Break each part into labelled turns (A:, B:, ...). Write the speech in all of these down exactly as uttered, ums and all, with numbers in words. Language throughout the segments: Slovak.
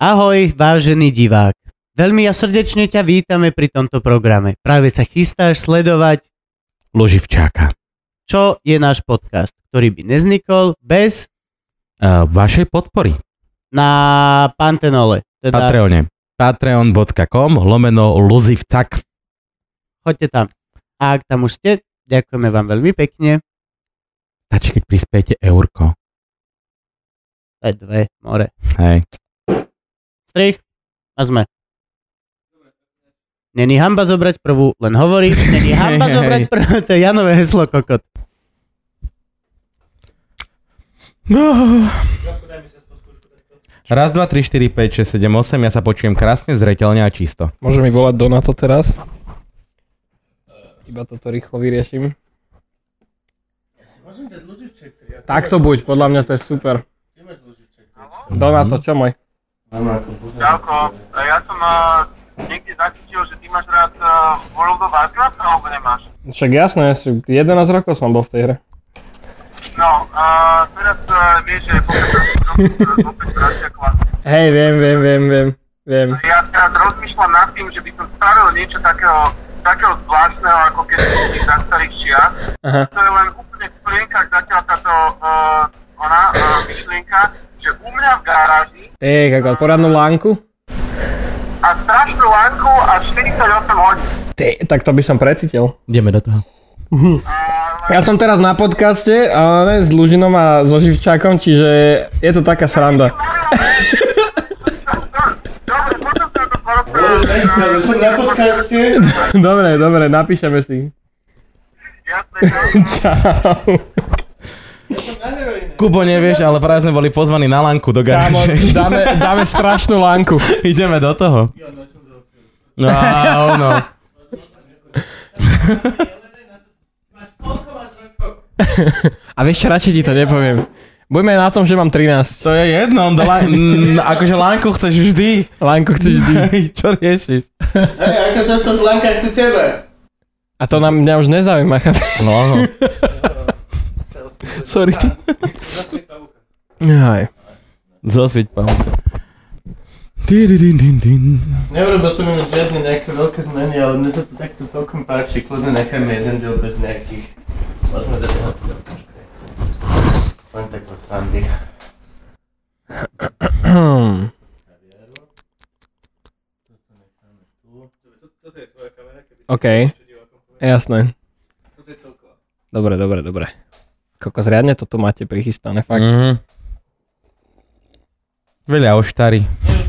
A: Ahoj, vážený divák. Veľmi ja srdečne ťa vítame pri tomto programe. Práve sa chystáš sledovať
B: Luživčáka.
A: Čo je náš podcast, ktorý by neznikol bez
B: Uh, vašej podpory.
A: Na Pantenole. Teda
B: Patreone. Patreon.com lomeno Luzivcak.
A: choďte tam. A ak tam už ste, ďakujeme vám veľmi pekne.
B: Stačí, keď prispiejete eurko.
A: To je dve, more.
B: Hej.
A: Strich a sme. Není hamba zobrať prvú, len hovorí. Není hamba zobrať prvú, to je Janové heslo, kokot.
B: No. Raz, dva, tri, štyri, päť, šesť, sedem, osem. Ja sa počujem krásne, zreteľne a čisto.
C: Môže mi volať Donato teraz? Iba toto rýchlo vyriešim.
A: Ja si môžem dať Luživček.
C: Tak to buď, podľa mňa to je super. Donato, čo môj?
D: Čauko, ja som uh, niekde zacítil, že ty máš rád uh, World of Warcraft, alebo nemáš?
C: Však jasné, jedenásť rokov som bol v tej hre.
D: No, uh, teraz uh, vieš, že pokračujem opäť Braťakova.
C: Hej, viem, viem, viem, viem, viem.
D: Ja teraz rozmýšľam nad tým, že by som spravil niečo takého, takého zvláštneho, ako keď som tých za starých čias.
C: Aha.
D: To je len úplne v plienkach zatiaľ táto uh, ona, uh, myšlienka, že u mňa v garáži
C: Ty, kakao, poradnú lánku?
D: a strašnú lánku a štyridsaťosem hodín.
C: Ty, tak to by som precítil.
B: Ideme do toho.
C: Ja som teraz na podcaste, ale s Lužinom a so Živčákom, čiže je to taká sranda.
D: Dobre, potom sa to porozprávame.
A: Nechcem, som na podcaste.
C: Dobre, dobre, napíšeme si.
D: Jasné,
C: Čau.
B: Kubo, nevieš, ale práve sme boli pozvaní na lánku do
C: Kámo,
B: garáže.
C: dáme, dáme strašnú lánku.
B: Ideme do toho. No, no.
C: A vieš čo, radšej ti to nepoviem. Buďme na tom, že mám trinásť.
B: To je jedno, do lá... mm, akože lánku chceš vždy.
C: Lánku chceš vždy.
B: Čo riešiš?
A: Hej, ako často Blanka chce tebe?
C: A to nám mňa už nezaujíma, chápeš?
B: No, no.
C: Sorry. Aj.
B: Zosvieť pán.
A: Neurobil som im žiadne nejaké veľké zmeny, ale mne sa to takto celkom páči. Kľudne nechajme jeden diel bez nejakých... Môžeme dať ho tu. Len tak zo srandy.
C: OK. Jasné. Dobre, dobre, dobre. Kokos, riadne to tu máte prichystané, fakt.
B: Mhm. Veľa oštary.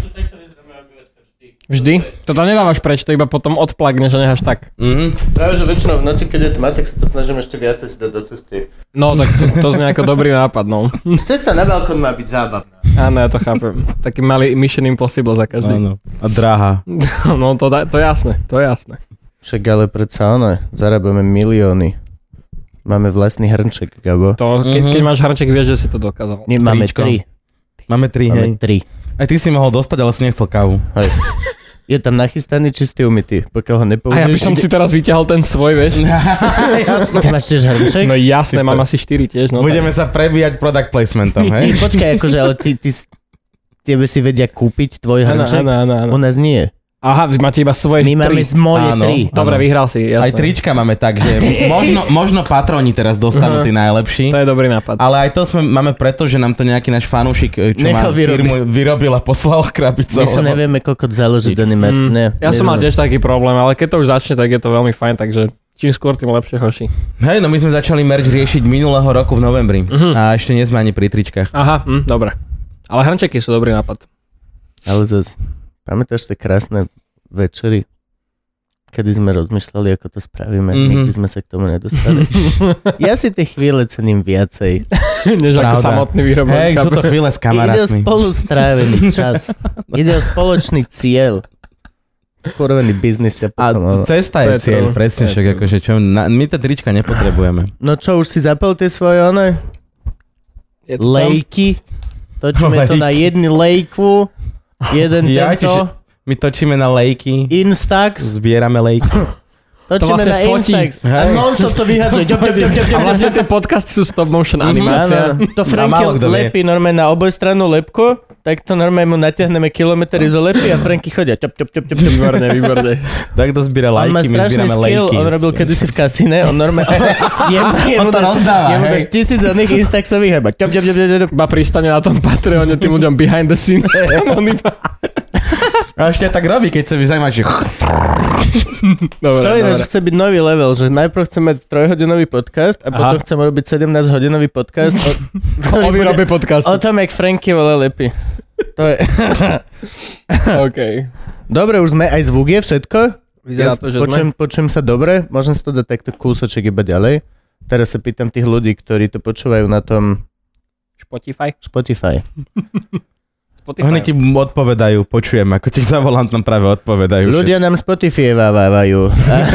C: Vždy? Toto nedávaš preč, to iba potom odplagne, že necháš tak.
B: Mhm.
A: Práve, že väčšinou v noci, keď je tma, tak sa to snažím ešte viacej si dať do cesty.
C: No, tak to, to znie ako dobrý nápad, no.
A: Cesta na balkón má byť zábavná.
C: Áno, ja to chápem. Taký malý Mission Impossible za každý.
B: Áno. A drahá.
C: No, to, to je jasné, to je jasné.
A: Však ale predsa ono, zarábame milióny. Máme vlastný hrnček, Gabo.
C: To, ke, keď máš hrnček, vieš, že si to dokázal.
A: Nie, máme
B: Tričko.
A: tri.
B: Máme tri, hej.
A: Máme tri.
B: Aj ty si mohol dostať, ale si nechcel kávu.
A: Hej. Je tam nachystaný, čistý, umytý. Pokiaľ ho
C: A
A: nepoužiješ...
C: ja by som si teraz vyťahol ten svoj, vieš?
B: Jasné.
A: Ty máš tiež hrnček?
C: No jasné, mám asi štyri tiež, no.
B: Budeme sa prebíjať product placementom,
A: Ej,
B: hej?
A: počkaj, akože, ale ty, ty, tebe si vedia kúpiť tvoj
C: Áno,
A: hrnček?
C: áno, áno, áno.
A: U nás nie.
C: Aha, vy máte iba svoje
A: My máme
C: tri.
A: z moje
B: Áno.
A: tri.
C: Dobre, vyhral si, jasné.
B: Aj trička máme tak, že možno, možno patroni teraz dostanú tí najlepší.
C: To je dobrý nápad.
B: Ale aj to sme, máme preto, že nám to nejaký náš fanúšik, čo má
A: Nechal vyrobiť.
B: firmu, vyrobil a poslal krabicou.
A: My sa
B: lebo-
A: nevieme kokot založiť do nimer.
B: Mm.
A: Ne,
C: Ja som mal
A: nevieme.
C: tiež taký problém, ale keď to už začne, tak je to veľmi fajn, takže čím skôr, tým lepšie, hoši.
B: Hej, no my sme začali merch riešiť minulého roku v novembri.
C: Mhm.
B: A ešte nie sme ani pri tričkách.
C: Aha, hm, dobre. Ale hrnčeky sú dobrý nápad.
A: Ale zase, pamätáš tie krásne večery, kedy sme rozmýšľali, ako to spravíme.
B: Mhm.
A: Nikdy sme sa k tomu nedostali. Ja si tie chvíle cením viacej.
C: Než ako
B: Pravda.
C: samotný výrobok.
B: Hej, sú to chvíle s
A: Ide o
B: kamarátmi.
A: spolu strávený čas. Ide o spoločný cieľ. Skurvený biznis ťa
B: A
A: potom... ono.
B: cesta
C: To
B: je
C: je
B: cieľ,
C: true.
B: presne
C: To je
B: však,
C: true.
B: akože čo, na, my tie trička nepotrebujeme.
A: No čo, už si zapal tie svoje one?
C: Je to tam?
A: Lejky? Točíme to
B: Lejky.
A: na jedny lejku. Jeden
B: Ja,
A: tento.
B: čiže my točíme na lejky,
A: Instax.
B: zbierame lejky.
A: Točíme
C: vlastne
A: na
C: fotí.
A: Instax. A
B: Hej.
A: non-stop to vyhadzuje. Ďop, ďop, ďop, ďop,
C: A
A: ďop,
C: vlastne
A: ďop.
C: tie podcasty sú stop motion animácia.
A: Áno, to
B: málo
A: Franky
B: kto vie.
A: lepí normálne na obojstrannú lepku tak to normálne mu natiahneme kilometr izolepy a Franky chodia. Čop, čop, čop, čop, čop.
C: Výborné, výborné.
B: Tak to zbiera
A: On má
B: lajky, my
A: strašný
B: zbierame
A: skill,
B: lejky.
A: on robil kedysi v kasíne, on normálne... Je, je
B: On to
A: dá-
B: rozdáva,
A: Jemu
B: hej.
A: dáš tisíc oných instaxových a iba čop, čop, čop, čop, čop.
C: Iba pristane na tom Patreone tým ľuďom behind the scenes. On iba...
B: A ešte tak robí, keď sa vyzaujíma, že...
C: Dobre,
A: To je
C: dobre.
A: že chce byť nový level, že najprv chce mať trojhodinový podcast a potom
C: Aha.
A: chcem robiť sedemnásťhodinový podcast o,
C: O výrobe
A: o
C: podcastu.
A: tom, jak Franky vole lepí. To je...
C: OK.
A: Dobre, už sme, aj zvuk je všetko?
C: Vyzerá to, že
A: počujem, počujem sa dobre? Môžem si to dať takto kúsoček iba ďalej? Teraz sa pýtam tých ľudí, ktorí to počúvajú na tom
C: Spotify?
A: Spotify.
C: Spotify.
B: Oni ti odpovedajú, počujem, ako ti zavolant nám práve odpovedajú.
A: Ľudia nám Spotify vávajú.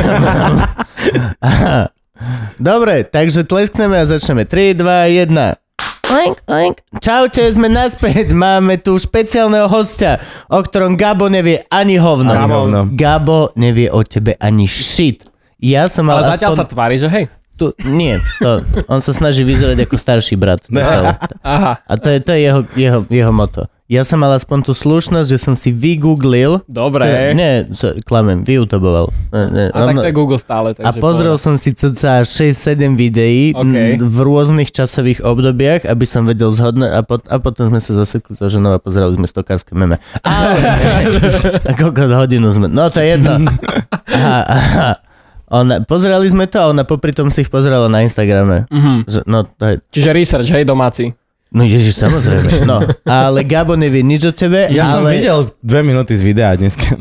A: Dobre, takže tleskneme a začneme. tri, dva, jeden. Oink, oink. Čaute, sme naspäť. Máme tu špeciálneho hostia, o ktorom Gabo nevie ani hovno.
B: Ani hovno.
A: Gabo nevie o tebe ani shit. Ja som mal
C: Ale zatiaľ
A: aspoň...
C: sa tvári, že hej.
A: Tu, nie, to, on sa snaží vyzerať ako starší brat. To celé.
C: Aha.
A: A to je, to je jeho, jeho, jeho moto. Ja som mal aspoň tú slušnosť, že som si vygooglil.
C: Dobre.
A: Teda, nie, so, klamem, vyutuboval. Ne, ne,
C: A tak to je Google stále.
A: a pozrel som si cca šesť sedem videí
C: Okay.
A: m, v rôznych časových obdobiach, aby som vedel zhodne a, pot, a potom sme sa zasekli so ženou a pozerali sme stokárske meme. Ale, a koľko hodinu sme... No to je jedno. Aha, aha. Ona, pozerali sme to a ona popri tom si ich pozerala na Instagrame.
C: Mhm.
A: Že, no to je...
C: Čiže research, hej, domáci.
A: No ježiš, samozrejme. No, ale Gabo nevie nič o tebe,
B: Ja som
A: ale...
B: videl dve minúty z videa dneska.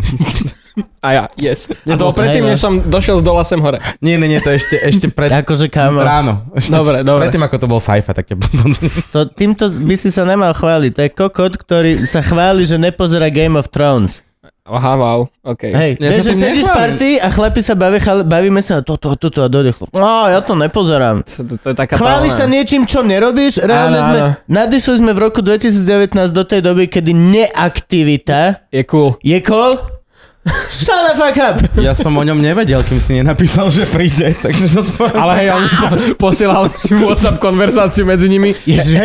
C: A ja, yes. A to
A: bol
C: predtým,
A: fajn,
C: než som došiel z dola sem hore.
B: Nie, nie, nie, to ešte, ešte pred...
A: Akože kámo,
B: Ráno. Ešte
C: Dobre, dobre.
B: Predtým, ako to bol sci-fi, tak ťa...
A: to, týmto by si sa nemal chváliť. To je kokot, ktorý sa chváli, že nepozerá Game of Thrones.
C: Aha, wow, OK.
A: Hej,
B: Ja
A: vieš,
B: sa
A: že
B: tým
A: sedíš v
B: nechválim.
A: party a chlapi sa baví, chal, bavíme sa toto, toto a dojde chlap. No, ja to nepozerám.
C: To, to, to je taká
A: Chváliš sa
C: talná.
A: niečím, čo nerobíš? Reálne
C: Áno,
A: sme,
C: áno.
A: nadišli sme v roku dvetisícdevätnásť do tej doby, kedy neaktivita
C: Je cool.
A: je cool. Shut the fuck up!
B: Ja som o ňom nevedel, kým si nenapísal, že príde, takže som spomínal.
C: Ale hej, on po, posielal mi WhatsApp konverzáciu medzi nimi.
A: Ježe?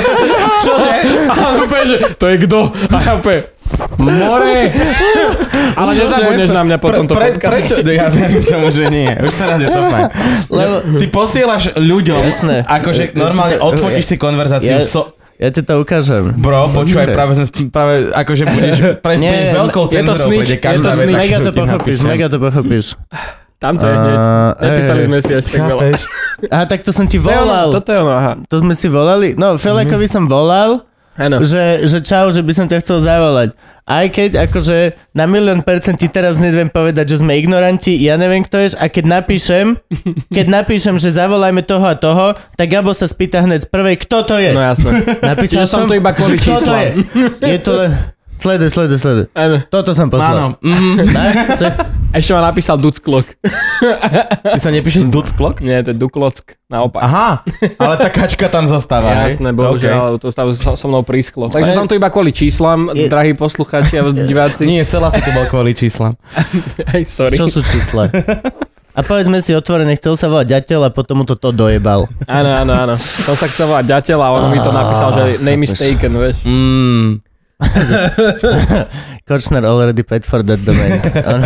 C: Čože? A on úplne, že to je kto? A ja úplne, more! Ale nezabudneš na mňa po
B: Pre-
C: tomto
B: pre-
C: podcaste.
B: Prečo? Ja verím tomu, že nie. Už teraz je to fajn.
A: Lebo...
B: Ty posielaš ľuďom,
A: Jasné.
B: akože normálne odfotíš si konverzáciu
A: Ja-
B: so...
A: Ja ti to ukážem.
B: Bro, počúvaj,
A: Okay.
B: práve, sme- práve akože budeš, pre,
A: Nie,
B: budeš veľkou
C: je to
B: cenzorou,
C: snitch,
B: bude
C: je to
B: každá
C: snitch.
B: veta,
A: Mega
B: ktorú
A: to
B: ti
A: pochopíš,
B: napíšem.
A: mega to pochopíš.
C: Tam to je hneď.
A: A,
C: Nepísali
A: hej,
C: sme si až tak veľa.
B: Chápeš?
A: Aha, tak to som ti
C: To je ono,
A: volal.
C: toto je ono, aha.
A: To sme si volali. No, Felekovi som volal,
C: Áno.
A: že, že čau, že by som ťa chcel zavolať. Aj keď akože na milión percent ti teraz neviem povedať, že sme ignoranti, ja neviem kto ješ a keď napíšem, keď napíšem, že zavolajme toho a toho, tak Gabo sa spýta hneď z prvej, kto to je.
C: No jasné.
A: Napísal
C: Čiže som to iba kvôli
A: že kto to
C: číslam.
A: je. Je to len... Sleduj, sleduj, sleduj.
C: Áno.
A: Toto som
B: Áno.
A: poslal.
B: Mhm.
A: Ne? Co?
C: Ešte ma napísal Ducklok.
B: Ty sa nepíšeš Ducklok?
C: Nie, to je Duklock. Naopak.
B: Aha, ale tá kačka tam zostáva, hej?
C: Jasné, bohužiaľ, to tam so so mnou prísklo. Takže som tu iba kvôli číslam,
A: Je-
C: drahí poslucháči a diváci.
B: Nie, celá si to bol kvôli číslam.
C: Hej, sorry.
A: Čo sú čísla? A povedzme si otvorene, chcel sa volať ďateľ a potom mu to to dojebal.
C: Áno, áno, áno. Som sa chcel volať ďateľ a on mi to napísal, že name is taken, vieš.
B: Mm.
A: Kočner already paid for that domain.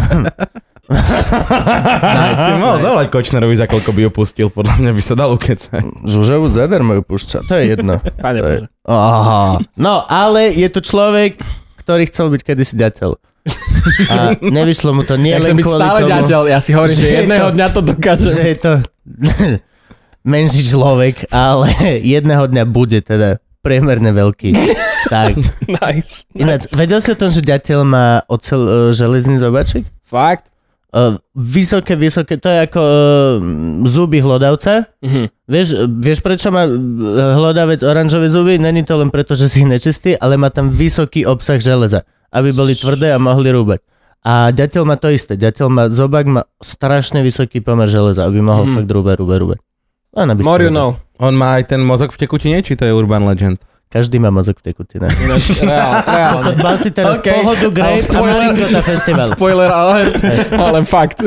B: Si mohol zavolať Kočnerovi, za koľko by ju pustil, podľa mňa by sa dal ukecať.
A: Žužovu zadarmo ju púšťa, to je jedno.
C: Pane
A: To je...
C: Bože.
A: Aha. No, ale je to človek, ktorý chcel byť kedysi ďateľ. A nevyšlo mu to nie
C: Ja
A: len
C: chcem byť
A: kvôli
C: stále
A: tomu,
C: ďateľ, ja si hovorím,
A: že
C: že
A: je
C: jedného
A: to-
C: dňa to dokážem.
A: že je to menší človek, ale jedného dňa bude teda priemerne veľký. Tak.
C: Nice.
A: Ináč, vedel si o tom, že ďateľ má ocel uh, železný zobačik?
C: Fakt?
A: Uh, vysoké, vysoké, to je ako uh, zuby hlodavca.
C: Mhm.
A: Vieš, vieš, prečo má uh, hlodavec oranžové zuby? Není to len preto, že si ich nečistí, ale má tam vysoký obsah železa, aby boli tvrdé a mohli rúbať. A ďateľ má to isté. Ďateľ má, zobák má strašne vysoký pomer železa, aby mohol
C: Mhm.
A: fakt rúbať, rúbať, rúbať. Len aby ste
C: More you
A: vedeli.
C: know.
B: On má aj ten mozog v tekutine, či to je urban legend?
A: Každý má mozog v tekutinách.
C: Ináč, reál, reálne.
A: Mal si teraz
B: Okay.
A: pohodu Grape a
C: Spoiler.
A: Maringota festival.
C: Spoiler, ale, ale fakt.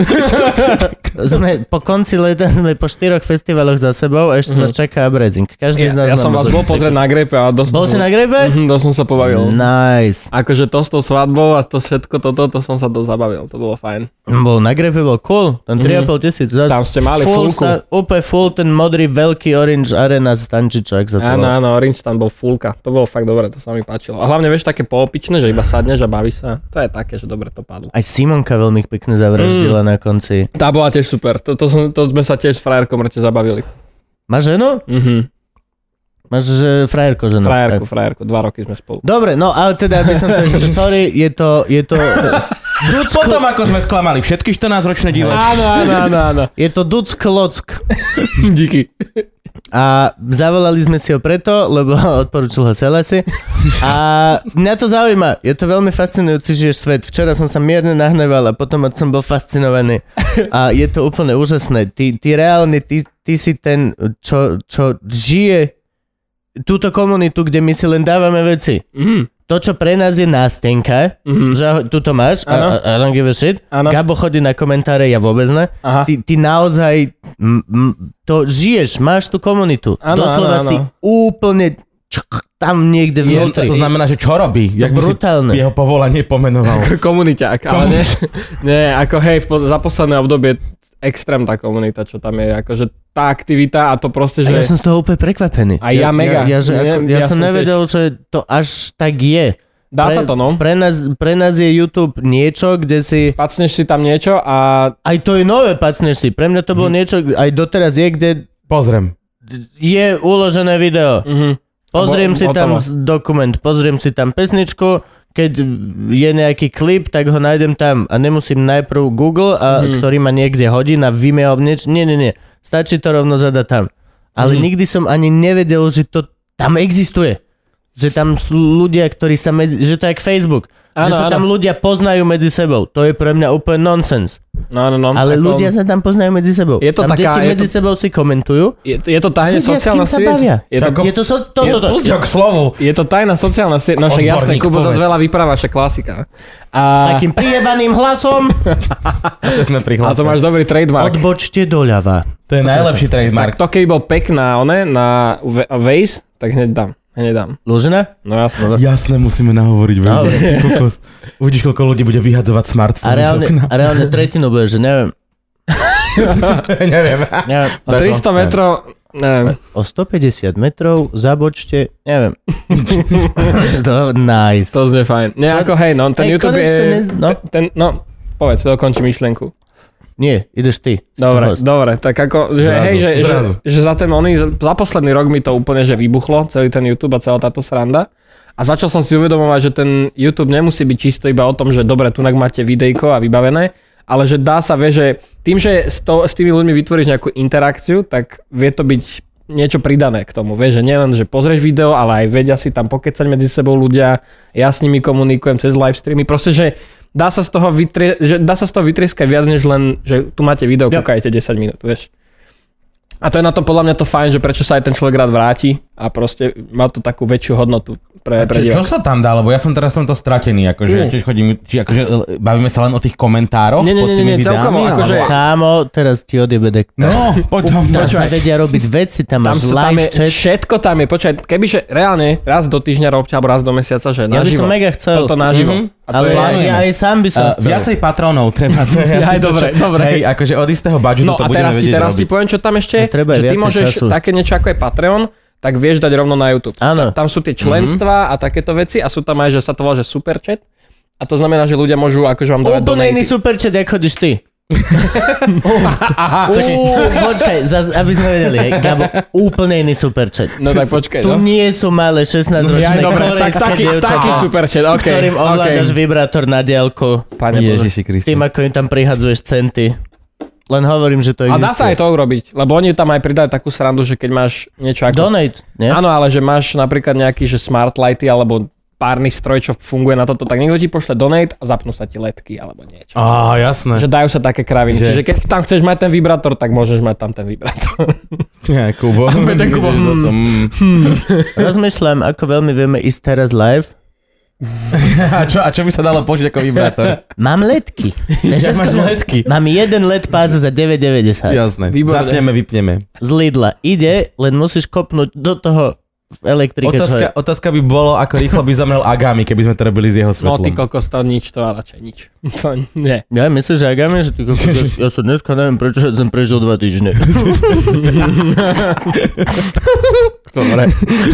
A: Sme, po konci leta sme po štyroch festivaloch za sebou a ešte nás čaká Abrezing. Každý z nás
C: Ja, ja
A: má
C: som vás
A: mozog
C: bol
A: v
C: pozrieť na Grape a dosť...
A: Bol si na Grape?
C: Mhm, dosť som sa pobavil.
A: Nice.
C: Akože to s tou svadbou a to všetko toto, to som sa dosť zabavil. To bolo fajn.
A: Bol na Grape, bol cool. Tam tri a pol tisíc. Zas
C: Tam ste mali
A: full
C: fullku.
A: sta- Úplne full ten modrý, veľký orange arena z Tančičák za to.
C: Áno, áno, Orange tam bol fullka. To bolo fakt dobre, to sa mi páčilo. A hlavne vieš také poopičné, že iba sadneš a bavíš sa. To je také, že dobre to padlo.
A: Aj Simonka veľmi pekne zavraždila na konci.
C: Tá bola tiež super. To, to, som, to sme sa tiež s frajerkou mŕte zabavili.
A: Máš ženu?
C: Mhm.
A: Máš že frajerko ženu.
C: Frajerku,
A: Tak.
C: frajerku. Dva roky sme spolu.
A: Dobre, no ale teda, aby som to ešte, sorry, je to, je to,
B: Potom ako sme sklamali všetky štrnásťročné diváčky.
C: Áno, áno, áno, áno.
A: je to Duck Klock.
C: Díky.
A: A zavolali sme si ho preto, lebo odporúčil ho Selasi. A mňa to zaujíma. Je to veľmi fascinujúci, žiješ svet. Včera som sa mierne nahneval a potom som bol fascinovaný. A je to úplne úžasné. Ty, ty reálne, ty, ty si ten, čo, čo žije túto komunitu, kde my si len dávame veci.
C: Mhm.
A: To, čo pre nás je nástenka,
C: Mhm.
A: že tu to máš, a,
C: Áno.
A: a, I don't give a shit.
C: Áno.
A: Gabo chodí na komentáre, ja vôbec ne.
C: Aha.
A: Ty, ty naozaj m, m, to žiješ, máš tú komunitu.
C: Áno,
A: Doslova
C: áno, áno.
A: si úplne čk, tam niekde
B: Je,
A: vnútri.
B: to znamená, že čo robí? Jak by si
A: brutálne.
B: jeho povolanie pomenoval?
C: Komuniťák, ale nie, nie, ako hej, v po, za posledné obdobie extrém tá komunita, čo tam je, akože tá aktivita a to proste, že...
A: A ja som z toho úplne prekvapený.
C: A ja mega.
A: Ja, ja, že
C: Nie,
A: ako, ja,
C: ja
A: som
C: som
A: nevedel, že to až tak je.
C: Dá sa to, no.
A: Pre nás, pre nás je YouTube niečo, kde si...
C: Pacneš si tam niečo a...
A: Aj to je nové, pacneš si. Pre mňa to bolo niečo, aj doteraz je, kde
B: Pozriem.
A: je uložené video.
C: Mhm.
A: Pozriem
C: Bo-
A: si tam
C: hotovo.
A: z- dokument, pozriem si tam pesničku, keď je nejaký klip, tak ho nájdem tam a nemusím najprv Google, a,
C: Mhm.
A: ktorý ma niekde hodí na Vimeo, nieč, nie, nie, nie, stačí to rovno zadať tam. Ale
C: Mhm.
A: nikdy som ani nevedel, že to tam existuje. Že tam sú ľudia, ktorí sa medzi... Že to je jak Facebook.
C: Áno,
A: že sa
C: áno.
A: tam ľudia poznajú medzi sebou. To je pre mňa úplne nonsens.
C: No, no, no.
A: Ale
C: ako-
A: ľudia sa tam poznajú medzi sebou.
C: Je to
A: tam
C: taká-
A: deti
C: je
A: medzi
C: to-
A: sebou si komentujú.
C: Je, je to tajná
A: Vedia, s
C: sociálna
A: kým sa
C: sieť.
A: bavia.
C: Je to,
B: Ako-
A: Je to so... To, to, to.
B: Pusť ho k slovu.
C: je to tajná sociálna sieť. No však jasné,
B: Odborník,
C: Kubo zase
B: povedz.
C: veľa vypráva, však klasika.
A: S
C: A,
A: takým prijebaným hlasom.
B: To sme
C: a
B: prihlasili.
C: to máš dobrý trademark.
A: Odbočte doľava.
B: To je najlepší
C: Tak
B: trademark.
C: to keby bol pek na one, na Wa- Waze, tak hneď dám. Hneď dám.
A: Lužina?
C: No jasné.
B: Jasné, musíme nahovoriť veľmi.
A: Dobre.
B: Ty kokos. Uvidíš, koľko ľudí bude vyhadzovať
A: A
B: smartfóny z
A: reálne,
B: okna.
A: a reálne tretinu bude, že neviem.
B: Neviem.
A: neviem.
C: A tristo metrov, neviem.
A: O stopäťdesiat metrov zabočte, neviem. to, nice.
C: To znie fajn. Nie, ako hej, no, ten
A: Hej,
C: YouTube
A: konečne
C: je...
A: nez- no.
C: Ten, ten, no, povedz, dokončí myšlienku.
A: Nie, ideš ty. si
C: Dobre,
A: host.
C: dobre, tak ako, že
B: Zrazu,
C: hej, že, že,
B: zrazu.
C: že za ten oný, za posledný rok mi to úplne, že vybuchlo, celý ten YouTube a celá táto sranda. A začal som si uvedomovať, že ten YouTube nemusí byť čisto iba o tom, že dobre, tu máte videjko a vybavené, ale že dá sa, vie, že tým, že s, to, s tými ľuďmi vytvoríš nejakú interakciu, tak vie to byť niečo pridané k tomu, vieš, že nielen, že pozrieš video, ale aj vedia si tam pokecať medzi sebou ľudia, ja s nimi komunikujem cez live streamy, proste, že dá sa z toho, vytrie, že dá sa z toho vytrieskať viac, než len, že tu máte video,
A: Ja.
C: kúkajte desať minút, vieš. A to je na tom podľa mňa to fajn, že prečo sa aj ten človek rád vráti a proste má to takú väčšiu hodnotu pre, pre
B: Čo, čo
C: diváka.
B: sa tam dá? Lebo ja som teraz som to stratený. Akože,
C: Mm.
B: tiež chodím, či akože, e, bavíme sa len o tých komentároch
C: Nie, nie,
B: pod
C: nie,
B: tými
C: nie,
B: videami?
C: celkovo,
B: alebo-
C: akože-
A: Kámo, teraz ti odjebe dekta.
B: No, poď tam.
A: Tam sa
C: počúvaj.
A: vedia robiť veci, tam,
C: Tam,
A: máš
C: sa, tam
A: live
C: je,
A: chat.
C: všetko tam je, počkaj, kebyže reálne raz do týždňa robte, alebo raz do mesiaca, že
A: Ja by
C: naživo.
A: som mega chcel.
C: Toto naživo.
B: Mhm.
C: A to
A: Ale
C: je,
A: ja,
B: plánujeme.
A: ja aj sám by som
B: Uh,
A: chcel.
B: viacej patrónov treba. To je
C: Aj
B: asi to,
C: dobre,
B: čo-
C: dobre.
B: Hej, akože od istého budžetu
C: No
B: to
C: a
B: budeme
C: teraz ti,
B: vedieť
C: teraz ti
B: robiť.
C: poviem, čo tam ešte,
A: No, treba
C: že ty
A: viacej
C: môžeš
A: času.
C: také niečo ako je Patreon, tak vieš dať rovno na YouTube.
A: Áno.
C: Tam sú tie členstva a takéto veci a sú tam aj, že sa to volá, že superchat. A to znamená, že ľudia môžu akože vám dávať
A: Úplne iný
C: donaty.
A: superchat, ako chodíš ty.
C: Aha,
A: Uú, počkaj, zas, aby sme vedeli, hej, Gabo, úplne iný superchat.
C: no tak počkaj.
A: Tu
C: No.
A: nie sú malé šestnásťročné
C: Ja, dobre, tak
A: korejské
C: taký,
A: dievčatá,
C: taký superchat, OK.
A: ktorým ovládaš
C: okay.
A: vibrátor na diaľku.
C: Pane Bože.
B: Ježiši Kriste.
A: Tým, ako im tam prihadzuješ centy. Len hovorím, že to
C: A
A: existuje.
C: dá sa aj to urobiť, lebo oni tam aj pridali takú srandu, že keď máš niečo ako...
A: Donate, nie?
C: Áno, ale že máš napríklad nejaký, že smart lighty alebo párny stroj, čo funguje na toto, tak niekto ti pošle donate a zapnú sa ti ledky alebo niečo.
B: Á, jasné.
C: Že dajú sa také kraviny.
B: Že...
C: Čiže keď tam chceš mať ten vibrátor, tak môžeš mať tam ten vibrátor.
B: Nie, Kubo.
C: A ten Kubo.
B: Hmm.
A: Rozmýšľam, ako veľmi vieme ísť teraz live.
B: a, čo, a čo by sa dalo použiť ako vibrátor?
A: Mám ledky.
B: Ja máš ledky.
A: Mám jeden led pás za deväť deväťdesiat.
B: Jasné.
C: Výborné.
B: Zapneme, vypneme.
A: Z Lidla. Ide, len musíš kopnúť do toho v elektrike.
B: Otázka,
A: čo je.
B: otázka by bolo, ako rýchlo by zamrel Agami, keby sme to robili s jeho
C: No
B: svetlom.
C: ty kokos, to nič, to a radšej nič. To nie.
A: Ja myslíš, že Agami, že ty kokos, ja, ja som dneska neviem, prečo som prežil dva týždne.
C: Dobre.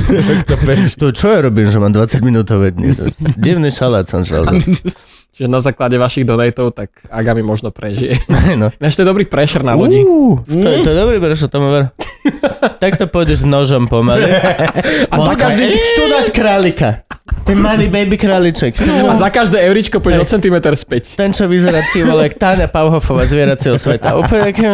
A: To čo ja robím, že mám dvadsať minútové dni? Divný šalát som šal.
C: Čiže na základe vašich donatov, tak Agami možno prežije.
A: No.
C: Ináč to je dobrý pressure na lodi.
A: Uh, to, je, to je dobrý, prečo tomu ver. Takto pôjdeš s nožom pomaly.
C: A za každý...
A: Tu dáš králika. Ten malý baby králiček.
C: A za každé euričko pôjdeš o centimeter späť.
A: Ten, čo vyzerá ty vole, jak Táňa Pauhofová z Zvieracieho sveta. Úplne jak...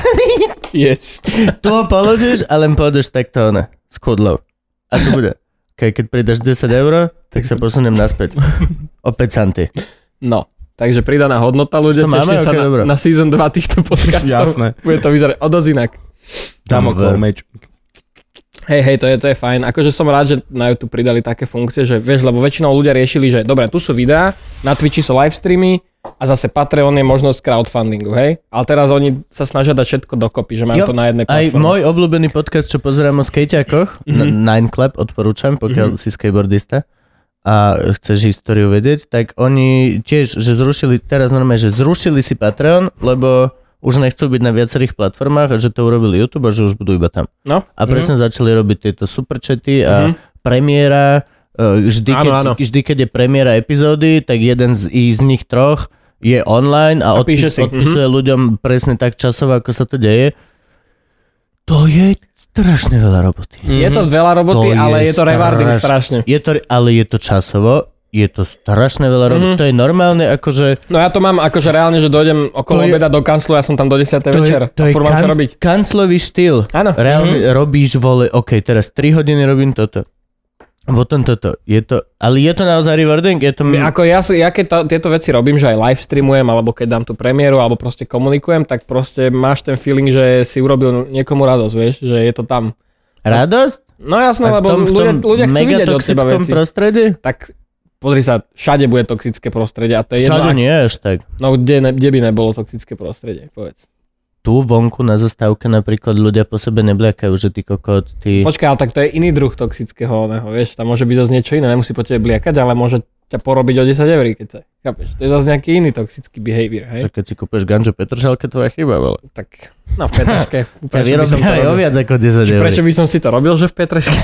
C: Yes.
A: Tu ho položíš a len pôjdeš takto ona, s kudlou. A tu bude. Okay, keď pridaš desať eur, tak sa posuniem naspäť. O päť centy.
C: No. Takže pridaná hodnota, ľudia, tešte sa
A: okay,
C: na, na season dva týchto podcastov.
B: Jasné.
C: Bude to vyzerať o dosť inak.
B: Damoklov meč.
C: Hej, hej, to je, to je fajn. Akože som rád, že na YouTube pridali také funkcie, že vieš, lebo väčšinou ľudia riešili, že dobre, tu sú videá, na Twitchi sú live streamy a zase Patreon je možnosť crowdfundingu, hej? Ale teraz oni sa snažia dať všetko dokopy, že majú
A: Jo,
C: to na jednej
A: aj
C: platforme.
A: môj obľúbený podcast, čo pozerám o skejťakoch, mm-hmm. Nine Club, odporúčam, pokiaľ mm-hmm. si skateboardista a chceš históriu vedieť, tak oni tiež, že zrušili, teraz normálne, že zrušili si Patreon, lebo už nechcú byť na viacerých platformách a že to urobili YouTube a že už budú iba tam.
C: No.
A: A presne mm-hmm. začali robiť tieto superchaty a mm-hmm. premiéra, vždy keď,
C: áno, áno.
A: vždy keď je premiéra epizódy, tak jeden z, z nich troch je online a,
C: A
A: odpis,
C: píše si.
A: odpisuje mm-hmm. ľuďom presne tak časovo, ako sa to deje. To je strašne veľa roboty.
C: Mm-hmm. Je to veľa roboty,
A: To
C: ale
A: je
C: je to rewarding
A: straš-
C: strašne.
A: Je to, ale je to časovo, je to strašne veľa roboty.
C: Mhm.
A: To je normálne, akože...
C: No ja to mám akože reálne, že dojdem okolo
A: To je-
C: obeda do kanclu, ja som tam do desiatej
A: To
C: večer.
A: je, to je
C: a furt mám čo robiť.
A: kanclový štýl.
C: Áno.
A: Reálne robíš, vole, ok, teraz tri hodiny robím toto. Potom toto. Je to, ale je to naozaj rewarding? Je to...
C: Ako ja, si- ja keď to, tieto veci robím, že aj live streamujem, alebo keď dám tú premiéru, alebo proste komunikujem, tak proste máš ten feeling, že si urobil niekomu radosť, vieš, že je to tam.
A: Radosť?
C: No jasné,
A: Aj v
C: lebo
A: tom, v tom
C: ľudia, ľudia chcú vidieť od teba
A: megatoxickom
C: veci.
A: prostredí?
C: Tak pozri sa, všade bude toxické prostredie a to je jedno.
A: Všade
C: ak-
A: nie až tak.
C: No kde, ne, kde by nebolo toxické prostredie, povedz.
A: Tu vonku na zastávke napríklad ľudia po sebe nebliakajú, že ty kokot, ty...
C: Počkaj, ale tak to je iný druh toxického oného, vieš, tam môže byť zase niečo iné, nemusí po tebe bliakať, ale môže ťa porobiť o desať eur, keď sa, chápeš, to je zase nejaký iný toxický behavior, hej?
A: Že keď si kúpeš ganžu Petržalke, tvoja chyba, ale...
C: Tak, no v Petreške.
A: Ja
C: prečo by som to
A: vyrobím aj o
C: robil?
A: viac ako desať eur.
C: Prečo by som si to robil, že v Petreške?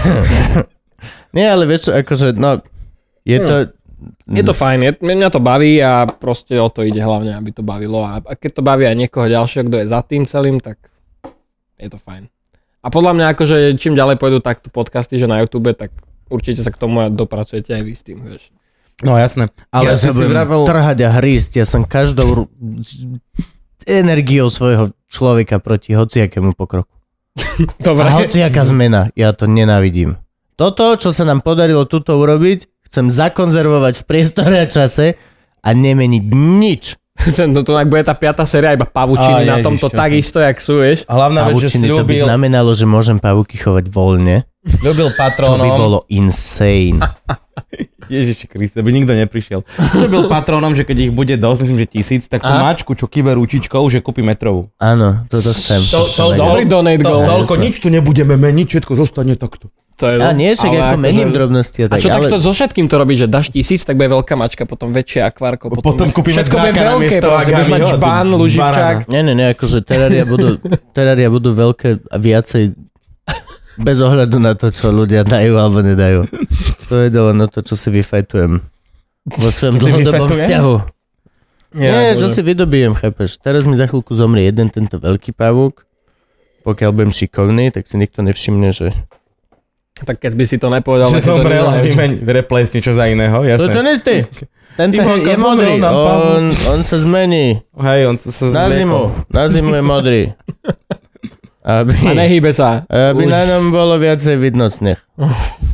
A: Nie, ale vieš čo, akože, no, je to...
C: Je to fajn, je, mňa to baví a proste o to ide hlavne, aby to bavilo a, a keď to baví aj niekoho ďalšieho, kto je za tým celým, tak je to fajn. A podľa mňa akože čím ďalej pôjdu takto podcasty, že na YouTube, tak určite sa k tomu dopracujete aj vy s tým, vieš.
B: No jasné. Ale
A: ja
B: si
A: sa
B: si
A: budem
B: vravel...
A: trhať a hrísť, ja som každou ru- energiou svojho človeka proti hociakému pokroku.
C: Dobre.
A: A hociaká zmena, ja to nenávidím. Toto, čo sa nám podarilo tuto urobiť, chcem zakonzervovať v priestore a čase a nemeniť nič.
C: No to ak bude tá piata séria, iba pavučiny
B: Á,
C: na
B: ježiš,
C: tomto
B: čo
C: takisto, jak sú, vieš.
B: A hlavná vec, že si
A: Pavučiny, to by
B: ľúbil,
A: znamenalo, že môžem pavúky chovať voľne,
B: ľúbil
A: čo by
B: patrónom.
A: bolo insane.
B: Ježiši Kriste, by nikto neprišiel. Ľúbil patrónom, že keď ich bude dosť, myslím, že tisíc, tak tú
A: A?
B: mačku, čo kýve ručičkou, že kúpi metrovú.
A: Áno, toto chcem.
B: To,
A: To
B: to,
A: chcem
B: to,
C: Dobrý donate
B: to,
C: goal.
B: toľko
A: Jasné.
B: nič tu nebudeme meniť, všetko zostane takto.
C: To je,
A: A nie, však
C: ale
A: ako
C: akože-
A: mením drobnosti a
C: A
A: tak,
C: čo
A: ale...
C: takto so všetkým to robiť, že dáš tisíc, tak bude veľká mačka, potom väčšie akvárko, potom,
B: Potom kúpime
C: všetko bude
B: dráka
C: veľké,
B: namiesto
C: proste, budeš mať
B: Agamiho,
C: čbán,
B: ty
C: luživčák.
B: barana.
A: Nie, nie, nie, akože terária budú, terária budú veľké a viacej bez ohľadu na to, čo ľudia dajú alebo nedajú. To je len o to, čo si vyfajtujem vo svojom
B: Si
A: dlhodobom
B: vyfajtuje?
A: vzťahu.
C: Ja,
A: Nie, čo
C: bože.
A: si vydobijem, chápeš. Teraz mi za chvíľku zomrie jeden tento veľký pavúk. Pokiaľ budem šikovný, tak si nikto nevšimne, že...
C: Tak keď by si to nepovedal,
B: Že
C: tak si to
B: zomrel a
C: nevedel.
B: vymeň, replace niečo za iného,
A: To je
B: jasné.
A: ten istý. Tento
B: Ivanka
A: je modrý.
B: zomrel na pavúk.
A: On, on sa zmení.
B: Hej, on sa, sa
A: Na
B: zliekol.
A: zimu. Na zimu je modrý. Aby,
C: A nehýbe sa.
A: aby
C: Už.
A: na ňom bolo viacej vidno sneh. To je...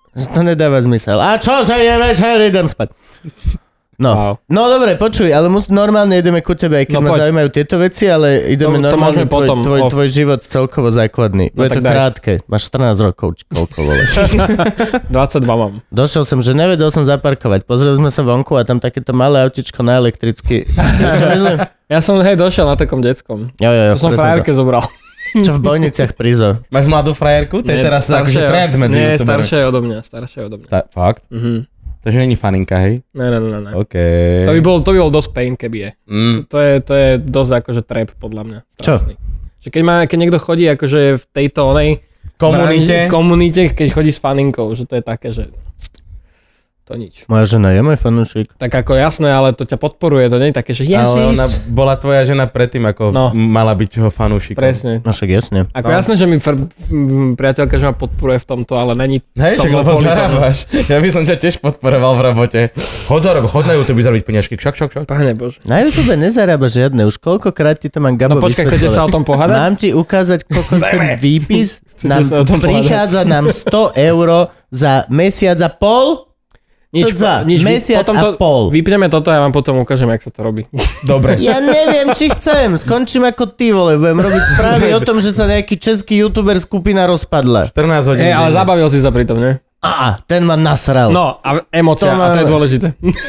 A: Že to nedáva zmysel. A čo sa je večer, idem spať. No,
C: Wow.
A: no dobre, počuj, ale mus, normálne ideme ku tebe, aj keď
C: No,
A: ma
C: poď.
A: zaujímajú tieto veci, ale ideme
C: To- to
A: normálne
C: môžeme
A: tvoj,
C: potom,
A: tvoj,
C: off.
A: tvoj život celkovo základný.
C: No,
A: Je to
C: tak daj.
A: krátke, máš štrnásť rokov, či koľko vole.
C: dvadsaťdva mám.
A: Došiel som, že nevedel som zaparkovať. Pozreli sme sa vonku a tam takéto malé autičko na elektricky. Vieš, čo myslím?
C: Ja som, hej, došiel na takom deckom.
A: Jo, jo, jo,
C: To som
A: presne
C: frajerke zobral.
A: to. Čo v Bojniciach Prizo.
B: Máš mladú frajerku? To je
C: Nie,
B: teraz akože trend medzi
C: Nie,
B: youtubermi.
C: staršia je odo mňa, staršia je odo mňa.
B: Ta, fakt?
C: Mhm.
B: Takže není faninka, hej?
C: Ne, ne, ne, ne.
B: OK.
C: To by bol, to by bol dosť pain, keby je.
B: Mm.
C: To je, to je dosť akože trap, podľa mňa.
A: Čo?
C: Strašný. Že keď, má, keď niekto chodí akože v tejto onej
B: Komunite?
C: branži- komunite, keď chodí s faninkou, že to je také, že to nič.
A: Moja žena je môj fanúšik.
C: Tak ako jasné, ale to ťa podporuje, to nie je také, že
B: Ale
C: ježiš.
B: ona bola tvoja žena predtým, ako
C: No.
B: mala byť toho fanúšikom.
C: Presne.
A: No však jasne.
C: Ako
B: No.
C: jasné, že mi fr- m, priateľka, že ma podporuje v tomto, ale není
B: Hej, však
C: so mnou
B: lebo
C: kvôli tomu.
B: zarábaš. Ja by som ťa tiež podporoval v robote. Chod za rob, chod na YouTube zarobiť peniažky. Šak, šak, šak.
C: Pane Bože.
A: Na YouTube nezarába žiadne. Už koľkokrát ti to mám Gabo
C: No počkaj, chcete sa o tom pohádať?
A: Mám ti ukázať, koľko ten výpis
C: Chcete
A: nám
C: sa o tom
A: prichádza nám sto eur za mesiac a pol?
C: Nič,
A: Co za
C: nič,
A: mesiac
C: potom
A: a
C: to,
A: pol.
C: Vypneme toto a ja vám potom ukážem, jak sa to robí.
B: Dobre.
A: Ja neviem, či chcem. Skončím ako ty, vole. Budem robiť správy o tom, že sa nejaký český youtuber skupina rozpadla.
B: štrnásť hodín.
C: Hej, ale
B: denne.
C: zabavil si sa pri tom, nie?
A: Á, ten ma nasral.
C: No, a emócia,
A: To má-
C: a to je dôležité.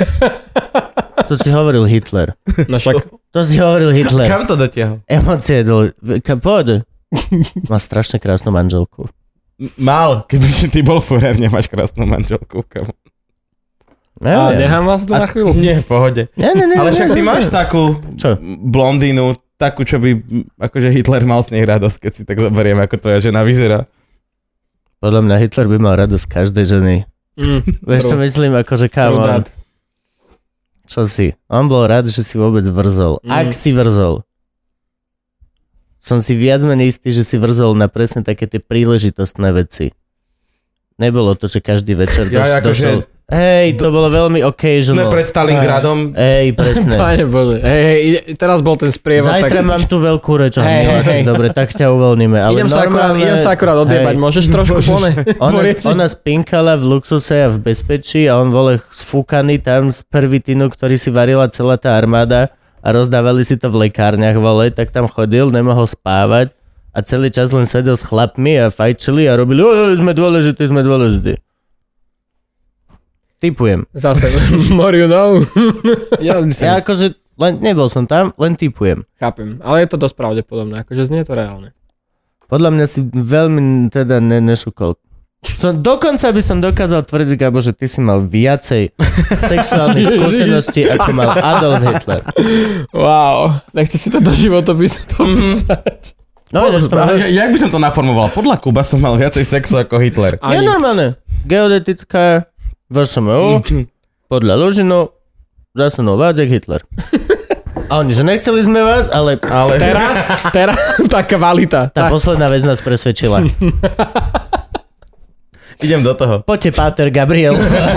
A: To si hovoril Hitler.
C: No však,
A: To si hovoril Hitler.
B: Kam to dotiahol?
A: Emócie je dôležité. Poď. Má strašne krásnu manželku.
B: Mal, keby si ty bol furér, nemáš krásnu manželku. Kamo.
C: a
A: Neviem.
C: nechám vás tu na chvíľu.
B: Nie, v pohode.
A: Nie, nie, nie,
B: Ale však
A: nie,
B: ty
A: nie.
B: máš takú
A: Čo?
B: blondínu, takú, čo by, akože Hitler mal s nej radosť, keď si tak zoberieme, ako tvoja žena vyzerá.
A: Podľa mňa Hitler by mal radosť každej ženy.
C: Mm,
A: Vieš, čo
C: true.
A: myslím, akože
C: True
A: kámo,
C: that.
A: čo si? On bol rád, že si vôbec vrzol.
C: Mm.
A: Ak si vrzol. Som si viac menej istý, že si vrzol na presne také tie príležitostné veci. Nebolo to, že každý večer
B: Ja,
A: doš,
B: akože-
A: došel... Hej, to bolo veľmi
B: Sme
A: occasional.
B: pred Stalingradom.
A: Hej, presne.
C: Pane Bože. Hej, hej, ide- teraz bol ten sprievod.
A: Zajtra
C: tak...
A: mám tu veľkú reč,
C: Hej,
A: hey,
C: hej, hej.
A: dobre, tak ťa uvoľníme. Ale
C: idem, sa akurát,
A: normálne...
C: idem sa akurát odjebať,
A: Hej.
C: môžeš trošku pone,
A: Ona,
C: poriešiť?
A: ona spinkala v luxuse a v bezpečí a on vole sfúkaný tam z pervitínu, ktorý si varila celá tá armáda a rozdávali si to v lekárniach, vole, tak tam chodil, nemohol spávať a celý čas len sedel s chlapmi a fajčili a robili, oj, sme dôležití, sme dôležití. Typujem.
C: Zase, more you know.
B: Ja,
A: Ja akože, len, nebol som tam, len typujem.
C: Chápem, ale je to dosť pravdepodobné, akože znie to reálne.
A: Podľa mňa si veľmi teda ne, nešukol. Som, dokonca by som dokázal tvrdiť, Gabo, že ty si mal viacej sexuálnych skúseností, ako mal Adolf Hitler.
C: Wow, nechce si to do životopisu to písať.
A: No,
B: Podľa,
A: to má...
B: ale jak by som to naformoval? Podľa Kuba som mal viacej sexu ako Hitler.
A: Je
C: Ani.
A: normálne. Geodetická, vé es em ó, podľa Lužinu, zasunul Vádzek Hitler. A oni, že nechceli sme vás, ale
B: Ale...
C: Teraz, teraz, tá kvalita.
A: tá
C: Tá,
A: posledná vec nás presvedčila.
B: Idem do toho.
A: Poďte, Páter Gabriel.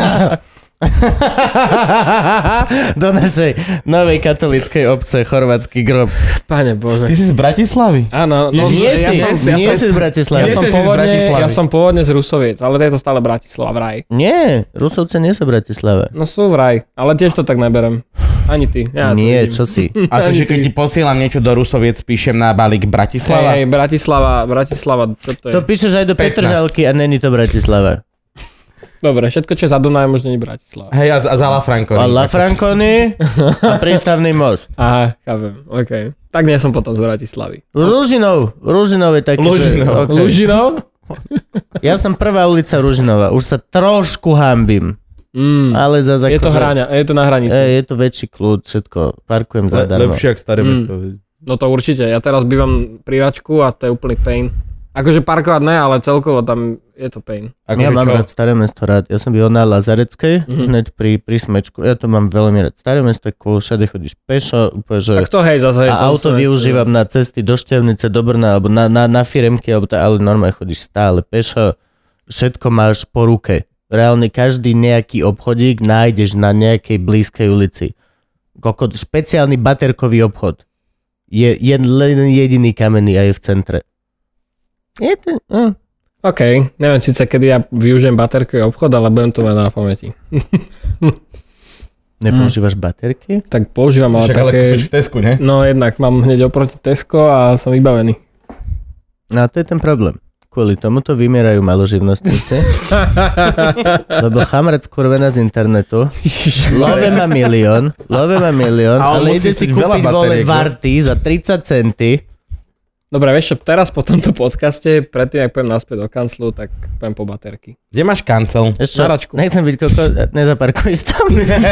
A: Do našej novej katolíckej obce, chorvátsky grob.
C: Pane Bože.
B: Ty si z Bratislavy?
C: Áno, no,
A: Nie
C: ja
A: si,
C: som, ja
A: nie
C: som,
A: si z Bratislavy.
C: ja,
B: Nie
C: som
B: si z
C: pôvodne,
B: Bratislavy.
C: ja som pôvodne z Rusoviec, ale to je to stále Bratislava vraj.
A: Nie, Rusovce nie sú Bratislava.
C: No sú vraj, ale tiež to tak neberem. Ani ty. Ja to
A: Nie,
C: vidím.
A: čo si?
B: Akože keď ti posielam niečo do Rusoviec, píšem na balík Bratislava?
C: Hej, hej, Bratislava, Bratislava, toto je...
A: To píšeš aj do
B: pätnásť.
A: Petržalky a není to Bratislava.
C: Dobre, všetko, čo je za Dunajom, už nie je Bratislava.
B: Hej, a, a za La Franconi.
A: A La Franconi a prístavný most.
C: Aha, chápem, okej. Tak nie som potom z Bratislavy.
A: Ružinov. Ružinov je taký,
B: Lužinov.
A: že... Okay.
C: Lužinov?
A: Ja som prvá ulica Ružinova. Už sa trošku hambím.
C: Mm.
A: Ale zase
C: Je to
A: akože-
C: hraňa, je to na hranici.
A: E, je to väčší kľud, všetko. Parkujem
B: Le,
A: zadarmo.
B: lepšie ako staré
C: Mm.
B: mesto.
C: No to určite, ja teraz bývam pri Račku a to je úplný pain. Akože parkovať ne, ale celkovo tam je to pain.
B: Akože
A: Ja mám
B: čo?
A: rád Staré mesto rád. Ja som býval na Lazareckej,
C: Mhm.
A: hneď pri, pri Smečku. Ja to mám veľmi rád. Staré mesto je cool, všade chodíš pešo, úplne, že...
C: Tak to hej, zase hej.
A: A
C: to
A: auto
C: som
A: využívam na cesty do Števnice, do Brna, alebo na, na, na firemky, alebo tak, ale normálne chodíš stále pešo, všetko máš po ruke. Reálne každý nejaký obchodík nájdeš na nejakej blízkej ulici. Kokot, špeciálny baterkový obchod. Je, je len jediný kamenný a je v centre. Je to... Uh.
C: OK, neviem síce, kedy ja využijem baterkový obchod, ale budem to mať na pamäti.
A: Nepoužívaš baterky?
C: Tak používam, ale
B: Však ale
C: také...
B: kúpiš v Tesku, ne?
C: No jednak, mám hneď oproti Tesco a som vybavený.
A: No a to je ten problém. Kvôli tomuto vymierajú maloživnostníci. Lebo chamrac kurvená z internetu. Love má milión. Love má milión. Ale ide si kúpiť vole varty za tridsať centy.
C: Dobre, vieš čo, teraz po tomto podcaste, predtým, ak pôjdem naspäť do kanclu, tak pôjdem po baterky.
B: Kde máš kancel?
A: Ešte,
C: Na račku.
A: nechcem byť koko, nezaparkuješ tam.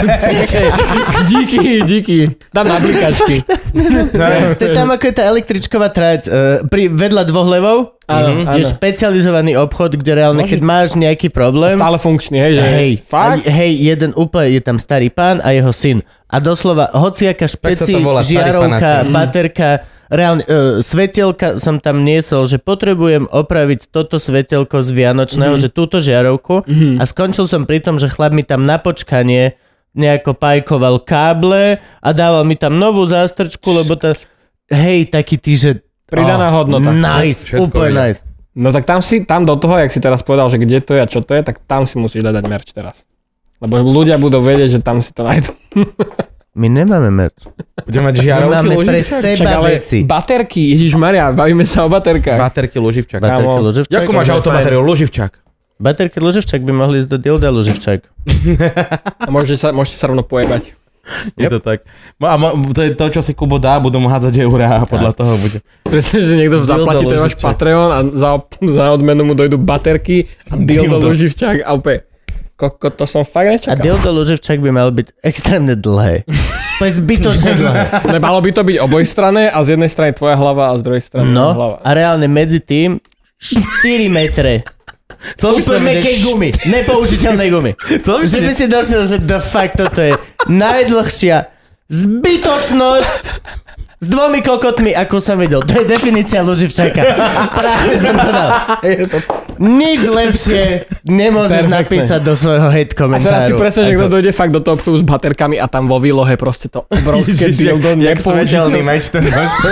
C: díky, díky. Dám na blikačky.
A: To je tam ako je tá električková trať. Uh, pri vedľa dvoch levov
C: Áno,
A: je
C: áno.
A: špecializovaný obchod, kde reálne, keď máš nejaký problém...
C: Stále funkčný, hej, že...
A: Hej,
C: Fakt?
A: a, hej, jeden úplne, je tam starý pán a jeho syn. A doslova, hociaká
B: sa
A: špeci,
B: to volá, starý pán a
A: žiarovka,
B: syn.
A: baterka, reálne, uh, svetelka som tam niesol, že potrebujem opraviť toto svetelko z Vianočného, mm-hmm. že túto žiarovku mm-hmm. a skončil som pri tom, že chlap mi tam na počkanie nejako pajkoval káble a dával mi tam novú zástrčku, lebo to... Hej, taký ty, že...
C: Pridaná
A: oh,
C: hodnota.
A: Nice,
B: Všetko
A: úplne
B: ide.
A: nice.
C: No tak tam si, tam do toho, jak si teraz povedal, že kde to je a čo to je, tak tam si musíš dať merch teraz. Lebo ľudia budú vedieť, že tam si to nájdú.
A: My nemáme merch.
B: Budeme mať
A: My
B: žiarovky,
A: máme pre
B: loživčak?
A: seba
C: Však ale
A: veci.
C: baterky, Ježišmaria, bavíme sa o baterkách.
B: Baterky, loživčak.
A: Baterky,
C: Kámo.
A: loživčak.
B: Jakú máš
C: to je
B: autobatériu? Loživčak.
A: Baterky, loživčak by mohli ísť do dilda loživčak.
C: A môžete sa, môžete sa rovno pojebať.
B: Je to tak. No a mo- to je to, čo si Kubo dá, budú mu hádzať eurá a podľa toho bude.
C: Presne, že niekto
B: Dildo
C: zaplatí ten váš
B: loživčak.
C: Patreon a za, za odmenu mu dojdú baterky a dildo
B: Dildo.
C: loživčak a úplne... Koko, to som fakt
A: A
C: nečakal.
A: dildo loživčak by mal byť extrémne dlhé. To je zbytočne dlhé.
C: Malo by to byť obojstranné a z jednej strany tvoja hlava a z druhej strany moja hlava.
A: No, a reálne medzi tým štyri metre.
B: Chcel by som
A: Úplne mekej
B: vedieť...
A: gumy, nepoužiteľnej gumy.
B: Chcel by
A: Že
B: som
A: by si došiel, že the fuck, toto je najdlhšia zbytočnosť s dvomi kokotmi, ako som videl. To je definícia loživčaka. Práve som to dal. Nič lepšie nemôžeš
C: Perfektné.
A: napísať do svojho hate
C: A
A: komentáru.
C: teraz si presne, že
A: Ako-
C: kto dojde fakt do toho obchodu s baterkami a tam vo výlohe proste to obrovské dildo
B: Jak svetelný
C: nepoužiteľné.
B: meč ten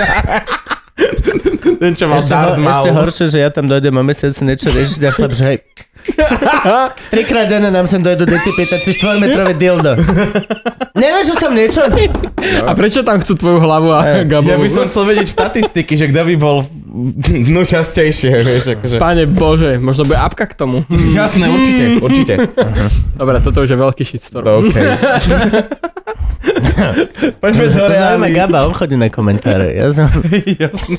B: Ten, čo mal
A: Ešte,
B: Darth
A: ho, ešte
B: Maul.
A: horšie, že ja tam dojdem o mesiac niečo riešiť a chlap, že hej. Trikrát denne nám sem dojdu deti pýtať si štvormetrové dildo. Nevieš o tom niečo?
C: A prečo tam chcú tvoju hlavu a Gabovú?
B: Ja by som chcel vedieť štatistiky, že kto by bol no častejšie, vieš, akože.
C: Pane Bože, možno bude apka k tomu.
B: Jasné, určite, určite.
C: Dobre, toto už je veľký shitstorm.
B: OK. Poďme do
A: To zaujíma
B: reály.
A: Gaba, on chodí na komentáre. Ja, som,
B: Jasné.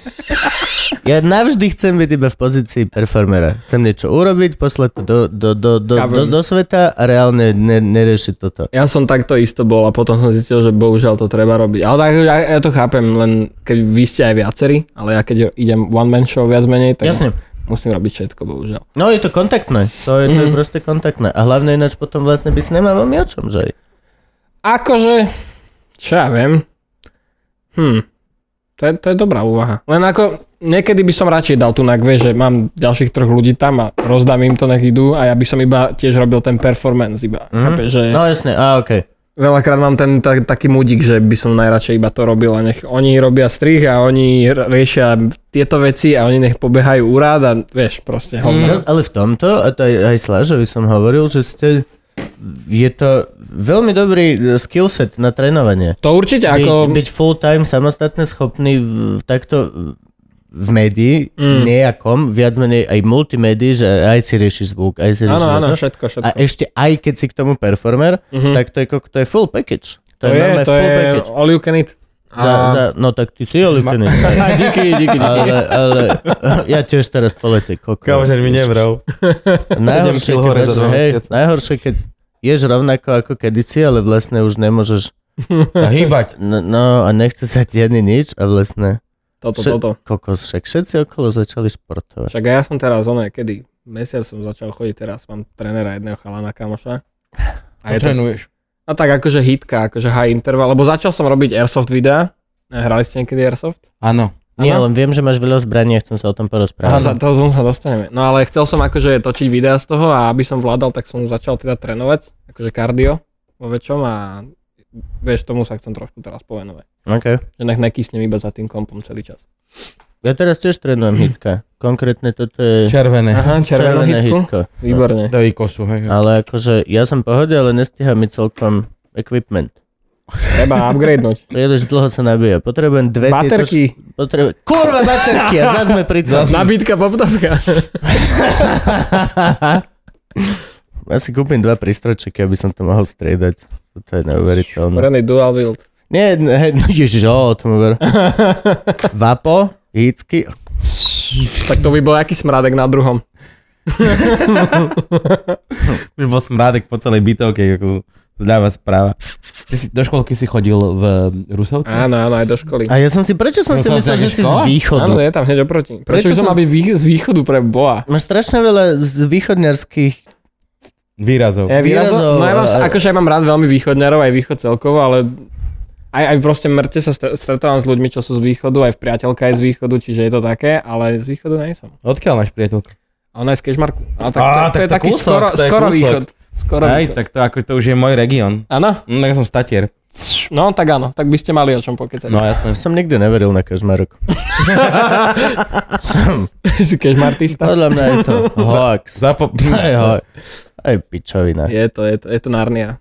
A: ja navždy chcem byť iba v pozícii performera. Chcem niečo urobiť, poslať to do, do, do, do, do, do sveta a reálne ne, neriešiť toto.
C: Ja som takto isto bol a potom som zistil, že bohužiaľ to treba robiť. Ale tak ja, ja to chápem, len keď vy ste aj viacerí, ale ja keď idem one man show viac menej, tak
A: Jasne.
C: musím robiť všetko, bohužiaľ.
A: No je to kontaktné. To je, to je proste kontaktné. A hlavne ináč potom vlastne by si nemal veľmi o čom, že?
C: Akože, čo ja viem. Hm, to je, to je dobrá úvaha. Len ako, niekedy by som radšej dal tu na vieš, že mám ďalších troch ľudí tam a rozdám im to, nech idú a ja by som iba tiež robil ten performance iba. Mm-hmm. Chápeš, že
A: No jasne, a okej.
C: veľakrát mám ten tak, taký múdik, že by som najradšej iba to robil a nech oni robia strih a oni r- riešia tieto veci a oni nech pobehajú úrad a vieš, proste hovno.
A: Zas, ale v tomto, a to aj, aj Slážovi som hovoril, že ste, je to veľmi dobrý skillset na trénovanie.
C: To určite
A: Byť,
C: ako...
A: byť full time, samostatne schopný v, takto v médii, mm. nejakom, viac menej aj multimédii, že aj si riešiš zvuk, aj si riešiš
C: Áno, áno,
A: to.
C: všetko, všetko.
A: A ešte aj keď si k tomu performer,
C: Mhm.
A: tak to je, to je full package. To,
C: To
A: je,
C: je,
A: normálne
C: to
A: full
C: je
A: package.
C: all you can eat.
A: Za, za, no tak ty si olípený.
C: díky, díky, díky.
A: ale, ale ja tiež teraz polete kokos.
B: Kamože mi nevral.
A: Najhoršie,
B: sedem
A: keď,
B: kil hore za
A: začne-
B: dva
A: hej,
B: mesiace.
A: najhoršie, keď ješ rovnako ako kedysi, ale vlastne už nemôžeš,
B: Sa hýbať.
A: no, no a nechce sa ti ani nič a vlastne
C: Toto,
A: Vše-
C: toto.
A: kokos, však všetci okolo začali športovať.
C: Však aj ja som teraz, ono, kedy? Mesiac som začal chodiť teraz, mám trénera jedného chalana kamoša. A
B: A
C: je to,
B: trénuješ.
C: a tak akože hitka, akože high interval, lebo začal som robiť airsoft videá. Hrali ste niekedy airsoft?
B: Áno.
A: Nie,
C: Áno.
A: len viem, že máš veľa zbraní a chcem sa o tom
C: Aha,
A: porozprávať.
C: za to tomu sa dostaneme. No ale chcel som akože točiť videá z toho a aby som vládal, tak som začal teda trénovať, akože kardio vo väčšom a vieš, tomu sa chcem trošku teraz povenovať.
A: Okay.
C: Že nech nekysnem iba za tým kompom celý čas.
A: Ja teraz tiež trénujem hitka. konkrétne toto je
B: Červené.
C: Aha, červenú
A: červené
C: hitku.
A: hitko.
C: Výborne.
B: Do kosu, hej.
A: Ale akože ja som pohode, ale nestíha mi celkom equipment.
C: Treba upgradenúť.
A: Príliš dlho sa nabíja. Potrebujem dve
C: Baterky.
A: tieto... Potrebujem... Kurva, baterky! A zás sme pri tom.
C: Nabídka, poptávka.
A: Ja si kúpim dva prístrojčeky, aby som to mohol striedať. To je neuveriteľné.
C: Rený dual wield.
A: Nie, hej, no ježiš, o, tomu ver. Vapo, hícky.
C: Tak to by bol aký smrádek na druhom.
B: Už bol smrádek po celej bytovke, ako zľava správa. Ty si, do školky si chodil v Rusovci?
C: Áno, áno, aj do školy.
A: A ja som si, prečo som si
B: Rusovci
A: myslel,
B: je
A: že si z
B: škola?
A: východu?
C: Áno, je tam hneď oproti. Prečo,
A: Prečo
C: by som
A: som-
C: mal byť vý- z východu pre boha?
A: Máš strašne veľa z východňarských...
B: Výrazov.
C: Ja výrazov,
A: Výrazov,
C: no ja mám,
A: a-
C: akože ja mám rád veľmi východňarov, aj východ celkovo, ale aj, aj proste mŕte sa st- stretávam s ľuďmi, čo sú z východu, aj v priateľka je z východu, čiže je to také, ale z východu nie som.
B: Odkiaľ máš priateľku?
C: A ona je z Kežmarku. Ale tak
B: Á,
C: to, to,
B: tak
C: je
B: to
C: taký
B: kúsok,
C: skoro,
B: to je
C: skoro
B: kúsok.
C: východ. Skoro
B: Hej,
C: východ.
B: tak to, ako, to už je môj región.
C: Áno?
B: No, ja som statier.
C: No, tak áno, tak by ste mali o čom pokecať.
B: No jasné.
A: Som nikdy neveril na Kežmarok.
C: Si Kežmartista?
A: Podľa mňa je to hoax.
B: Zapo...
A: Aj, hoj. Aj pičovina.
C: Je to, je to, je to Narnia.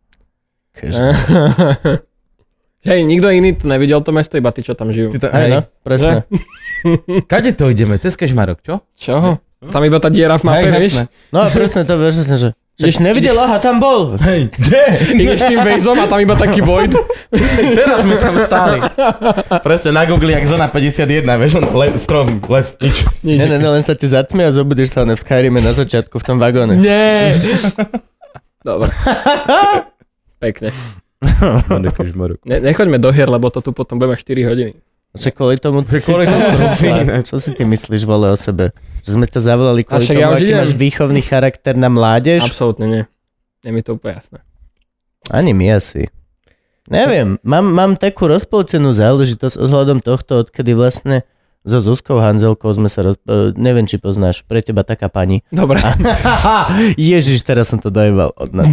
A: Kežmarok.
C: Hej, nikto iný tu nevidel to mesto, iba tí, čo tam žijú.
B: Ty to,
A: Hej,
B: hej,
A: no, presne.
B: Kade to ideme? Cez Kežmarok, čo?
C: Čo? Tam iba tá diera v mape,
B: Hej,
C: vieš?
B: jasné.
A: No a presne to, vieš, že... Však
C: Ideš-
A: nevidel, aha, tam bol.
B: Hej, kde?
C: Ideš tým vejzom a tam iba taký void.
B: Teraz sme tam stáli. Presne na Google, jak zóna päťdesiatjeden, vieš, len le, strom, les, nič.
C: Nič.
A: Ne, ne, ne, len sa ti zatmie a zobudíš sa v Skyrime na začiatku v tom vagóne.
C: Nie. Dobre. Pekne. Ne, nechoďme do hier, lebo to tu potom budeme štyri hodiny.
A: Však kvôli tomu ty si...
B: Kvôli tomu si...
A: Čo si ty myslíš, vole, o sebe? Že sme ťa zavolali kvôli
C: však
A: tomu,
C: ja už
A: aký
C: idem.
A: máš výchovný charakter na mládež?
C: Absolútne nie. Je mi to úplne jasné.
A: Ani my asi. Neviem, mám, mám takú rozpoltenú záležitosť ohľadom tohto, odkedy vlastne so Zuzkou Hanzelkou sme sa roz... e, neviem, či poznáš, pre teba taká pani.
C: Dobre.
A: Ježiš, teraz som to dojebal. Od na,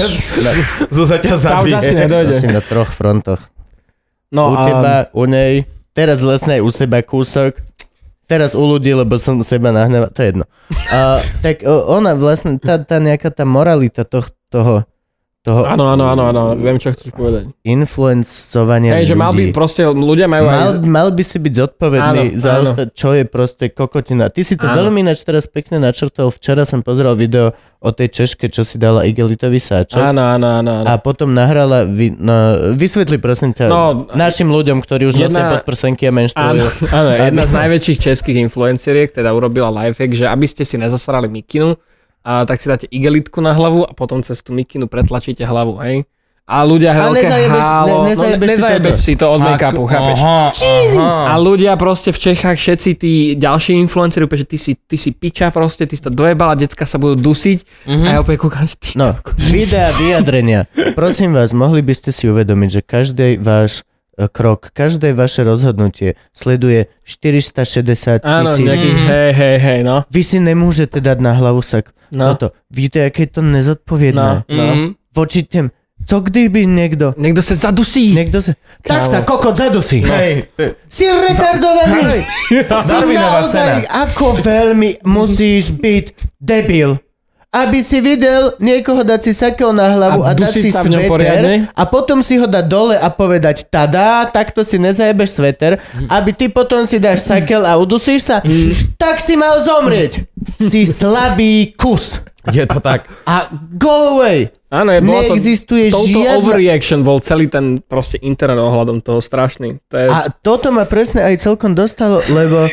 B: Zúza ťa
C: Tá už asi
B: zabije.
C: nedojde.
A: asi na troch frontoch.
C: No
A: U
C: a
A: teba, u nej, teraz vlastne aj u seba kúsok, teraz u ľudí, lebo som seba nahneval, to je jedno. A, tak o, ona vlastne, tá, tá nejaká tá moralita toho, toho, toho
C: áno, áno, áno, áno, viem, čo chceš povedať.
A: influencovania
C: Hej, že mal by
A: ľudí.
C: proste, ľudia majú
A: Mal,
C: aj...
A: mal by si byť zodpovedný
C: Áno,
A: za
C: áno.
A: osta- čo je proste kokotina. Ty si to
C: Áno.
A: veľmi ináč teraz pekne načrtol. Včera som pozeral video o tej Češke, čo si dala igelitový sáčok.
C: Áno, áno, áno. áno.
A: A potom nahrala, vy, no, vysvetli prosím ťa
C: No,
A: našim ľuďom, ktorí už
C: jedna-
A: nosia podprsenky a
C: Áno,
A: menštruujú.
C: áno, jedna z najväčších českých influenceriek teda urobila lifehack, že aby ste si nezasrali mikinu, a tak si dáte igelitku na hlavu a potom cez tú mikinu pretlačíte hlavu, hej? A ľudia
A: A
C: veľké
A: nezajebeš-
C: hálo,
A: ne-
C: no,
A: nezajebeš si
C: nezajebeš
A: toto.
C: si to od make-upu, chápeš?
B: Aha, aha.
C: A ľudia proste v Čechách, všetci tí ďalší influenceri, úplne, že ty si, ty si piča proste, ty si to dojebala, decka sa budú dusiť
B: Mhm.
C: a ja úplne kúkam, ty
A: No, videa, vyjadrenia. Prosím vás, mohli by ste si uvedomiť, že každý váš e, krok, každé vaše rozhodnutie sleduje štyristošesťdesiat
C: áno,
A: tisíc.
C: nejaký, hej, hej, hej, no.
A: Vy si nemôžete dať na hlavu sak.
C: No.
A: Toto. Víte, aké je to nezodpovedné?
C: No, no.
B: Mhm.
A: Voči tým. Co kdyby niekto...
C: Niekto sa zadusí.
A: Niekto sa... Tak
C: Kámo.
A: sa kokot zadusí.
B: Hej, to-
A: Si retardovaný. Si
B: Darwinová
A: naozaj,
B: cena.
A: ako veľmi musíš byť debil. Aby si videl niekoho dať si sakel na hlavu
C: A
A: a, dať
C: dusiť
A: si
C: sa v ňom poriadne?
A: sveter a potom si ho dať dole a povedať tada, takto si nezajebeš sveter, aby ty potom si dáš sakel a udusíš sa, tak si mal zomrieť. Si slabý kus.
B: Je to tak.
A: A go away.
C: Áno, je, bolo to,
A: Neexistuje
C: touto
A: žiadna...
C: overreaction bol celý ten proste internet ohľadom toho strašný. To je,
A: A toto ma presne aj celkom dostalo, lebo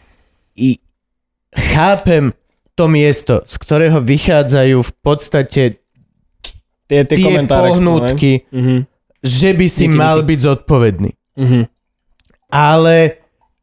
A: i chápem to miesto, z ktorého vychádzajú v podstate
C: tie, tie,
A: tie
C: komentáre.
A: pohnútky,
C: Mhm,
A: že by si
C: Díky,
A: mal
C: díky.
A: byť zodpovedný.
C: mhm.
A: Ale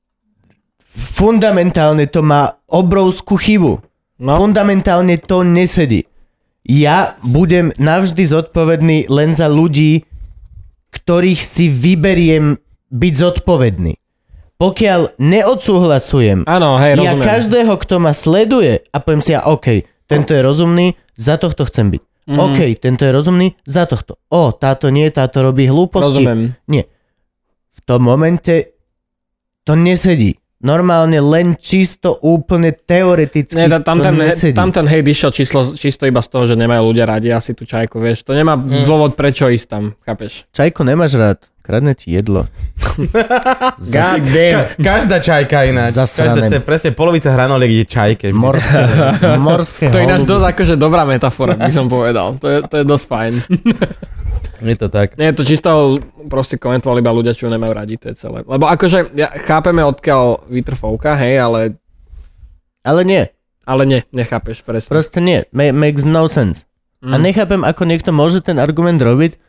A: fundamentálne to má obrovskú chybu.
C: No,
A: Fundamentálne to nesedí. Ja budem navždy zodpovedný len za ľudí, ktorých si vyberiem byť zodpovedný. Pokiaľ neodsúhlasujem
C: áno, hej,
A: ja
C: rozumiem.
A: každého, kto ma sleduje a poviem si ja, OK, tento je rozumný, za tohto chcem byť.
C: Mhm.
A: OK, tento je rozumný, za tohto. O, táto nie, táto robí hlúposti.
C: Rozumiem.
A: Nie. V tom momente to nesedí. normálne len čisto úplne teoreticky.
C: Nie, tam, ten,
A: nesedí.
C: tam ten hejt išiel číslo, čisto iba z toho, že nemajú ľudia radi asi tú čajku, vieš. To nemá mm. dôvod, prečo ísť tam, chápeš?
A: Čajku nemáš rád, kradne ti jedlo.
C: God damn.
B: Ka- každá čajka ináč. Každá, to je presne polovica hranoliek je čajke.
A: Morské, morské
C: To je ináč dosť akože dobrá metafora, by som povedal. To je, to je dosť fajn.
B: Je to tak.
C: Nie, to čisto proste komentovali iba ľudia, čo nemajú radi, to je celé. Lebo akože ja, chápeme, odkiaľ vytrfovka, hej, ale...
A: Ale nie.
C: Ale nie, nechápeš presne.
A: Proste nie. Ma- makes no sense. Mm. A nechápem, ako niekto môže ten argument robiť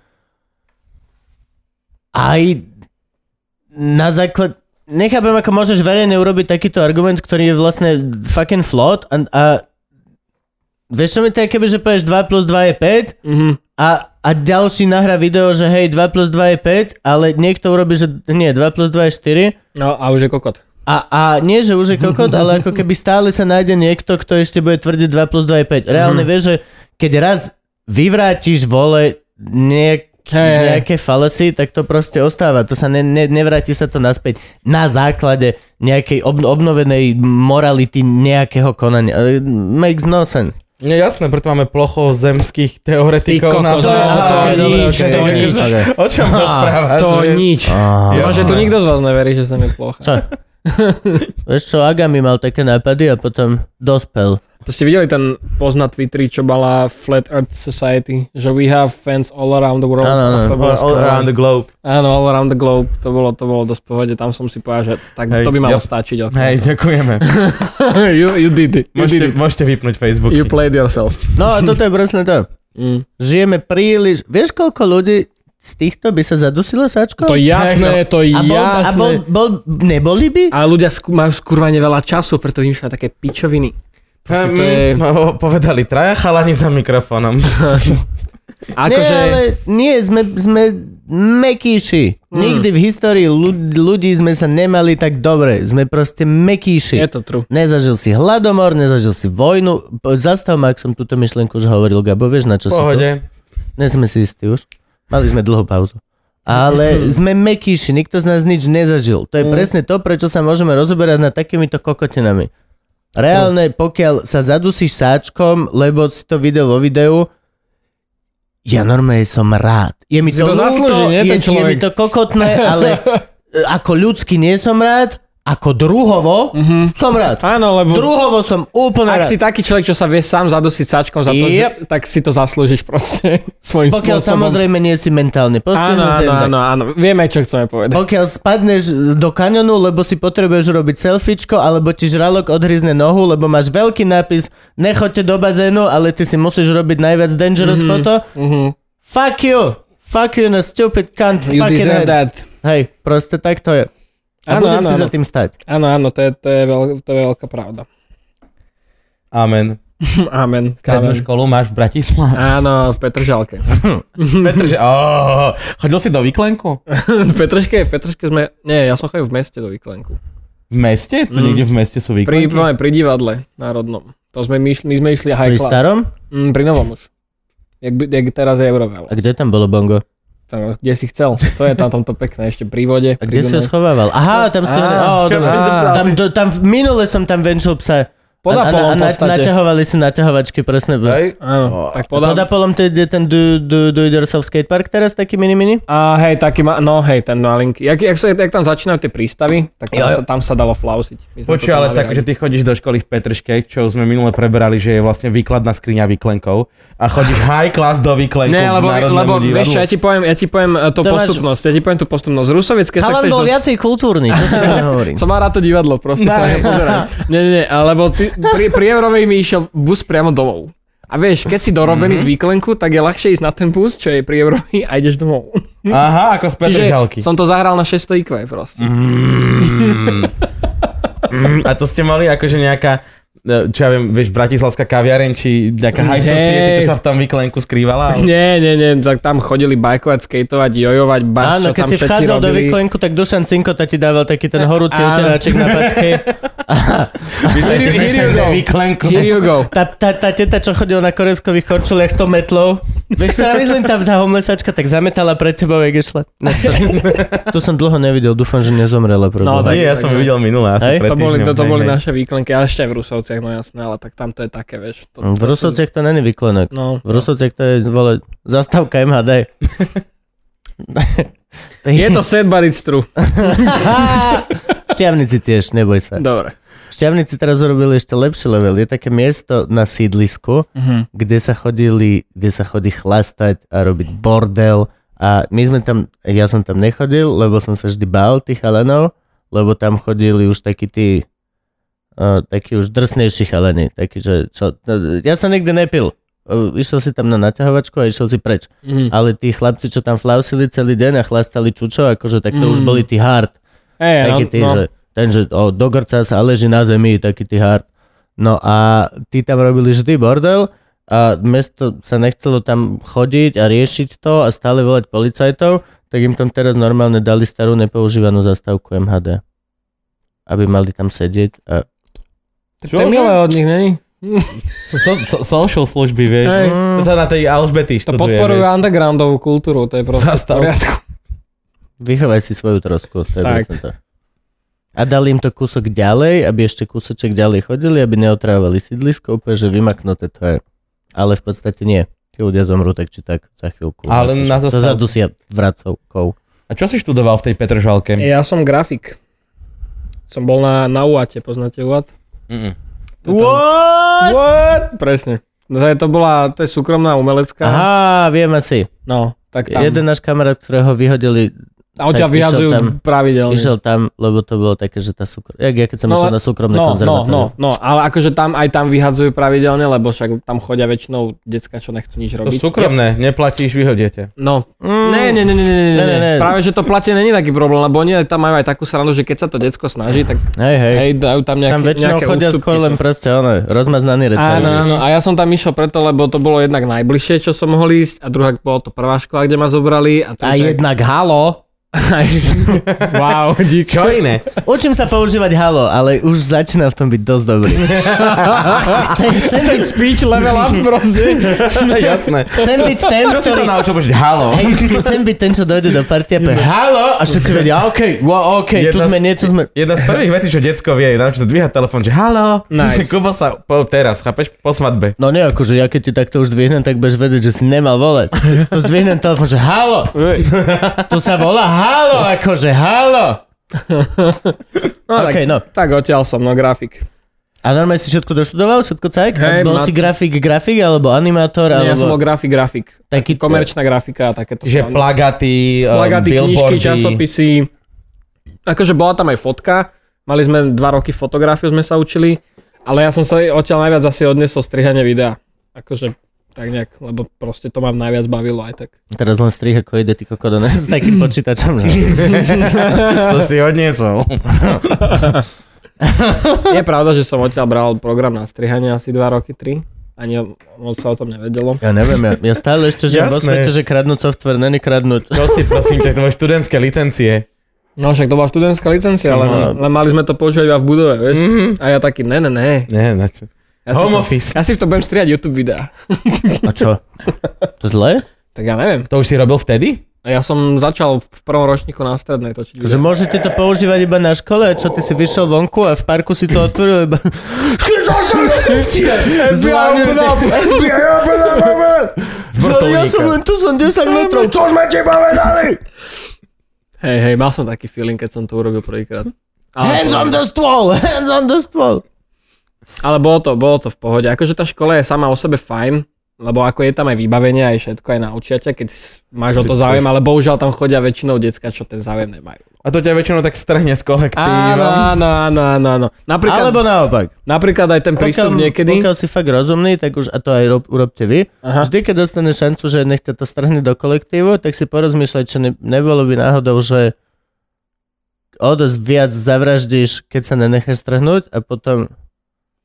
A: aj na základ... Nechápem, ako môžeš verejne urobiť takýto argument, ktorý je vlastne fucking flawed a, a vieš, čo mi to je, keby, že povieš dva plus dva je päť
C: Mhm.
A: a, a ďalší nahrá video, že hej, dva plus dva je päť, ale niekto urobí, že nie, dva plus dva je štyri.
C: No a už je kokot.
A: A, a nie, že už je kokot, ale ako keby stále sa nájde niekto, kto ešte bude tvrdiť dva plus dva je päť. Reálne mm-hmm. vieš, že keď raz vyvrátiš vole nejak, hey, nejaké fallacy, tak to proste ostáva. To sa ne, ne, nevráti sa to naspäť na základe nejakej ob, obnovenej morality nejakého konania. Makes no sense.
B: Nie, jasné, preto máme plocho zemských teoretikov na to.
C: To nič, to nič.
B: O čom rozprávaš?
C: To nič. Ja, že tu nikto z vás neverí, že som je plocha.
A: Čo? Vieš čo, Agami mal také nápady a potom dospel.
C: To ste videli ten post na Twitteri, čo mala Flat Earth Society, že we have fans all around the world.
A: Áno, áno.
B: All, all around the globe.
C: Áno, all around the globe. To bolo, to bolo dosť pohode. Tam som si povedal, že tak
B: Hej,
C: to by malo
B: ja,
C: stačiť.
B: Hej, ďakujeme.
C: you, you did it. You
B: Môžete,
C: did it.
B: môžete vypnúť Facebook.
C: You played yourself.
A: No a toto je presne to.
C: Mm.
A: Žijeme príliš... Vieš, koľko ľudí z týchto by sa zadusilo sáčkom?
C: To jasné, to
A: A, bol,
C: jasné.
A: a bol, bol, neboli by?
C: A ľudia skú, majú skurvane veľa času, preto vymýšľajú také pičoviny.
B: Um,
C: to je...
B: no, povedali traja chalani za mikrofónom.
C: Akože...
A: Nie, ale nie, sme, sme mekíši. Hmm. Nikdy v histórii ľudí, ľudí sme sa nemali tak dobre. Sme proste mekíši.
C: Je to true.
A: Nezažil si hladomor, nezažil si vojnu. Zastav ma, ak som túto myšlienku už hovoril, Gabo, vieš na čo si to?
B: Pohode.
A: Nie sme si istí už. Mali sme dlhú pauzu. Ale sme mekíši, nikto z nás nič nezažil. To je
C: Mm.
A: presne to, prečo sa môžeme rozoberať nad takýmito kokotinami. Reálne, pokiaľ sa zadusíš sáčkom, lebo si to videl vo videu, ja normálne som rád. Je mi
C: Si
A: to,
C: to
A: ľúto,
C: zaslúži, nie,
A: je,
C: ten
A: je
C: človek?
A: mi to kokotné, ale ako ľudský nie som rád, ako druhovo mm-hmm. som rád.
C: Áno, lebo...
A: Druhovo som úplne
C: Ak
A: rád.
C: si taký človek, čo sa vie sám zadusiť sáčkom za to,
A: Yep.
C: že, tak si to zaslúžiš proste svojím
A: Pokiaľ
C: spôsobom.
A: samozrejme nie si mentálne
C: Áno,
A: postihnutý.
C: áno,
A: tak-
C: áno, áno. Vieme, čo chceme povedať.
A: Pokiaľ spadneš do kaňonu, lebo si potrebuješ robiť selfiečko, alebo ti žralok odhryzne nohu, lebo máš veľký nápis nechoďte do bazénu, ale ty si musíš robiť najviac dangerous mm-hmm. foto.
C: Mm-hmm.
A: Fuck you! Fuck you, no stupid cunt.
C: You
A: fucking
C: deserve
A: head.
C: that.
A: Hej, proste tak to je. A
C: Áno,
A: budem
C: áno,
A: si
C: áno.
A: za tým stať.
C: Áno, áno, to je, to je, veľ, to je veľká pravda.
B: Amen.
C: Amen.
B: Strednú
C: Amen.
B: školu máš v Bratislave.
C: Áno, v Petržalke.
B: Petr, že... Oh, chodil si do výklenku?
C: v Petržke, v Petržke sme... Nie, ja som chodil v meste do výklenku.
B: V meste? Tu
C: Mm.
B: niekde v meste sú
C: Pri,
B: výklenky?
C: pri divadle národnom. To sme, my, my sme išli high
A: Pri
C: class.
A: starom?
C: Mm, pri novom už. Jak, by- jak teraz je Eurovel.
A: A kde tam bolo bongo?
C: Tam, kde si chcel. To je tam tomto pekné, ešte pri vode.
A: A kde si ho
C: Dunaji.
A: schovával? Aha, tam si...
C: Á,
A: Ó, dobre.
C: á.
A: Tam, do, tam, minule som tam venčil psa.
C: Pod
A: A, a, a,
C: Apolom v
A: na,
C: podstate.
A: naťahovali si naťahovačky, presne.
B: Hej.
C: Áno, tak
A: Pod
C: podám.
A: Apolom to je ten do, do, do it yourself skatepark teraz, taký mini-mini?
C: A hej, taký ma, no hej, ten malinky. Jak, jak, sa, jak tam začínajú tie prístavy, tak tam,
A: Jo, jo.
C: sa, tam sa dalo flausiť. My sme
B: Počuj,
C: to tam
B: ale
C: mali
B: tak,
C: radi.
B: že ty chodíš do školy v Petržke, čo sme minule preberali, že je vlastne výkladná skriňa výklenkov a chodíš high class do výklenkov
C: Nie, lebo,
B: v Národnému
C: lebo
B: divadlu.
C: vieš čo, ja ti poviem, ja ti poviem eh, tú
A: To máš-
C: postupnosť, ja ti poviem tú postupnosť. Z Rusoviec, keď sa
A: Chalan
C: chceš...
A: bol
C: do-
A: viacej kultúrny, čo si mi hovorím.
C: Som mal rád to divadlo, proste sa na ňo pozerať. Nie, nie, nie, lebo ty, pri, pri Eurovej mi išiel bus priamo domov. A vieš, keď si dorobený
B: Mhm.
C: z výklenku, tak je ľahšie ísť na ten bus, čo je pri Eurovej a ideš domov.
B: Aha, ako z Petržalky.
C: Čiže som to zahral na šesťsto í kvé proste.
B: Mm. Mm, a to ste mali akože nejaká čo ja viem, vieš, bratislavská kaviareň, či nejaká high society, to sa v tom výklenku skrývala? Ale...
C: Nie, nie, nie, tak tam chodili bajkovať, skateovať, jojovať, bač,
A: áno,
C: čo
A: keď
C: tam
A: si
C: všetci
A: vchádzal do
C: robili.
A: výklenku, tak Dušan Cinkota ti dával taký ten horúci oteráček na packej.
B: Vítajte v
C: Here you
B: esennej
C: go.
B: výklenku.
C: Here you go.
A: Tá, tá, tá teta, čo chodila na korejskových korčuliach sto metlov, vieš, ktorá myslím, tá, tá homelessačka tak zametala pred tebou, jak išla. No, to, to som dlho nevidel, dúfam, že nezomrela.
C: No, tak-
B: Nie, ja som videl minulé, asi
A: Hej?
B: pred
C: To boli,
B: týždňom.
C: to, to
B: Hej,
C: boli
B: hej.
C: naše výklenky, a ešte aj v Rusovciach, no jasné, ale tak tam to je také, vieš. To,
A: V
C: to
A: Rusovciach to není výklenok.
C: No,
A: V Rusovciach to je, vole, zastávka em há dé.
C: je to sad, but it's true.
A: Šťavnici tiež, neboj sa.
C: Dobre.
A: Šťavnici teraz urobili ešte lepší level. Je také miesto na sídlisku,
C: Mhm.
A: kde sa chodili, kde sa chodí chlastať a robiť bordel. A my sme tam, ja som tam nechodil, lebo som sa vždy bál tých chalanov, lebo tam chodili už takí tí, uh, takí už drsnejší chalani. Takí, že čo, ja som nikdy nepil. Uh, išiel si tam na naťahovačku a išiel si preč.
C: Mhm.
A: Ale tí chlapci, čo tam flausili celý deň a chlastali čučo, akože tak to
C: Mm.
A: už boli tí hard.
C: Hey,
A: Taký
C: no,
A: tí,
C: no.
A: že ten, že o, dogrca sa leží na zemi, taký tí hard. No a tí tam robili vždy bordel a mesto sa nechcelo tam chodiť a riešiť to a stále volať policajtov, tak im tam teraz normálne dali starú nepoužívanú zastávku em há dé. Aby mali tam sedieť a...
C: To je milé od nich, není?
B: So, so, social služby, vieš.
C: Hej.
B: To sa na tej Alžbety
C: To
B: študuje,
C: podporujú
B: vieš.
C: undergroundovú kultúru, to je proste v
B: Zastav.
C: poriadku.
A: Vychovaj si svoju trosku, to je
C: Tak.
A: presne to. A dali im to kúsok ďalej, aby ešte kúsoček ďalej chodili, aby neotrávali sídlisko, úplne, že vymaknuté to je. Ale v podstate nie. Tí ľudia zomrú tak či tak za chvíľku.
B: Ale na
A: To
B: zastávku.
A: zadusia vracovkou.
B: A čo si študoval v tej Petržalke?
C: Ja som grafik. Som bol na, na ú á té, poznáte ú á té?
B: Mm-mm.
A: What?
C: What? Presne. To, je, to bola, to je súkromná umelecká.
A: Aha, viem asi.
C: No, tak tam.
A: Jeden náš kamarát, ktorého vyhodili,
C: A odtiaľ
A: tak išiel
C: vyhadzujú
A: tam.
C: pravidelne.
A: išiel tam, lebo to bolo také, že tá súkrom... Jak ja keď som
C: No,
A: išiel na súkromné
C: No, no,
A: konzervatórium.
C: no, no, ale akože tam aj tam vyhadzujú pravidelne, lebo však tam chodia väčšinou decka, čo nechcú nič
B: To
C: robiť.
B: súkromné, neplatíš, vyhodiete.
C: No,
A: Mm.
C: ne, ne, ne, ne, ne, ne,
A: Ne, ne, ne.
C: Práve, že to platenie není taký problém, lebo oni tam majú aj takú srandu, že keď sa to decko snaží, tak
A: Hej, hej.
C: hej, dajú tam nejaké,
A: Tam väčšinou
C: nejaké
A: chodia
C: ústupky
A: skôr len
C: sú.
A: proste, ono, rozmaznaný
C: Áno,
A: retard.
C: áno, a ja som tam išiel preto, lebo to bolo jednak najbližšie, čo som mohol ísť, a druhá bolo to prvá škola, kde ma zobrali. A,
A: A jednak halo.
C: wow, dík.
B: Čo iné?
A: Učím sa používať halo, ale už začína v tom byť dosť dobrý. Chcem, chcem, byť,
C: Speech level up proste.
B: Jasné.
A: chcem byť ten,
B: Čo si sa
A: ktorý...
B: naučil počuť? Halo.
A: Hej, chcem byť ten, čo dojde do party a povie halo a všetci vedia, OK, wow, OK, tu
B: Jedna z-
A: sme, niečo sme...
B: Jedna z prvých vecí, čo decko vie, je naučiť sa dvíhať telefón, že halo.
C: Nice.
B: Kubo sa po, teraz, chápeš, po svadbe.
A: No nie, akože ja keď ti takto už zdvihnem, tak budeš vedieť, že si nemal volať. To zdvihnem telefón, že halo, tu sa volá halo, akože halo.
C: No,
A: OK,
C: tak,
A: no.
C: tak odtiaľ som, no grafik.
A: A normálne si všetko doštudoval, všetko cajk?
C: Hej,
A: A bol
C: ma-
A: si grafik, grafik, alebo animátor,
C: Nie, ja som bol
A: alebo...
C: grafik, grafik.
A: Taký-
C: Komerčná grafika a takéto.
B: Že
C: srandy.
B: plagaty, um,
C: Plagaty, knižky,
B: billboardy.
C: časopisy. Akože bola tam aj fotka. Mali sme dva roky fotografiu, sme sa učili. Ale ja som sa odtiaľ najviac asi odnesol strihanie videa. Akože tak nejak, lebo proste to ma najviac bavilo aj tak.
A: Teraz len strih, ako ide ty kokot s takým počítačom. Že...
B: Som si odniesol.
C: Je pravda, že som odtiaľ bral program na strihanie asi dva roky, tri. Ani moc sa o tom nevedelo.
A: Ja neviem, ja, ja stále ešte žijem vo
B: Jasné.
A: svete, že kradnúť software, není kradnúť.
B: Čo si, prosím ťa, to máš študentské licencie.
C: No však to bola študentská licencia, ale,
A: No.
C: ale mali sme to používať iba v budove, vieš.
B: Mhm.
C: A ja taký, ne, ne, ne.
B: Nie, na čo.
C: Ja si, v
B: Home
C: tom,
B: office.
C: ja si v tom budem strihať YouTube videá.
A: A čo? To zlé?
C: Tak ja neviem.
B: To už si robil vtedy?
C: A ja som začal v prvom ročníku na strednej točiť
A: Že
C: videá.
A: môžete to používať iba na škole, a čo ty si vyšiel vonku a v parku si to otvoril iba... Zlávne
B: Z vrtuľníka.
A: Ja som len tu, som desať metrov. Čo sme ti povedali?
C: Hej, hej, mal som taký feeling, keď som to urobil prvýkrát. Ale,
A: Hands on the stôl, hands on the stôl.
C: ale bolo to, bolo to v pohode. Akože tá škola je sama o sebe fajn, lebo ako je tam aj vybavenie, aj všetko, aj naučia ťa, keď máš o to záujem, ale bohužiaľ tam chodia väčšinou decka, čo ten záujem nemajú.
B: A to ťa väčšinou tak strhne z kolektíva.
C: Áno, áno, áno, áno, áno. Napríklad,
A: Alebo naopak.
C: napríklad aj ten prístup
A: Pokiaľ,
C: niekedy.
A: pokiaľ si fakt rozumný, tak už, a to aj rob, urobte vy,
C: Aha.
A: vždy, keď dostaneš šancu, že nech ťa to strhne do kolektívu, tak si porozmýšľaj, či ne, nebolo by náhodou, že o dosť viac zavraždíš, keď sa nenecháš strhnúť a potom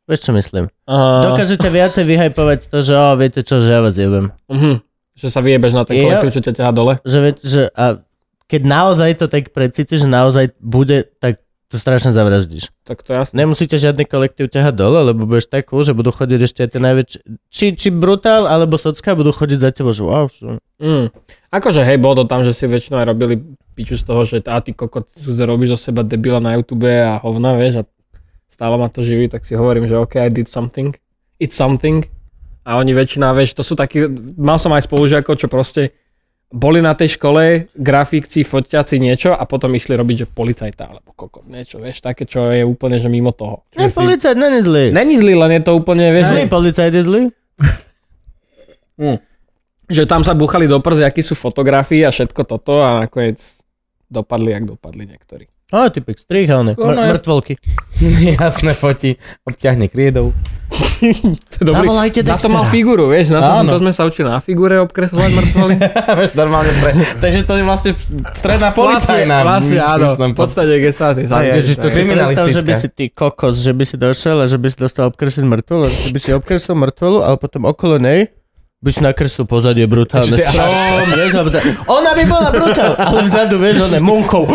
A: Vieš, čo myslím?
C: Uh,
A: Dokážete viacej vyhypovať to, že o, viete čo, že ja vás jebem.
C: uh-huh. Že sa vyjebeš na ten
A: Jo.
C: kolektív, čo ťa ťahá dole.
A: Že, viete, že a keď naozaj to tak precítiš, že naozaj bude, tak to strašne zavraždíš.
C: Tak to jasné.
A: Nemusíte žiadny kolektív ťahať dole, lebo budeš tak cool, že budú chodiť ešte aj tie najväčšie, či, či brutál, alebo socka budú chodiť za tebou, že wow. Čo...
C: Mm. Akože hej, bolo to tam, že si väčšinou aj robili piču z toho, že a ty kokot, robíš zo seba debila na YouTube a hovna, vieš, a stále ma to živí, tak si hovorím, že OK, I did something, it's something. A oni väčšina, vieš, to sú takí, mal som aj spolužiakov, čo proste boli na tej škole, grafikci, foťaci niečo a potom išli robiť, že policajta alebo kokot, niečo, vieš, také, čo je úplne, že mimo toho.
A: Ne, policajt není zlý.
C: Není zlý, len je to úplne, vieš,
A: Zlý policajt je zlý.
C: Mm. Že tam sa búchali do prs, akí sú fotografii a všetko toto a nakoniec dopadli, jak dopadli niektorí.
A: Á, typek strých, ale ne.
B: No, no,
A: Mr- mŕtvolky.
B: Jasné, fotí, obťahne kriedou.
C: To je dobrý.
A: Zavolajte
C: Na to
A: Dextera.
C: mal figúru, vieš, na to,
B: Áno.
C: to sme sa učili na figúre obkresovať mŕtvoly.
B: Vieš, normálne pre... Takže to je vlastne stredná policajná.
C: Vlastne,
B: mys-
C: áno,
B: myslím,
C: v podstate gesátny.
A: Ježiš, to si
B: Kriminalistická.
A: predstav, že by si ty kokos, že by si došiel a že by si dostal obkresliť mŕtvolu, a že by si obkreslil mŕtvolu, ale potom okolo nej by si nakreslil pozadie brutálne
B: Ešte ty-
A: strom, vieš, alebo tak. Ona by bola brutál, ale vzadu, vieš, ona je munkou.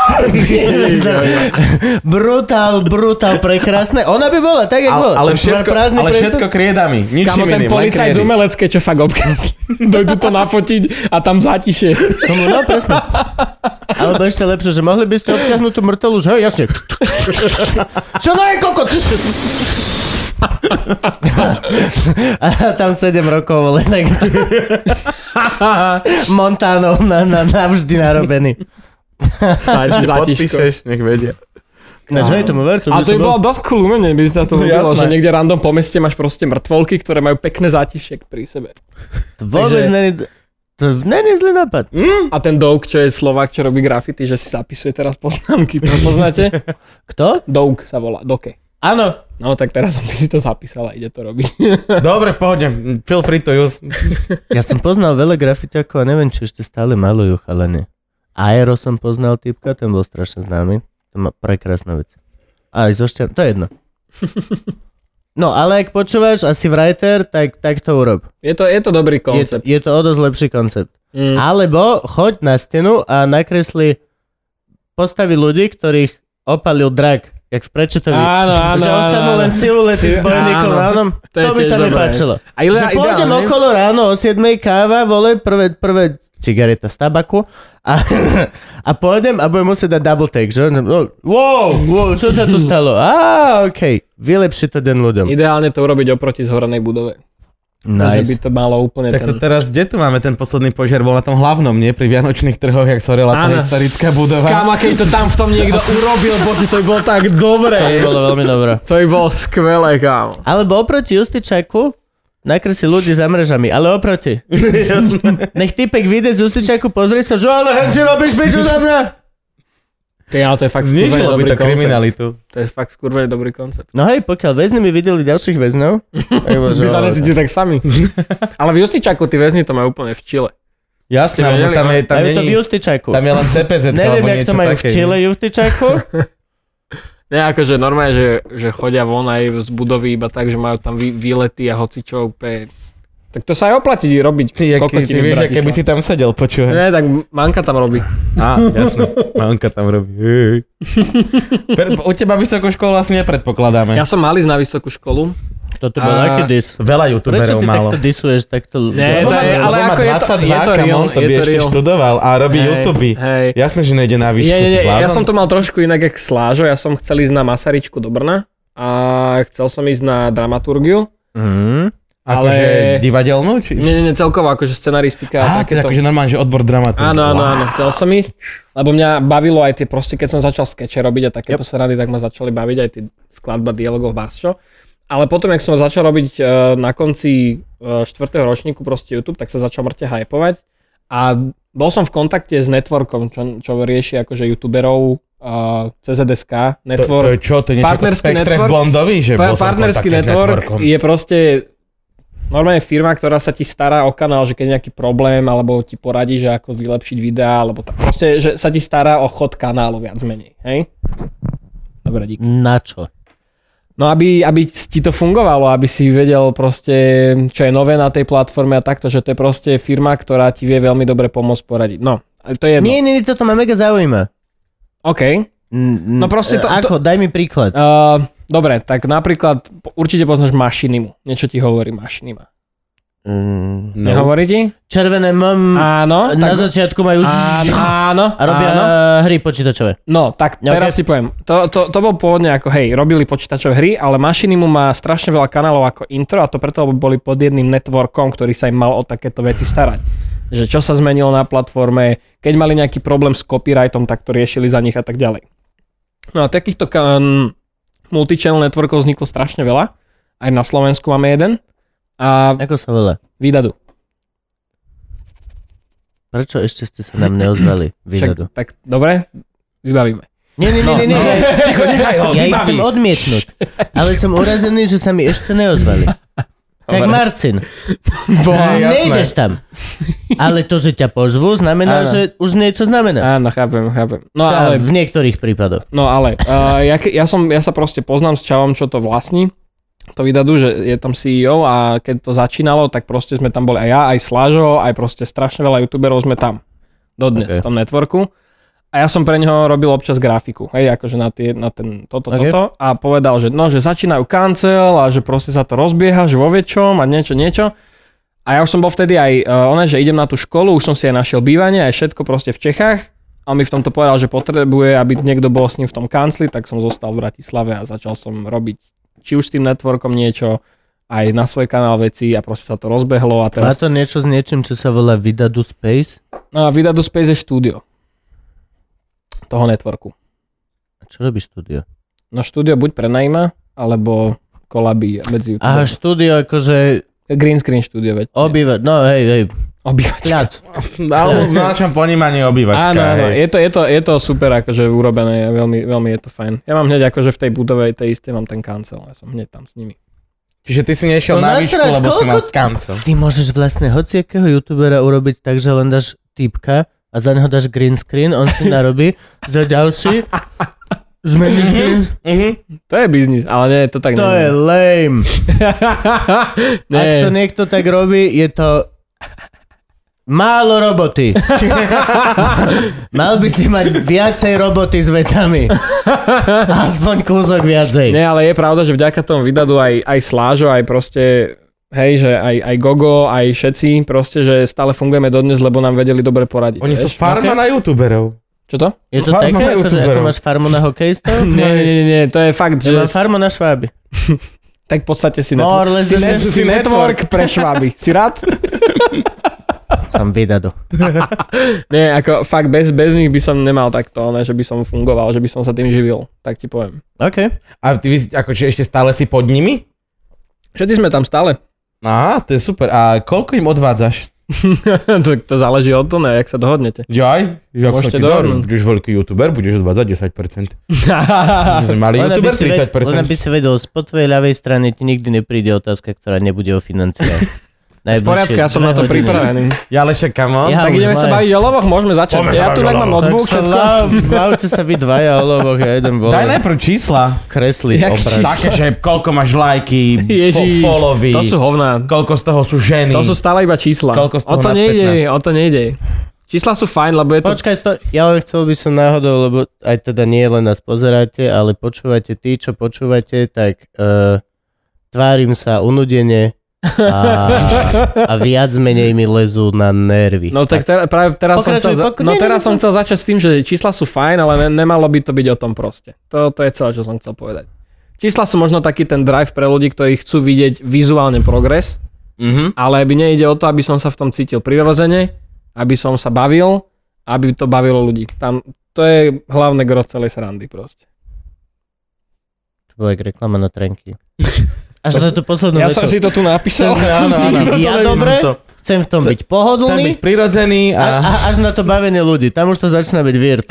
A: Brutál, brutál, prekrásne. Ona by bola tak, jak
B: Ale,
A: bola.
B: ale, všetko,
A: Prázdny
B: ale
A: priestor.
B: všetko kriedami. Ničím
C: Kámo, ten
B: iným, len
C: policajt z
B: kriedy.
C: umelecké, čo fakt obkreslí. Dojdu to nafotiť a tam zátišie.
A: Tomu, no, presne. Alebo ešte lepšie, že mohli by ste obťahnuť tú mŕtvolu, že hej, jasne. Čo no je kokot? A tam sedem rokov, ale tak Montánom na, na, navždy narobený.
C: Zátiško.
B: Podpíšeš, nech vedia.
A: Na čo je tomu ver?
C: A to by bolo dosť cool umenie, by sa to ľúbilo,
B: Jasné.
C: že niekde random po meste máš proste mŕtvolky, ktoré majú pekné zátišiek pri sebe.
A: Vôbec
C: Takže-
A: není... To není zlý nápad.
C: A ten Doug, čo je Slovák, čo robí grafity, že si zapisuje teraz poznámky, to poznáte?
A: Kto?
C: Doug sa volá, Doke.
A: Áno.
C: No tak teraz by si to zapísal a ide to robiť.
B: Dobre, pohodne. Feel free to use.
A: Ja som poznal veľa grafitiakov a neviem, či ešte stále malujú chalene. Aero som poznal typka, ten bol strašne známy. To má prekrásna vec. A aj zo šťan... To je jedno. No, ale ak počúvaš a si writer, tak, tak to urob.
C: Je to, je to dobrý
A: Je,
C: koncept.
A: je to o dosť lepší koncept.
C: Mm.
A: Alebo choď na stenu a nakresli postavy ľudí, ktorých opalil drak. Jak v Prečetovi.
C: Áno, áno,
A: Že ostanú
C: áno.
A: len silulety s
C: Si-
A: bojníkom
C: áno.
A: ránom.
C: To je
A: To by
C: tiež
A: sa mi
C: dobré.
A: páčilo.
C: A ide-
A: Že pôjdem
C: ideálne.
A: okolo ráno o siedmej káva, vole, prvé, prvé cigareta z tabaku a, a pôjdem a budem musieť dať double take, že? Wow, wow, čo sa tu stalo? Á, okej, okay. Vylepši to den ľuďom.
C: Ideálne to urobiť oproti zhorenej budove. Nice. Že by
A: Nice.
C: to malo úplne
B: Tak to
C: ten...
B: teraz, kde tu máme ten posledný požiar? Bol na tom hlavnom, nie? Pri Vianočných trhoch, jak sorela tá
C: Áno.
B: historická budova.
C: Kámo, keď to tam v tom niekto urobil, bože, to by bolo tak
A: To by
C: dobré.
A: bolo veľmi dobré.
C: To by bolo skvelé, kámo.
A: Alebo oproti Justičaku nakresli ľudí za mrežami, ale oproti. Nech typek vyjde z Justičaku, pozri sa, že ale hen si robíš biču za mňa.
C: Ty, ale to je fakt skurvený
B: Znižilo by
C: dobrý
B: to
C: koncept.
B: kriminalitu.
C: To je fakt skurvený dobrý koncept.
A: No hej, pokiaľ väzni by videli ďalších väzňov, tak bolo, že
C: By sa
A: wow.
C: necítili tak sami. Ale v Justičaku tí väzni to majú úplne v Čile.
B: Jasné,
C: Ste
B: lebo
C: vedeli,
B: tam je, tam,
A: Majú to v
B: není,
A: Justičaku.
B: tam je len cé pé zet
A: Neviem,
B: alebo
A: jak to
B: niečo
A: majú v
B: také.
A: Čile Justičaku.
C: Nie, akože normálne, že, že chodia von aj z budovy iba tak, že majú tam vý, výlety a hocičo úplne... Tak to sa aj oplatí robiť
B: Ty, jak, ty, ty
C: kokotiny v
B: vieš, aké by
C: Bratislave.
B: si tam sedel, počúvaj.
C: Nie, tak Manka tam robí.
B: Á, jasné. Manka tam robí. Hej. Pre- U teba vysokú školu asi nepredpokladáme.
C: Ja som mal ísť na vysokú školu.
A: Toto bol
C: A-
A: aký dis.
B: Veľa
A: Prečo
B: youtuberov
A: ty
B: málo.
A: takto disuješ takto?
C: Nie,
B: Lebo
C: to
B: má-
C: je,
B: lebo
C: ale
B: má
C: ako je to,
B: dvadsaťdva,
C: je to real,
B: come on, to by
C: je to
B: ešte
C: real.
B: študoval a robí
C: Hej,
B: YouTube.
C: hej.
B: Jasné, že nejde na výšku,
C: Nie, nie,
B: si
C: nie, ja
B: blázon.
C: som to mal trošku inak jak Slážo, ja som chcel ísť na Masaryčku do Brna a chcel som ísť na dramaturgiu,
A: Mm.
B: Akože
C: ale-
B: divadelnú? Či...
C: nie, nie, nie, celkovo akože scenaristika a
B: Á, teda
C: takéto.
B: akože normálne, že odbor dramaturgu.
C: Áno, áno,
B: Wow.
C: áno, chcel som ísť, lebo mňa bavilo aj tie proste, keď som začal skeče robiť a takéto yep. srady, tak ma začali baviť aj tie skladba dialogov Barsčo. Ale potom, jak som začal robiť uh, na konci uh, štvrtého ročníku proste YouTube, tak sa začal mŕte hypovať a bol som v kontakte s networkom, čo, čo rieši akože youtuberov uh, cé zet es ká,
B: To, to je
C: network.
B: čo, to je niečo ako
C: Partnerský
B: Spektre v
C: network?
B: Blondovi? Že
C: Pa-
B: bol som v
C: partnerský
B: kontakte s
C: network
B: networkom.
C: je proste normálne firma, ktorá sa ti stará o kanál, že keď je nejaký problém, alebo ti poradí, že ako vylepšiť videá, alebo tak. Proste, že sa ti stará o chod kanálu viac menej, hej? Dobre, díky.
A: Na čo?
C: No aby, aby ti to fungovalo, aby si vedel proste, čo je nové na tej platforme a takto, že to je proste firma, ktorá ti vie veľmi dobre pomôcť poradiť. No, ale to je jedno.
A: Nie, nie, toto ma mega zaujíma.
C: OK. No proste to...
A: Ako?
C: To,
A: Daj mi príklad.
C: Uh, dobre, tak napríklad určite poznáš Mašinimu. Niečo ti hovorí Mašinima.
A: Mm,
C: no. Nehovorí ti?
A: Červené mám...
C: Áno.
A: Na
C: tak...
A: začiatku majú...
C: Áno, áno.
A: A robia
C: áno.
A: hry počítačové.
C: No, tak teraz
A: okay.
C: ti poviem. To, to, to bol pôvodne ako, hej, robili počítačové hry, ale Mašinimu má strašne veľa kanálov ako intro a to preto, lebo boli pod jedným networkom, ktorý sa im mal o takéto veci starať. Že čo sa zmenilo na platforme, keď mali nejaký problém s copyrightom, tak to riešili za nich a tak ďalej. No a takýchto um, multichannel networkov vzniklo strašne veľa. Aj na Slovensku máme jeden. A
A: ako sa volá?
C: Vydadu.
A: Prečo ešte ste sa nám neozvali? Vydadu.
C: Však, tak dobre, vybavíme.
A: Nie, nie, nie, nie. nie. Ticho, nechaj ho, ja ich chcem odmietnúť. Ale som urazený, že sa mi ešte neozvali. Tak Marcin.
C: Boha,
A: nejdeš tam. Ale to, že ťa pozvú, znamená, áno. že už niečo znamená.
C: Áno, chápem, chápem. No
A: Tá,
C: ale...
A: V niektorých prípadoch.
C: No ale, uh, ja, ja, som, ja sa proste poznám s čavom, čo to vlastní. To Vydadu, že je tam sí í ó a keď to začínalo, tak proste sme tam boli aj ja, aj Slažo, aj proste strašne veľa youtuberov sme tam. Dodnes okay. v tom networku. A ja som pre neho robil občas grafiku, hej, akože na, tie, na ten toto, okay. toto a povedal, že no, že začínajú cancel a že proste sa to rozbieha, že vo väčšom a niečo, niečo. A ja už som bol vtedy aj, uh, one, že idem na tú školu, už som si aj našiel bývanie, aj všetko proste v Čechách. A on mi v tomto povedal, že potrebuje, aby niekto bol s ním v tom kancli, tak som zostal v Bratislave a začal som robiť či už s tým networkom niečo, aj na svoj kanál veci a proste sa to rozbehlo. A teraz...
A: Má to niečo s niečím, čo sa volá Vydadu Space?
C: No, Vydadu Space je štúdio toho networku.
A: A čo robí štúdio?
C: No štúdio buď prenajíma, alebo kolabí medzi YouTubermi.
A: Aha, štúdio akože...
C: Green screen štúdio, veď.
A: Obýva, no hej, hej.
C: Obývačka.
B: No, v našom ponímaní obývačka.
C: Áno, áno, je to, je, to, je to super akože urobené, veľmi, veľmi je to fajn. Ja mám hneď akože v tej budove tej istej mám ten kancel, ja som hneď tam s nimi.
B: Čiže ty si nešiel
A: no
B: na výšku, lebo koľko... si mal kancel.
A: Ty môžeš vlastne hociakého youtubera urobiť tak, že len dáš typka a za neho dáš green screen, on si narobí za ďalší. Zmeníš green?
C: Uh-huh. To je biznis, ale nie, to tak
A: To
C: nie.
A: je lame. Ak to niekto tak robí, je to málo roboty. Mal by si mať viacej roboty s vecami. Aspoň kúsok viacej.
C: Nie, ale je pravda, že vďaka tomu Vydadu aj, aj Slážo, aj proste, hej, že aj, aj Gogo, aj všetci, proste, že stále fungujeme dodnes, lebo nám vedeli dobre poradiť.
B: Oni sú farma okay. na youtuberov.
C: Čo to?
A: Je to farma také, akože ako máš farmu na hokejistov?
C: nie, nie, nie, nie, to je fakt,
A: že...
C: Ja
A: mám farmu na šváby.
C: Tak v podstate si, network,
A: More,
C: si, net, si network pre šváby. Si rád?
A: Som Vydadu.
C: Nie, ako fakt bez, bez nich by som nemal takto, ne, že by som fungoval, že by som sa tým živil. Tak ti poviem.
A: OK.
B: A ty ako, či ešte stále si pod nimi?
C: Všetci sme tam stále.
B: Á, to je super. A koľko im odvádzaš?
C: to, to záleží od toho, jak sa dohodnete.
B: Jaj, jak sa ti darí. Budeš veľký youtuber, budeš odvádzať desať percent. Sme mali youtuber tridsať percent.
A: Ona by si vedel, spod tvojej ľavej strany ti nikdy nepríde otázka, ktorá nebude o financiách.
C: V poriadku, ja som na to pripravený.
B: Ja ale však, come on.
C: Ja tak ideme sa baviť o lovoch, môžeme začať. Poďme ja tu mám notebook, všetko.
A: Bavte sa vy dvaja o lovoch a jeden vole.
B: Daj najprv čísla.
A: Kresliť obraz.
B: Také, že koľko máš lajky, fo- followy.
C: To sú hovná.
B: Koľko z toho sú ženy.
C: To sú stále iba čísla.
B: Koľko z toho
C: o to nejde, o to nejde. Čísla sú fajn, lebo je to...
A: Počkaj, sto... ja len chcel by som náhodou, lebo aj teda nie len nás pozeráte, ale počúvate tí, čo počúvate, tak uh, tvárim sa unudene. A, a viac menej mi lezú na nervy.
C: No tak ter, práve teraz, som chcel, pokr- no teraz som chcel začať s tým, že čísla sú fajn, ale ne, nemalo by to byť o tom proste. To, to je celé, čo som chcel povedať. Čísla sú možno taký ten drive pre ľudí, ktorí chcú vidieť vizuálne progres, mm-hmm. ale by nejde o to, aby som sa v tom cítil prirodzene, aby som sa bavil, aby to bavilo ľudí. Tam, to je hlavné gro celej srandy proste.
A: To bola jak reklama na trenky. Až na tú poslednú
C: ja vetu. Som si to tu napísal.
A: Chcem sa cítiť ja dobre, chcem v tom byť pohodlný.
B: Chcem byť prirodzený. A...
A: A, a až na to bavenie ľudí. Tam už to začína byť virt.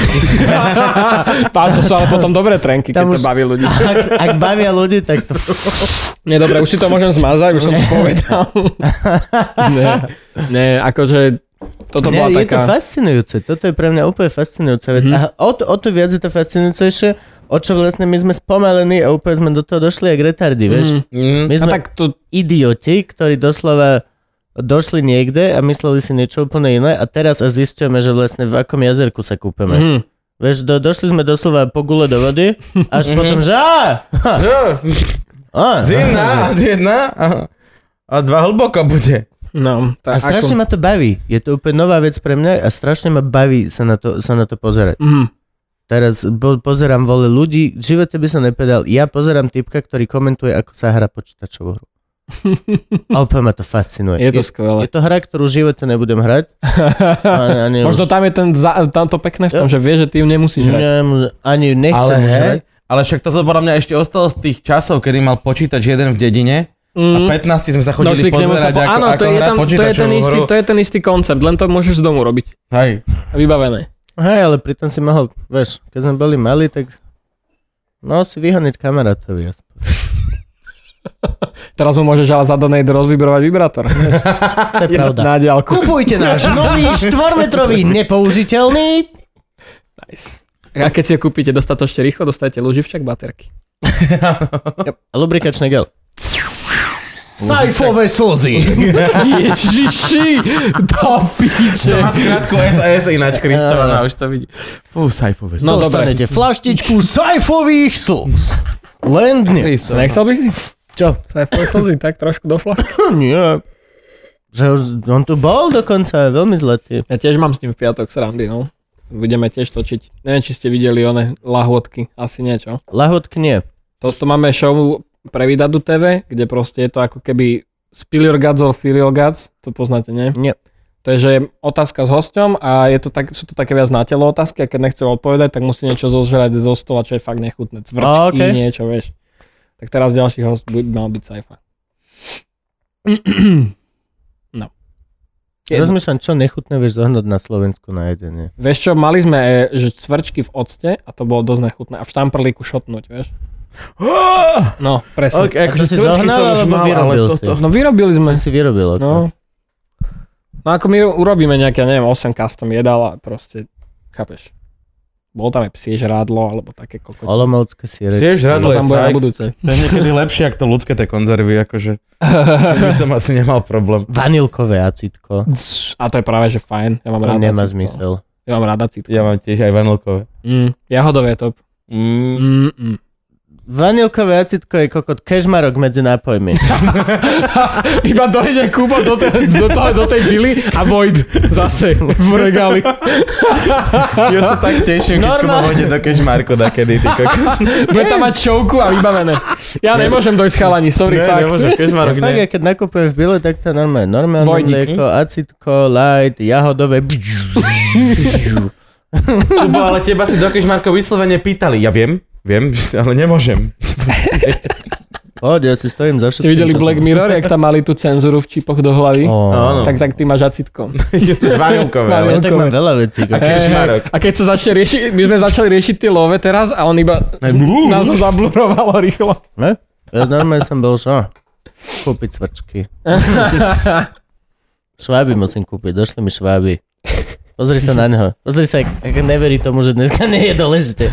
C: To sú ale potom dobré trenky, keď už, to baví ľudí.
A: Ak, ak bavia ľudí, tak to...
C: Nie, dobre, už si to môžem zmazať, už som to povedal. Nie, nie, akože toto
A: Nie,
C: bola
A: je to
C: taká...
A: fascinujúce, toto je pre mňa úplne fascinujúca vec.
C: Mhm.
A: A o to, o to viac je to fascinujúcejšie, o čo vlastne my sme spomalení a úplne sme do toho došli jak retardi, vieš.
C: Mhm.
B: Mm.
A: My
C: A
A: sme
C: tak to...
A: idioti, ktorí doslova došli niekde a mysleli si niečo úplne iné a teraz až zistíme, že vlastne v akom jazerku sa kúpeme.
C: Mhm.
A: Vieš, do, došli sme doslova po gule do vody, až potom, že á, ha, á,
B: Zimná, jedna a, a dva hlboko bude.
C: No,
A: A
C: tak
A: strašne
C: ako...
A: ma to baví. Je to úplne nová vec pre mňa a strašne ma baví sa na to, sa na to pozerať.
C: Mhm.
A: Teraz bo, pozerám vole ľudí, v živote by som nepovedal, ja pozerám typka, ktorý komentuje, ako sa hrá počítačovú hru. A úplne ma to fascinuje.
C: Je to
A: je,
C: skvelé.
A: je to hra, ktorú v živote nebudem hrať. Ani, ani
C: Možno
A: už,
C: tam je ten za, tam to pekné v tom, že vieš, že ty ju nemusíš hrať.
A: ne, ani nechcem
B: Ale
A: už hrať.
B: hej, ale však toto podľa mňa ešte ostalo z tých časov, kedy mal počítač jeden v dedine a
C: Mm.
B: pätnásť sme sa chodili
C: Došli k nemu sa
B: pozerať,
C: po...
B: ako,
C: Áno,
B: ako
C: to je,
B: hrá
C: tam, to, je ten
B: počítačovú
C: istý,
B: hru.
C: to je ten istý koncept, len to môžeš z domu robiť.
B: Hej.
C: A vybavené.
A: Hej, ale pritom si mohol, vieš, keď sme boli mali, tak no si vyhoniť kamarátovi. aspoň.
C: Teraz mu môžeš ale za donate rozvibrovať vibrátor.
A: To je pravda.
C: Na diaľku.
A: Kupujte náš nový štvormetrový nepoužiteľný.
C: Nice. A keď si ho kúpite dostatočne rýchlo, dostanete luživčak baterky.
A: A lubrikačný gel. Sajfové slzy.
C: Ježiši, do piče.
B: To má skrátku es a es ináč, Kristova, už to vidí. Fú, sajfové.
C: No, dobre.
A: Dostanete flaštičku sajfových slz. Len dnes.
B: Kristova.
C: Nechcel by si?
A: Čo?
C: Sa aj v slzy tak trošku došla.
A: Nie. Že už, on tu bol dokonca, veľmi zlatý.
C: Ja tiež mám s ním v piatok srandy, no. Budeme tiež točiť. Neviem, či ste videli one lahôdky. Asi niečo.
A: Lahotk nie.
C: To, to máme show pre Vidadu té vé, kde proste je to ako keby Spill Your Guts or Fill Your Guts. To poznáte, nie?
A: Nie.
C: To je, že je otázka s hosťom a je to tak, sú to také viac na telo otázky a keď nechce odpovedať, tak musí niečo zožrať zo stola, čo je fakt nechutné. Cvrčky,
A: Okay.
C: niečo, vieš. Tak teraz ďalší host by mal byť Saifa. No. Jedno.
A: Rozmýšľam, čo nechutné vieš zohnať na Slovensku na jedenie.
C: Vieš čo, mali sme, e, že cvrčky v octe a to bolo dosť nechutné a v štamprlíku šotnúť, vieš. No, presne.
B: Okay, akože
A: si
B: cvrčky
A: zohnal,
B: som už
A: alebo
B: mal, ale
A: vyrobil si?
B: toto...
C: No vyrobili sme.
A: To si vyrobil. Okay.
C: No. No ako my urobíme nejaké, neviem, osem custom jedál a proste, chápeš. Bol tam aj psie žrádlo, alebo také kokot.
A: Olomoucké sierečky.
B: Tiež žrádlo
C: To
B: je
C: tam bude na
B: cajk.
C: budúce.
B: To je niekedy lepšie, ako to ľudské tie konzervy, akože. To by som asi nemal problém.
A: Vanilkové acitko.
C: A to je práve, že fajn. Ja mám
A: To
C: ráda
A: nemá
C: citko.
A: zmysel.
C: Ja mám ráda citko.
B: Ja mám tiež aj vanilkové.
C: Mm, jahodové je top.
B: Mm.
C: Mm, mm.
A: Vanilkové acitko je kokot kežmarok medzi nápojmi.
C: Iba dojde Kubo do, te, do, toho, do tej pily a Void zase v regáli.
B: Ja sa tak teším, keď
A: Normálne.
B: Kuba vode do kežmarku dakedy, ty kokos.
C: Bude tam mať šovku a vybavené. Ja nemôžem dojsť chalani, sorry,
B: Ne,
C: fakt.
B: nemôžem,
A: Ja
B: kežmarok
A: fakt, ja
B: nie.
A: keď nakupujem v bile, tak to je normálne. Normálne
C: Vojdík.
A: mlieko, acitko, light, jahodové.
B: Kubo, ale teba si do kežmarkov vyslovene pýtali. Ja viem, viem, ale nemôžem.
A: Poď, ja si stojím za
C: Ste
A: všetkým.
C: videli
A: čo
C: Black
A: som-
C: Mirror, jak tam mali tú cenzúru v čipoch do hlavy?
A: Ó.
B: Áno.
C: Tak, tak ty máš acitko.
B: Vanilkové, ale...
A: Ja tak mám veľa vecí.
B: A
A: kokot.
B: kežmarok.
C: A keď sa začne riešiť, my sme začali riešiť tie love teraz a on iba
B: blú.
C: nás ho zablurovalo rýchlo.
A: Ne? Ja normálne som bol, že kúpiť cvrčky. Šváby musím kúpiť, došli mi šváby. Pozri sa na neho. Pozri sa, ak, ak neverí tomu, že dneska nie je dôležité.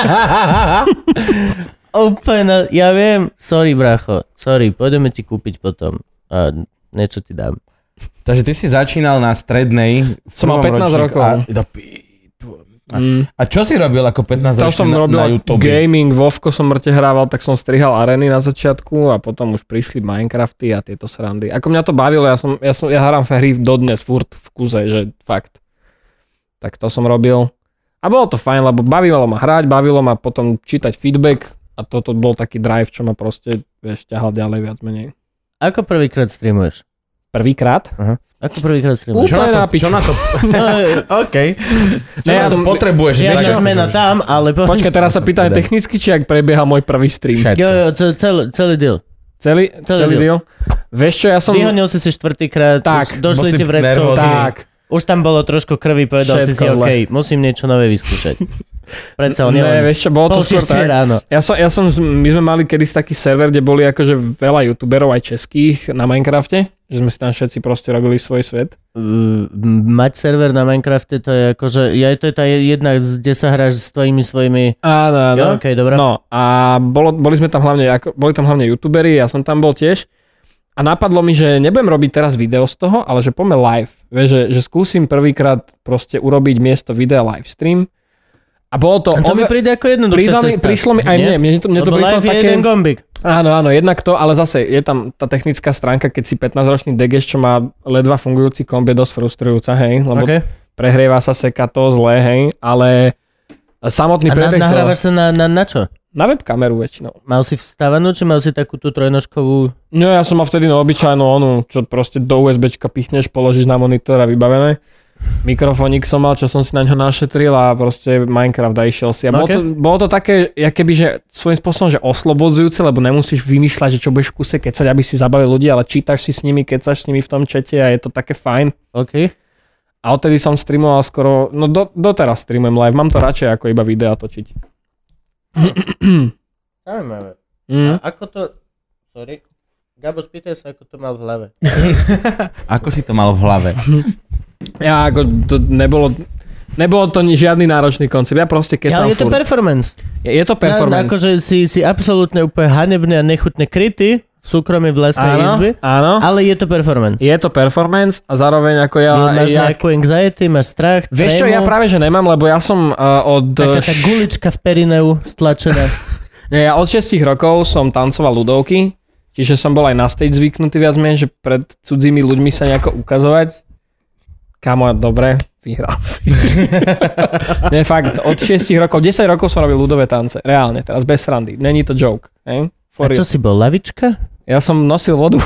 A: Úplne, ja viem. Sorry, bracho. Sorry, pôjdeme ti kúpiť potom. A niečo ti dám.
B: Takže ty si začínal na strednej. v
C: Som mal
B: prvom
C: pätnásť
B: ročníku
C: rokov.
B: A, do pítu. a,
C: Mm.
B: a čo si robil ako pätnásť
C: Tam
B: ročný
C: som
B: na,
C: robil
B: na YouTube?
C: gaming, Vovko som mŕte hrával, tak som strihal areny na začiatku a potom už prišli Minecrafty a tieto srandy. Ako mňa to bavilo, ja, som, ja, som, ja hrám hry dodnes furt v kúze, že fakt. Tak to som robil. A bolo to fajn, lebo bavilo ma hrať, bavilo ma potom čítať feedback a toto bol taký drive, čo ma proste, vieš, ťahal ďalej viac menej.
A: Ako prvýkrát streamuješ?
C: Prvýkrát?
A: Ako prvýkrát streamuješ?
B: Čo na
C: Úplne
B: to?
C: na piču.
B: Čo na to? OK. Čo
C: Ne,
B: na
C: ja
B: to
C: som-
B: potrebuješ?
A: Žiadna
B: Tak-
A: zmena tam, ale... Po...
C: Počkaj, teraz sa pýtame technicky, či ak prebieha môj prvý stream.
B: Všetko.
A: Jo, jo, celý, celý, celý deal.
C: Celý,
A: Celý
C: celý deal. Vieš čo, ja som...
A: Vyhonil si si štvrtýkrát,
C: Tak,
A: už došli
B: bol si
A: ti vreckou.
B: nervózny.
C: Tak.
A: Už tam bolo trošku krvi, povedal si si,
C: Všetko zle.
A: OK, musím niečo nové vyskúšať. Predsa on je
C: Ne,
A: len
C: vieš čo, bolo
A: pol
C: to skôr
A: šiestej
C: tak.
A: ráno.
C: Ja som, ja som, my sme mali kedysi taký server, kde boli akože veľa youtuberov aj českých na Minecrafte, že sme si tam všetci proste robili svoj svet.
A: Uh, mať server na Minecrafte, to je akože, ja, to je tá jedna, kde sa hráš s tvojimi svojimi...
C: Áno, áno.
A: Jo, okej, dobré.
C: No a bolo, boli sme tam hlavne, ako, boli tam hlavne youtuberi, ja som tam bol tiež. A napadlo mi, že nebudem robiť teraz video z toho, ale že poďme live. Vieš, že, že skúsim prvýkrát proste urobiť miesto videa live stream. A bolo to...
A: A to mi
C: ove-
A: príde ako jednoduchšia
C: prišlo mi,
A: cesta.
C: prišlo mi aj
A: Nie?
C: mne, mne to, mne to
A: Lebo
C: prišlo
A: live je
C: také...
A: jeden gombík.
C: Áno, áno, jednak to, ale zase je tam tá technická stránka, keď si pätnásťročný degeš, čo má ledva fungujúci komp, je dosť frustrujúca, hej, lebo
A: Okay.
C: prehrieva sa, seka to zle, hej, ale samotný
A: A na,
C: priebeh...
A: nahrávaš sa na, na, na čo?
C: Na webkameru väčšinou.
A: Mal si vstávanú, či mal si takú tú trojnožkovú...
C: No ja som mal vtedy na obyčajnú onu, čo proste do USBčka pichneš, položíš na monitor a vybavené. Mikrofónik som mal, čo som si na ňo našetril a proste Minecraft a išiel si. A bolo,
A: Okay.
C: to, bolo to také, keby, že svojím spôsobom, že oslobodzujúce, lebo nemusíš vymýšľať, že čo budeš v kuse kecať, aby si zabavil ľudí, ale čítaš si s nimi, kecaš s nimi v tom čete a je to také fajn.
A: OK.
C: A odtedy som streamoval skoro, no do, doteraz streamujem live, mám to radšej ako iba videa točiť.
A: Zaujímavé.
C: Mm.
A: A ako to... Sorry. Gabo, spýtaj sa, ako to mal v hlave.
B: Ako si to mal v hlave?
C: Ja ako to nebolo, nebolo to ni- žiadny náročný koncept, ja proste
A: Ja,
C: kecam
A: ale je to
C: furt.
A: performance.
C: Je, je to
A: Na,
C: performance.
A: akože si, si absolútne úplne hanebný a nechutne krytý v súkromí vlastnej
C: áno,
A: izby,
C: áno.
A: ale je to performance.
C: Je to performance a zároveň ako ja...
A: Ja, máš
C: ja
A: nejakú anxiety, máš strach,
C: vieš čo,
A: trému,
C: ja práve že nemám, lebo ja som uh, od...
A: taká tá gulička v perineu stlačená.
C: Nie, ja od šesť rokov som tancoval ľudovky, čiže som bol aj na stage zvyknutý viac menej, že pred cudzími ľuďmi sa nejako ukazovať. Kámo, dobre, vyhral si. Nie, fakt, od šesť rokov, desať rokov som robil ľudové tance, reálne, teraz bez srandy, není to joke. Hej?
A: A čo si bol, lavička?
C: Ja som nosil vodu.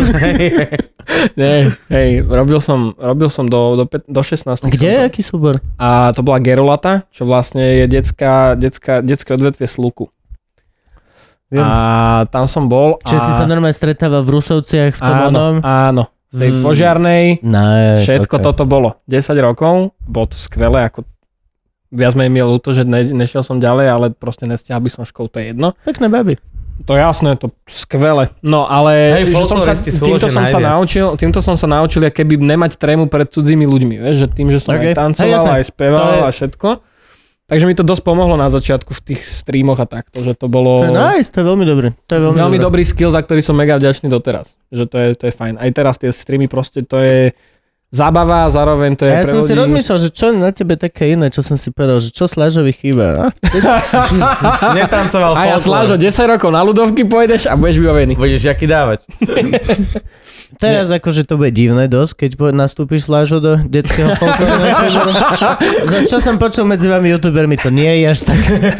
C: Nie, hej, robil som, robil som do, do, päť, do šestnástich.
A: Kde? Aký súbor?
C: A to bola Gerolata, čo vlastne je detská, detská, detské odvetvie Sluku.
A: Viem.
C: A tam som bol.
A: Čiže
C: a...
A: si sa normálne stretával v Rusovciach, v tom
C: áno,
A: onom?
C: áno, v tej
A: V-
C: požiarnej,
A: Nice,
C: všetko
A: okay.
C: toto bolo. desať rokov, bolo to skvelé, ako viac menej mi je ľúto, že ne, nešiel som ďalej, ale proste nestiahal by som školu, to je jedno.
A: Pekné baby.
C: To jasné, to skvelé. No ale
B: Hej,
C: že som sa,
B: folkloristi sú
C: týmto,
B: lože
C: som sa
B: najviac.
C: naučil, týmto som sa naučil, aké by nemať trému pred cudzími ľuďmi. Vieš, že tým, že som
A: Okay.
C: aj tancoval,
A: Hej, jasné.
C: aj spieval
A: To je-
C: a všetko. Takže mi to dosť pomohlo na začiatku v tých streamoch a takto, že to bolo
A: To je nice, to je veľmi dobré. To je veľmi,
C: veľmi
A: dobré.
C: dobrý skill, za ktorý som mega vďačný doteraz. Že to je, to je fajn. Aj teraz tie streamy proste to je zábava a zároveň to je
A: A ja
C: pre
A: som si
C: ľudí...
A: rozmýšľal, že čo na tebe také iné, čo som si povedal, že čo Slážovi chýba. A?
B: Netancoval
C: A ja Slážo, desať rokov na ľudovky pôjdeš a budeš vybavený.
B: Budeš jaký dávať.
A: Teraz akože to bude divné dosť, keď po- nastúpiš Slážo do detského folklórneho súboru. Za čo som počul medzi vami youtubermi, to nie je až tak...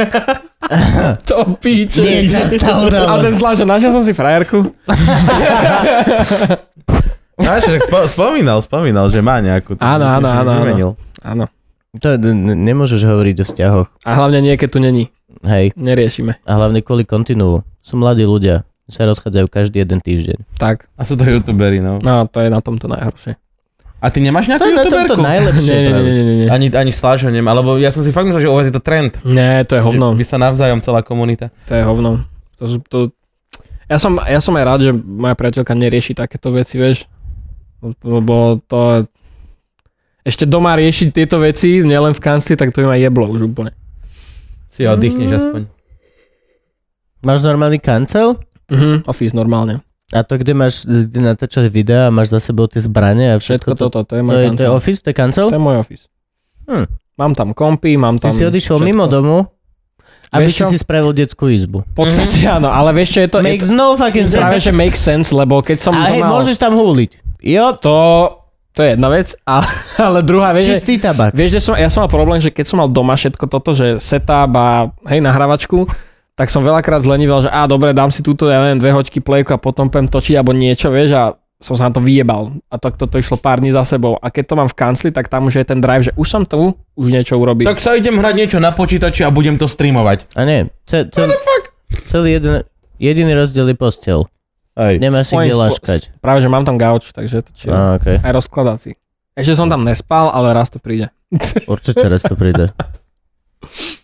C: To píče.
A: Nie je častá
C: A ten
A: udalosť.
C: Slážo, našiel som si frajerku.
B: No, čo, tak spo, spomínal, spomínal, že má nejakú.
C: Áno, áno, áno, áno.
B: Vymenil.
C: Áno.
A: To n- nemôžeš hovoriť o vzťahoch.
C: A hlavne nie, keď tu není.
A: Hej.
C: Neriešime.
A: A hlavne kvôli kontinuu. Sú mladí ľudia. Sa rozchádzajú každý jeden týždeň.
C: Tak,
B: A sú to youtuberi, no.
C: no to je na tomto najhoršie.
B: A ty nemáš
A: To
B: nejakú
A: je na tomto
B: youtuberku?
A: najlepšie.
C: Nie, nie,
A: práve.
C: nie, nie, nie.
B: Ani, ani Slášo nemá, lebo ja som si fakt myslel, že u vás je to trend.
C: Nie, to je hovno.
B: Že vy sa navzájom celá komunita.
C: To je hovno. To, sú- to... Ja, som, ja som aj rád, že moja priateľka nerieši takéto veci, vieš. Lebo to... Ešte doma riešiť tieto veci, nielen v kancli, tak to by ma jeblo už úplne.
B: Si oddychneš
A: Mm.
B: aspoň.
A: Máš normálny kancel?
C: Mhm, office normálne.
A: A to, kde máš, kde natáčaš videa a máš za sebou tie zbrane a všetko,
C: Všetko toto, to je
A: To
C: môj
A: je, to je
C: kancel.
A: office, to je kancel?
C: To je môj office.
A: Hm.
C: Mám tam kompy, mám
A: Ty
C: tam
A: si odišiel
C: všetko.
A: mimo domu, aby
C: Vieš
A: si
C: čo?
A: si spravil detskú izbu.
C: V podstate áno, ale vieš čo, je to... je
A: Makes
C: to
A: no fucking
C: práve,
A: sense.
C: že makes sense, lebo keď som
A: A
C: to
A: hej,
C: mal...
A: môžeš tam húliť. Jo,
C: To... To je jedna vec, ale, ale druhá vec, že...
A: čistý tabak.
C: Vieš, že som, ja som mal problém, že keď som mal doma všetko toto, že setup a hej, nahrávačku, tak som veľakrát zlenivel, že á, dobre, dám si túto, ja neviem, dve hoďky playku a potom pôjdem točiť alebo niečo, vieš, a som sa na to vyjebal. A tak toto išlo pár dní za sebou. A keď to mám v kancli, tak tam už je ten drive, že už som tu, už niečo urobil.
B: Tak sa idem hrať niečo na počítači a budem to streamovať.
A: A nie, ce, ce, celý jeden, jediný rozdiel je postel.
B: Hej.
A: Nemáš si kde
C: Svojím spo-
A: laškať.
C: Práve, že mám tam gauč, takže je to chill.
A: Á, okay.
C: Aj rozkladací. Ešte som tam nespal, ale raz to príde.
A: Určite raz to príde.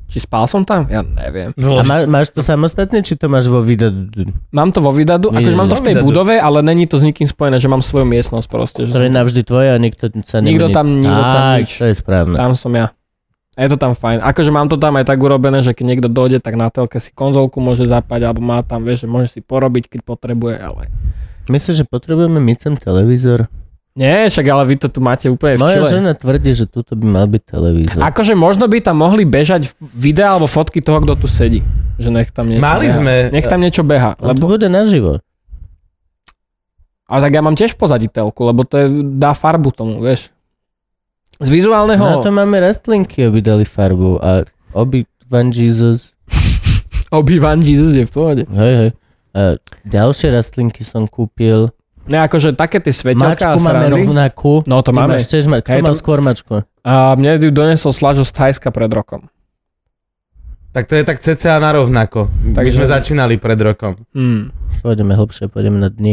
C: Či spal som tam? Ja neviem.
A: A má, máš to samostatne, či to máš vo Vidadu?
C: Mám to vo Vidadu, akože mám to v tej budove, ale není to s nikým spojené, že mám svoju miestnosť proste.
A: To je navždy tvoje a nikto sa nebude...
C: Nikto tam, nikto tam
A: Á,
C: nič.
A: to je správne.
C: Tam som ja. A je to tam fajn. Akože mám to tam aj tak urobené, že keď niekto dojde, tak na telke si konzolku môže zapať, alebo má tam, vieš, že môže si porobiť, keď potrebuje, ale...
A: Myslíš, že potrebujeme my ten televízor?
C: Nie, však ale vy to tu máte úplne v
A: Moja
C: čile.
A: žena tvrdí, že tuto by mal byť televízor.
C: Akože možno by tam mohli bežať videá alebo fotky toho, kto tu sedí. Že nech tam niečo
B: Mali
C: beha.
B: sme...
C: Nech tam niečo beha.
A: Lebo... to
C: Lebo...
A: bude naživo.
C: Ale tak ja mám tiež v pozadí telku, lebo to je, dá farbu tomu, vieš. Z vizuálneho...
A: Na to máme rastlinky, aby dali farbu a Obi-Wan Jesus.
C: Obi-Wan Jesus je v pohode.
A: Hej, hej. A ďalšie rastlinky som kúpil.
C: Ne, akože také tie svetelká a
A: Mačku máme
C: srandy.
A: rovnakú.
C: No to
A: Ty
C: máme.
A: máš tiež ma... Kto
C: Hej,
A: mal
C: to-
A: skôr mačku?
C: A mne ju donesol Slažo z Thajska pred rokom.
B: Tak to je tak cca na rovnako. My
C: Takže-
B: sme začínali pred rokom.
C: Hmm.
A: Pôjdeme hlbšie, pôjdeme na dni.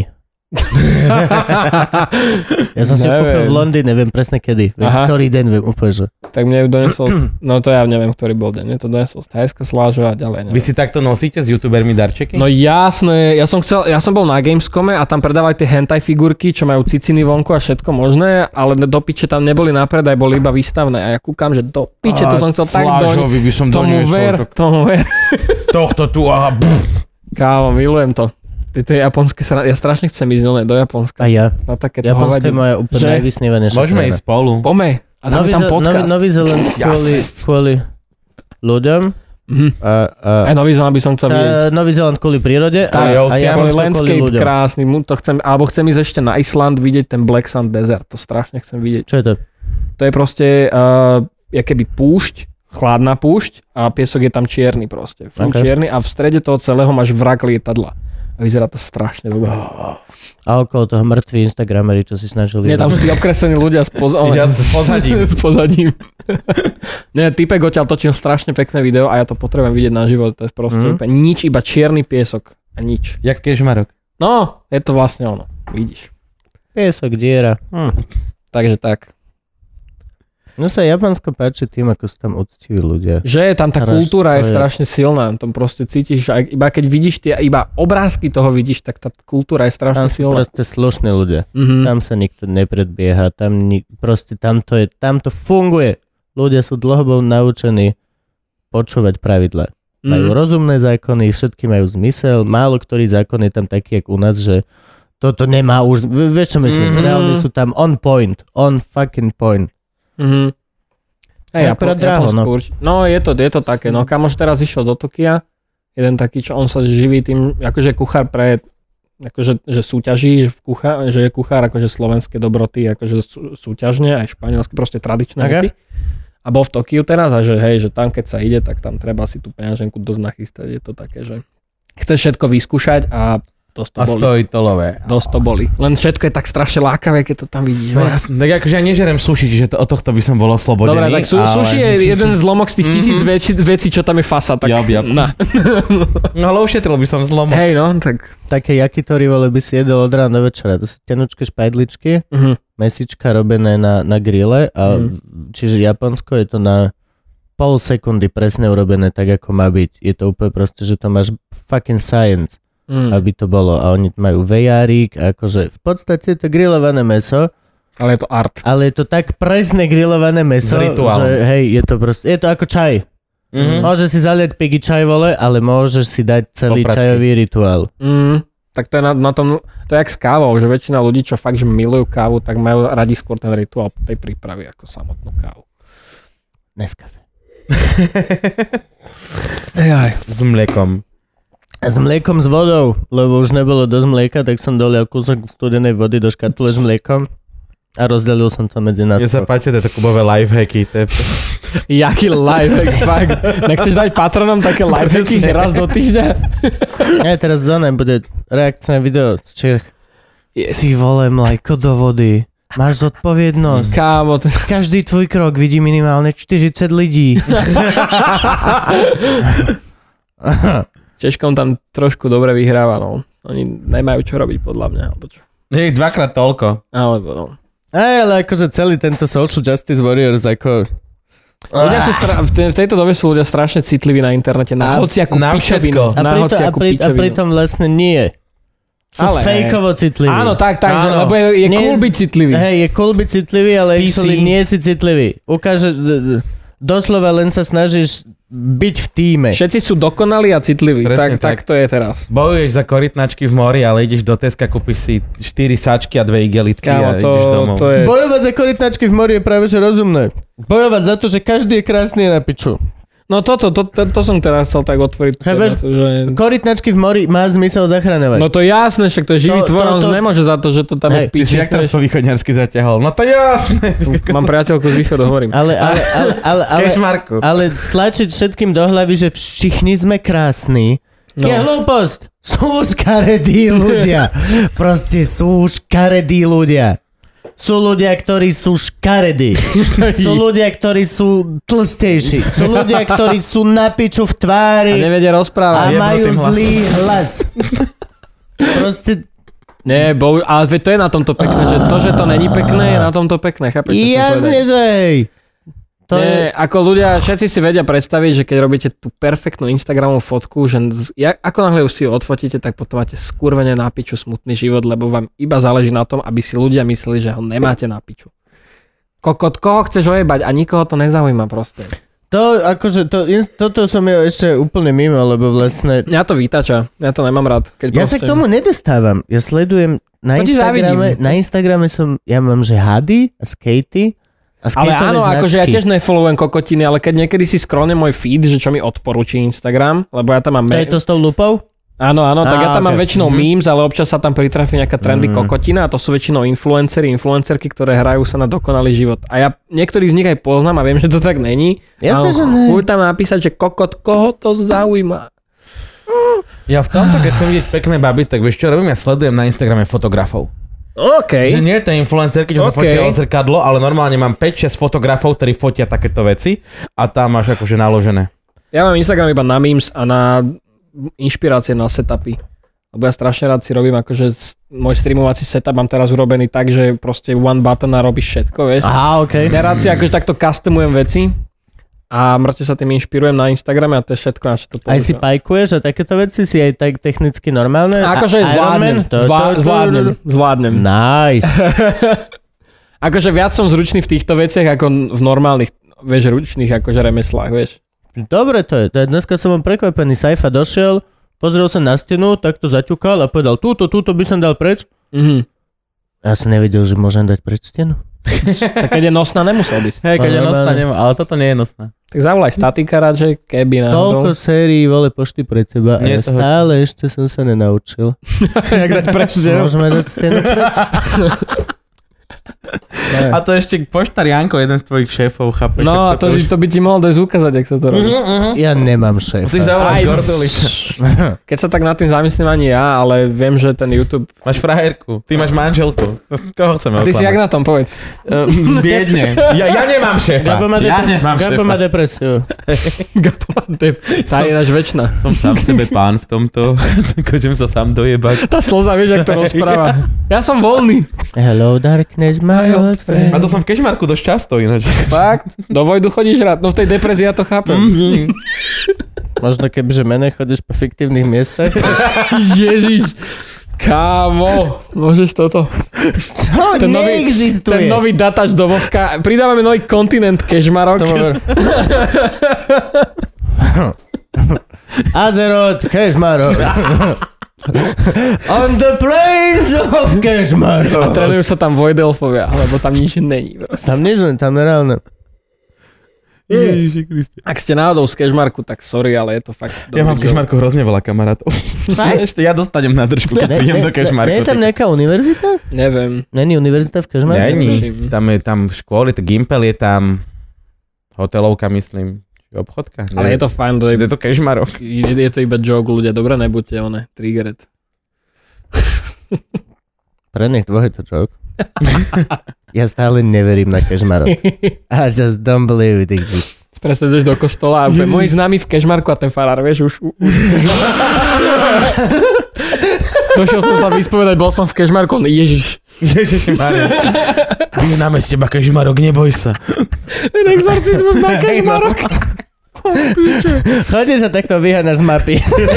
A: Ja som si ju
C: Neviem.
A: kúpil v Londýne, viem presne kedy. Viem,
C: Aha.
A: ktorý deň, viem úplne, že...
C: Tak mne ju donesol, z... no to ja neviem, ktorý bol deň. Mne to donesol z Thajska Slažo a ďalej.
B: Vy
C: Neviem.
B: si takto nosíte s youtubermi darčeky?
C: No jasné, ja som chcel, ja som bol na Gamescome a tam predávali tie hentai figurky, čo majú ciciny vonku a všetko možné, ale do piče tam neboli na predaj, boli iba výstavné a ja kúkam, že do piče, to som chcel tak doň.
B: Slážovi by som
C: Tomu
B: doniesol
C: ver,
B: to-
C: tomu ver.
B: tohto tu a...
C: Kámo, milujem to. Tieto japonské sa, ja strašne chcem ísť do Japonska.
A: A ja.
C: Na také
A: Japonsko je moja úplne
C: Že?
A: najvysnívanejšia
B: Môžeme
A: krajina.
B: ísť spolu.
C: Pome. A dáme
A: Nový,
C: tam
A: Zel- Nový,
C: podcast.
A: Nový Zeland kvôli, kvôli ľuďom
C: Mhm.
A: a, a,
C: Aj Nový Zeland by som chcel vidieť.
A: a Nový Zeland kvôli prírode a,
B: Kvôli
A: a
B: ovciam.
C: Kvôli
A: Japonsko kvôli
C: landscape
A: ľuďom.
C: krásny, mu to chcem, alebo chcem ísť ešte na Island vidieť ten Black Sand Desert, to strašne chcem vidieť.
A: Čo je to?
C: To je proste uh, keby púšť, chladná púšť a piesok je tam čierny proste. Fú,
A: Okay.
C: čierny a v strede toho celého máš vrak lietadla. A vyzerá to strašne dobre.
A: A okolo toho mŕtvi Instagramery, čo si snažili.
C: Nie, tam sú tí obkresení ľudia s, poz-
B: Ja s pozadím.
C: s pozadím. Nie, typek odtiaľ točil strašne pekné video a ja to potrebujem vidieť na život. To je proste
A: Mm.
C: úplne nič, iba čierny piesok a nič.
B: Jak kežmarok.
C: No, je to vlastne ono. Vidíš.
A: Piesok, diera. Hm.
C: Takže tak.
A: No sa Japonsko páči tým, ako sú tam uctiví ľudia.
C: Že tam tá
A: Straš-
C: kultúra je
A: to je-
C: strašne silná. Tam proste cítiš, že aj- iba keď vidíš tie, iba obrázky toho vidíš, tak tá kultúra je strašne
A: Tam sú
C: silná.
A: proste slušní ľudia.
C: Mhm.
A: Tam sa nikto nepredbieha, tam nik- proste tam to je, tam to funguje. Ľudia sú dlhobo naučení počúvať pravidlá. Majú
C: Mhm.
A: rozumné zákony, všetky majú zmysel, málo ktorý zákon je tam taký, jak u nás, že toto nemá už, v- vieš čo myslím,
C: Mhm.
A: reálne sú tam on point, on fucking point.
C: Mhm. Hej,
A: Je
C: Japo-
A: akorát draho,
C: Japonsko
A: no.
C: urč- no je to, je to také, no kamoš teraz išiel do Tokia, jeden taký, čo on sa živí tým, akože kuchár pre, akože že súťaží, že, v kuchá, že je kuchár akože slovenské dobroty, akože sú- súťažne, aj španielské, proste tradičné
A: Okay.
C: veci. A bol v Tokiu teraz a že hej, že tam keď sa ide, tak tam treba si tú peňaženku dosť nachystať, je to také, že chce všetko vyskúšať a dosť to
B: A
C: boli.
B: stojí to lové.
C: Dosť to boli. Len všetko je tak strašne lákavé, keď to tam vidíš.
B: No
C: No,
B: jasne, tak akože ja nežerem sushi, čiže to, od tohto by som bol oslobodený.
C: dobre, tak sú,
B: ale...
C: sushi je jeden zlomok z tých tisíc
B: Mhm.
C: vecí, vecí, čo tam je fasa. Tak,
B: Jab, jab.
C: Na.
B: No ale ušetril by som zlomok.
C: Hej, no, tak...
A: Také yakitori, vole, by si jedol od rána do večera. To sú tenučké špajdličky,
C: Uh-huh.
A: mesička robené na, na grille, a,
C: Mhm.
A: čiže Japonsko je to na pol sekundy presne urobené tak, ako má byť. Je to úplne proste, že to máš fucking science,
C: Mm.
A: aby to bolo. A oni majú vejárik, akože v podstate je to grillované meso,
C: Ale je to art.
A: ale je to tak presne grillované meso,
B: S rituálom.
A: že hej, je to proste, je to ako čaj.
B: Mhm.
A: Môžeš si zaliať pigi čaj, vole, ale môžeš si dať celý
B: Popracky.
A: čajový rituál.
C: Mm. Tak to je na, na tom, to je jak s kávou, že väčšina ľudí, čo fakt, že milujú kávu, tak majú radi skôr ten rituál tej prípravy ako samotnú kávu.
A: Nescafe.
C: Ejaj.
B: S mliekom.
A: A s mliekom s vodou, lebo už nebolo dosť mlieka, tak som dolial kúsok studenej vody do škatule s mliekom a rozdelil som to medzi nás.
B: Mne sa páči tieto Kubové lifehacky. To je...
C: Jaký lifehack, fakt. Nechceš dať patronom také lifehacky raz do týždňa?
A: Ja teraz zóne bude reakčné video z Čech.
C: Yes.
A: Si vole mleko do vody. Máš zodpovednosť.
C: Kámo, to...
A: Každý tvoj krok vidí minimálne štyridsať ľudí.
C: Češkom tam trošku dobre vyhráva, no. Oni nemajú čo robiť, podľa mňa, alebo čo.
B: Je ich dvakrát toľko.
C: Alebo no.
A: Aj, ale akože celý tento social justice warriors, ako
C: Ľudia sú stra- v, te- v tejto dobe sú ľudia strašne citliví na internete, na hociakú
B: na
C: pičovinu.
A: A,
C: Na
A: pritom, a,
C: hociakú
A: pri, a
C: pičovinu.
A: pritom vlastne nie. Sú
C: Ale-
A: fejkovo citliví.
C: Áno, tak, tak, že,
B: Áno.
C: lebo je, je
A: Nie-
C: cool byť citlivý.
A: Hej, je cool byť citlivý, ale
B: Ty
A: actually
B: si-
A: nie si citlivý. Ukáže, d- d- doslova len sa snažíš byť v tíme.
C: Všetci sú dokonalí a citliví.
B: Presne
C: Tak, tak
B: tak.
C: to je teraz.
B: Bojuješ za korytnačky v mori, ale ideš do Teska, kúpiš si štyri sačky a dve igelitky
C: Kámo,
B: a
C: to,
B: ideš domov.
C: to je...
A: Bojovať za korytnačky v mori je práve že rozumné. Bojovať za to, že každý je krásny je na piču.
C: No toto, to, to, to som teraz chcel tak otvoriť.
A: Chápeš?
C: Teda, že...
A: Korytnačky v mori má zmysel zachraňovať.
C: No to jasné, však to je živý
A: To-
C: tvor,
A: to-
C: on
A: to-
C: nemôže za to, že to tam je
A: Hej,
C: v
B: Ty
C: piči.
B: si jak teraz po východňarsky zaťahol? No to jasné.
C: Mám priateľku z východu, hovorím.
A: Ale, ale, ale, ale, ale,
B: Kešmarku.
A: ale tlačiť všetkým do hlavy, že všichni sme krásni,
C: No.
A: je hlúposť. Sú škaredí ľudia. Proste sú škaredí ľudia. Sú ľudia, ktorí sú škaredí. Sú ľudia, ktorí sú tlstejší. Sú ľudia, ktorí sú na piču v tvári
C: A nevedia
A: a
C: rozprávať.
B: Zjebnutým
A: majú
B: hlasom.
A: zlý hlas. Proste
C: Nie, bo, ale veď to je na tomto pekné, že to, že to není pekné, je na tomto pekné, chápeš? čo chcem
A: jasne,
C: povedať?
A: že hej. To
C: Nie,
A: je...
C: ako ľudia, všetci si vedia predstaviť, že keď robíte tú perfektnú Instagramovú fotku, že z, jak, ako náhle už si ju odfotíte, tak potom máte skurvene na piču smutný život, lebo vám iba záleží na tom, aby si ľudia mysleli, že ho nemáte na piču. Kokot, koho chceš ojebať a nikoho to nezaujíma proste.
A: To, akože, to, toto som ja ešte úplne mimo, lebo vlastne...
C: Mňa to vytača, ja to nemám rád. Keď
A: Ja sa
C: proste...
A: k tomu nedostávam. Ja sledujem na
C: To ti
A: Instagrame,
C: závidím.
A: na Instagrame som, ja mám, že hady a skatey a
C: Ale
A: skateové
C: áno,
A: značky.
C: akože ja tiež nefollowujem kokotiny, ale keď niekedy si scrollnem môj feed, že čo mi odporúči Instagram, lebo ja tam mám...
A: To je to s tou lupou?
C: Áno, áno, tak
A: Á,
C: ja tam mám
A: ok.
C: väčšinou memes, ale občas sa tam pritrafí nejaká trendy kokotina a to sú väčšinou influenceri, influencerky, ktoré hrajú sa na dokonalý život. A ja niektorých z nich aj poznám a viem, že to tak není.
A: Jasné,
C: a
A: že ne.
C: chuj tam napísať, že kokot, koho to zaujíma.
B: Ja v tomto, keď chcem vidieť pekné baby, tak vieš čo robím? Ja sledujem na Instagrame fotografov.
C: OK.
B: Že nie je to influencerky, čo sa
C: OK.
B: fotia o zrkadlo, ale normálne mám päť šesť fotografov, ktorí fotia takéto veci a tam máš akože naložené.
C: Ja mám Instagram iba na memes a na inšpirácie na setupy. Lebo ja strašne rád si robím, akože s- môj streamovací setup mám teraz urobený tak, že proste one button a robíš všetko, vieš.
A: Aha, okej.
C: Ja rád si akože takto customujem veci a mŕte sa tým inšpirujem na Instagrame a to je všetko, na čo to
A: Aj si
C: používam.
A: pajkuješ a takéto veci si aj tak technicky normálne?
C: A akože
A: A- Iron
C: zvládnem,
A: Man? To-
C: zvá,
A: to- to-
C: zvládnem, zvládnem.
A: Nice.
C: Akože viac som zručný v týchto veciach ako v normálnych, vieš, ručných akože remeslách, vieš.
A: Dobre to je. To je. Dneska som bol prekvapený. Saifa došiel, pozrel sa na stenu, takto zaťukal a povedal, túto, túto by som dal preč.
C: Mhm.
A: Ja som nevedel, že môžem dať preč stenu.
C: Tak keď je nosná, nemusel by si.
B: Hej, keď je
A: Ale-
B: nosná, nemá, ale toto nie je nosná.
C: Tak zavolaj statika radšej, keby
A: Toľko
C: náhodou.
A: sérií, vole, pošty pre teba a
B: Nie
A: ja
B: je toho-
A: stále ešte som sa nenaučil.
C: Jak dať preč stenu?
A: Môžeme dať stenu preč? Ne.
B: A to ešte poštár Janko, jeden z tvojich šéfov, chápeš?
C: No a
B: ako
C: to,
B: už-
C: to by ti mohol dojsť ukázať, jak sa to robí.
A: Ja nemám šéfa.
B: Musíš zavolať
C: Aj,
B: Gorduliča.
C: Keď sa tak nad tým zamyslím ani ja, ale viem, že ten YouTube...
B: Máš frajerku, ty máš manželku. Koho chceme
C: Ty si jak
B: oklamať?
C: na tom, povedz.
B: Uh, biedne. Ja, ja nemám šéfa.
A: Gabo má,
B: Ja
A: depre-
B: nemám
A: Gabo
B: šéfa.
A: má depresiu.
C: Tá je náš väčšina.
B: Som sám sebe pán v tomto. Kožem sa sám dojebať.
C: Tá slza, vieš, jak to rozpráva. Ja som voľný.
A: Hello darkness, my old friend.
B: A to som v Kešmarku dosť často ináč.
C: Fakt? Do Vojdu chodíš rád? No v tej depresii ja to chápem.
A: Možno kebyže mene chodíš po fiktívnych miestach.
C: Ježiš. Kámo, môžeš toto?
A: Čo?
C: Ten nový-
A: Neexistuje.
C: Ten nový datač do Vovka. Pridávame nový kontinent Kešmarok.
A: To má- Azeroth, Kešmarok. On the plains of
C: A
A: Kešmarok.
C: trénujú sa tam Vojdelfovia, lebo tam nič není. Proste.
A: Tam nič, len tam nereálne.
B: Ježiši Kriste.
C: Ak ste náhodou z Kešmarku, tak sorry, ale je to fakt dobrý
B: Ja mám v
C: job.
B: Kešmarku hrozne veľa kamarátov. Ešte ja dostanem na držku, keď
A: Ne-
B: prídem
A: ne-
B: do Kešmarku.
A: Nie je tam nejaká univerzita?
C: Neviem.
A: Není univerzita v Kešmarku?
B: Není.
C: Tuším.
B: Tam je tam školy, to Gimpel je tam, hotelovka myslím, či obchodka.
C: Ale je to fajn, to je,
B: je to Kešmarok.
C: je, je to iba joke, ľudia. Dobre, nebuďte one, triggered.
A: Pre nich dvoch je to joke. Ja stále neverím na Kešmarok. I just don't believe it exists.
C: Presne ideš do koštola a úplne, môj známy v Kešmarku a ten farár, vieš, už... už Došiel som sa vyspovedať, bol som v Kežmarku, Ježiš.
B: Ježišimaria. Vyhnáme z teba Kežmarok, neboj sa.
C: Ten exorcizmus na Kežmarok.
A: Chodíš a takto vyháňaš z mapy.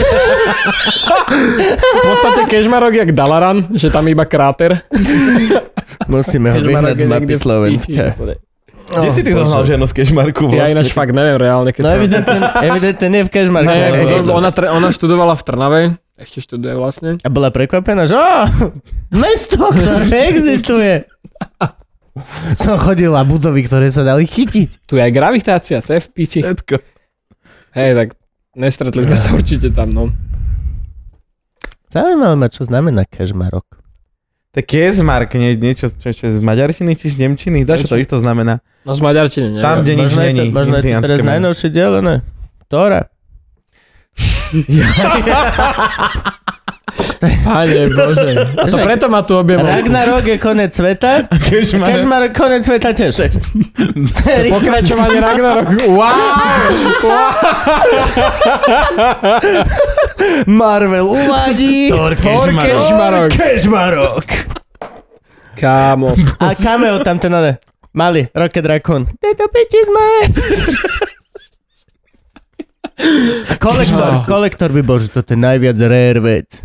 C: V podstate Kežmarok jak Dalaran, že tam iba kráter.
A: Musíme ho vyhnať z mapy Slovenska.
B: Kde si ty zohnal ženu z Kežmarku
C: Ja
B: vlastne?
C: ináč fakt neviem reálne. Keď
A: No
C: sa...
A: evidentne, evidentne nie v Kežmarku.
C: Ne,
A: ale-
C: ona, tre- ona študovala v Trnave, ešte študuje vlastne.
A: A bola prekvapená, že ó, mesto, ktoré existuje. Som chodil na budovy, ktoré sa dali chytiť.
C: Tu je aj gravitácia, to je v piči.
B: Všetko.
C: Hej, tak nestretli sme sa určite tam, no.
A: Zaujímavé ma, čo znamená Kežmarok.
B: Tak Kežmark, nie, niečo čo, čo, z maďarčiny či z nemčiny? Dá, čo to isto znamená?
C: No z maďarčiny, neviem.
B: Tam, kde nič
A: Možno je to,
B: není.
A: možno je to
B: indiánske
A: teraz
B: meno.
A: najnovšie dielo, ne? Tóra.
C: Pane Bože. A to
A: Však-
C: preto ma tu objemol.
A: Ragnarok je konec sveta,
B: Kežmarok.
A: Kežmarok konec sveta tiež.
C: Pokračovanie Ragnaroku. Wow! wow.
A: Marvel uvádí
B: Thor
C: Thor
B: Kežmarok.
C: Kežmarok.
A: Kežmarok.
C: Kámo.
A: A cameo tam ten ale malý Rocket Raccoon. Tieto piči sme. A kolektor, kolektor by bol, že toto je najviac rare vec.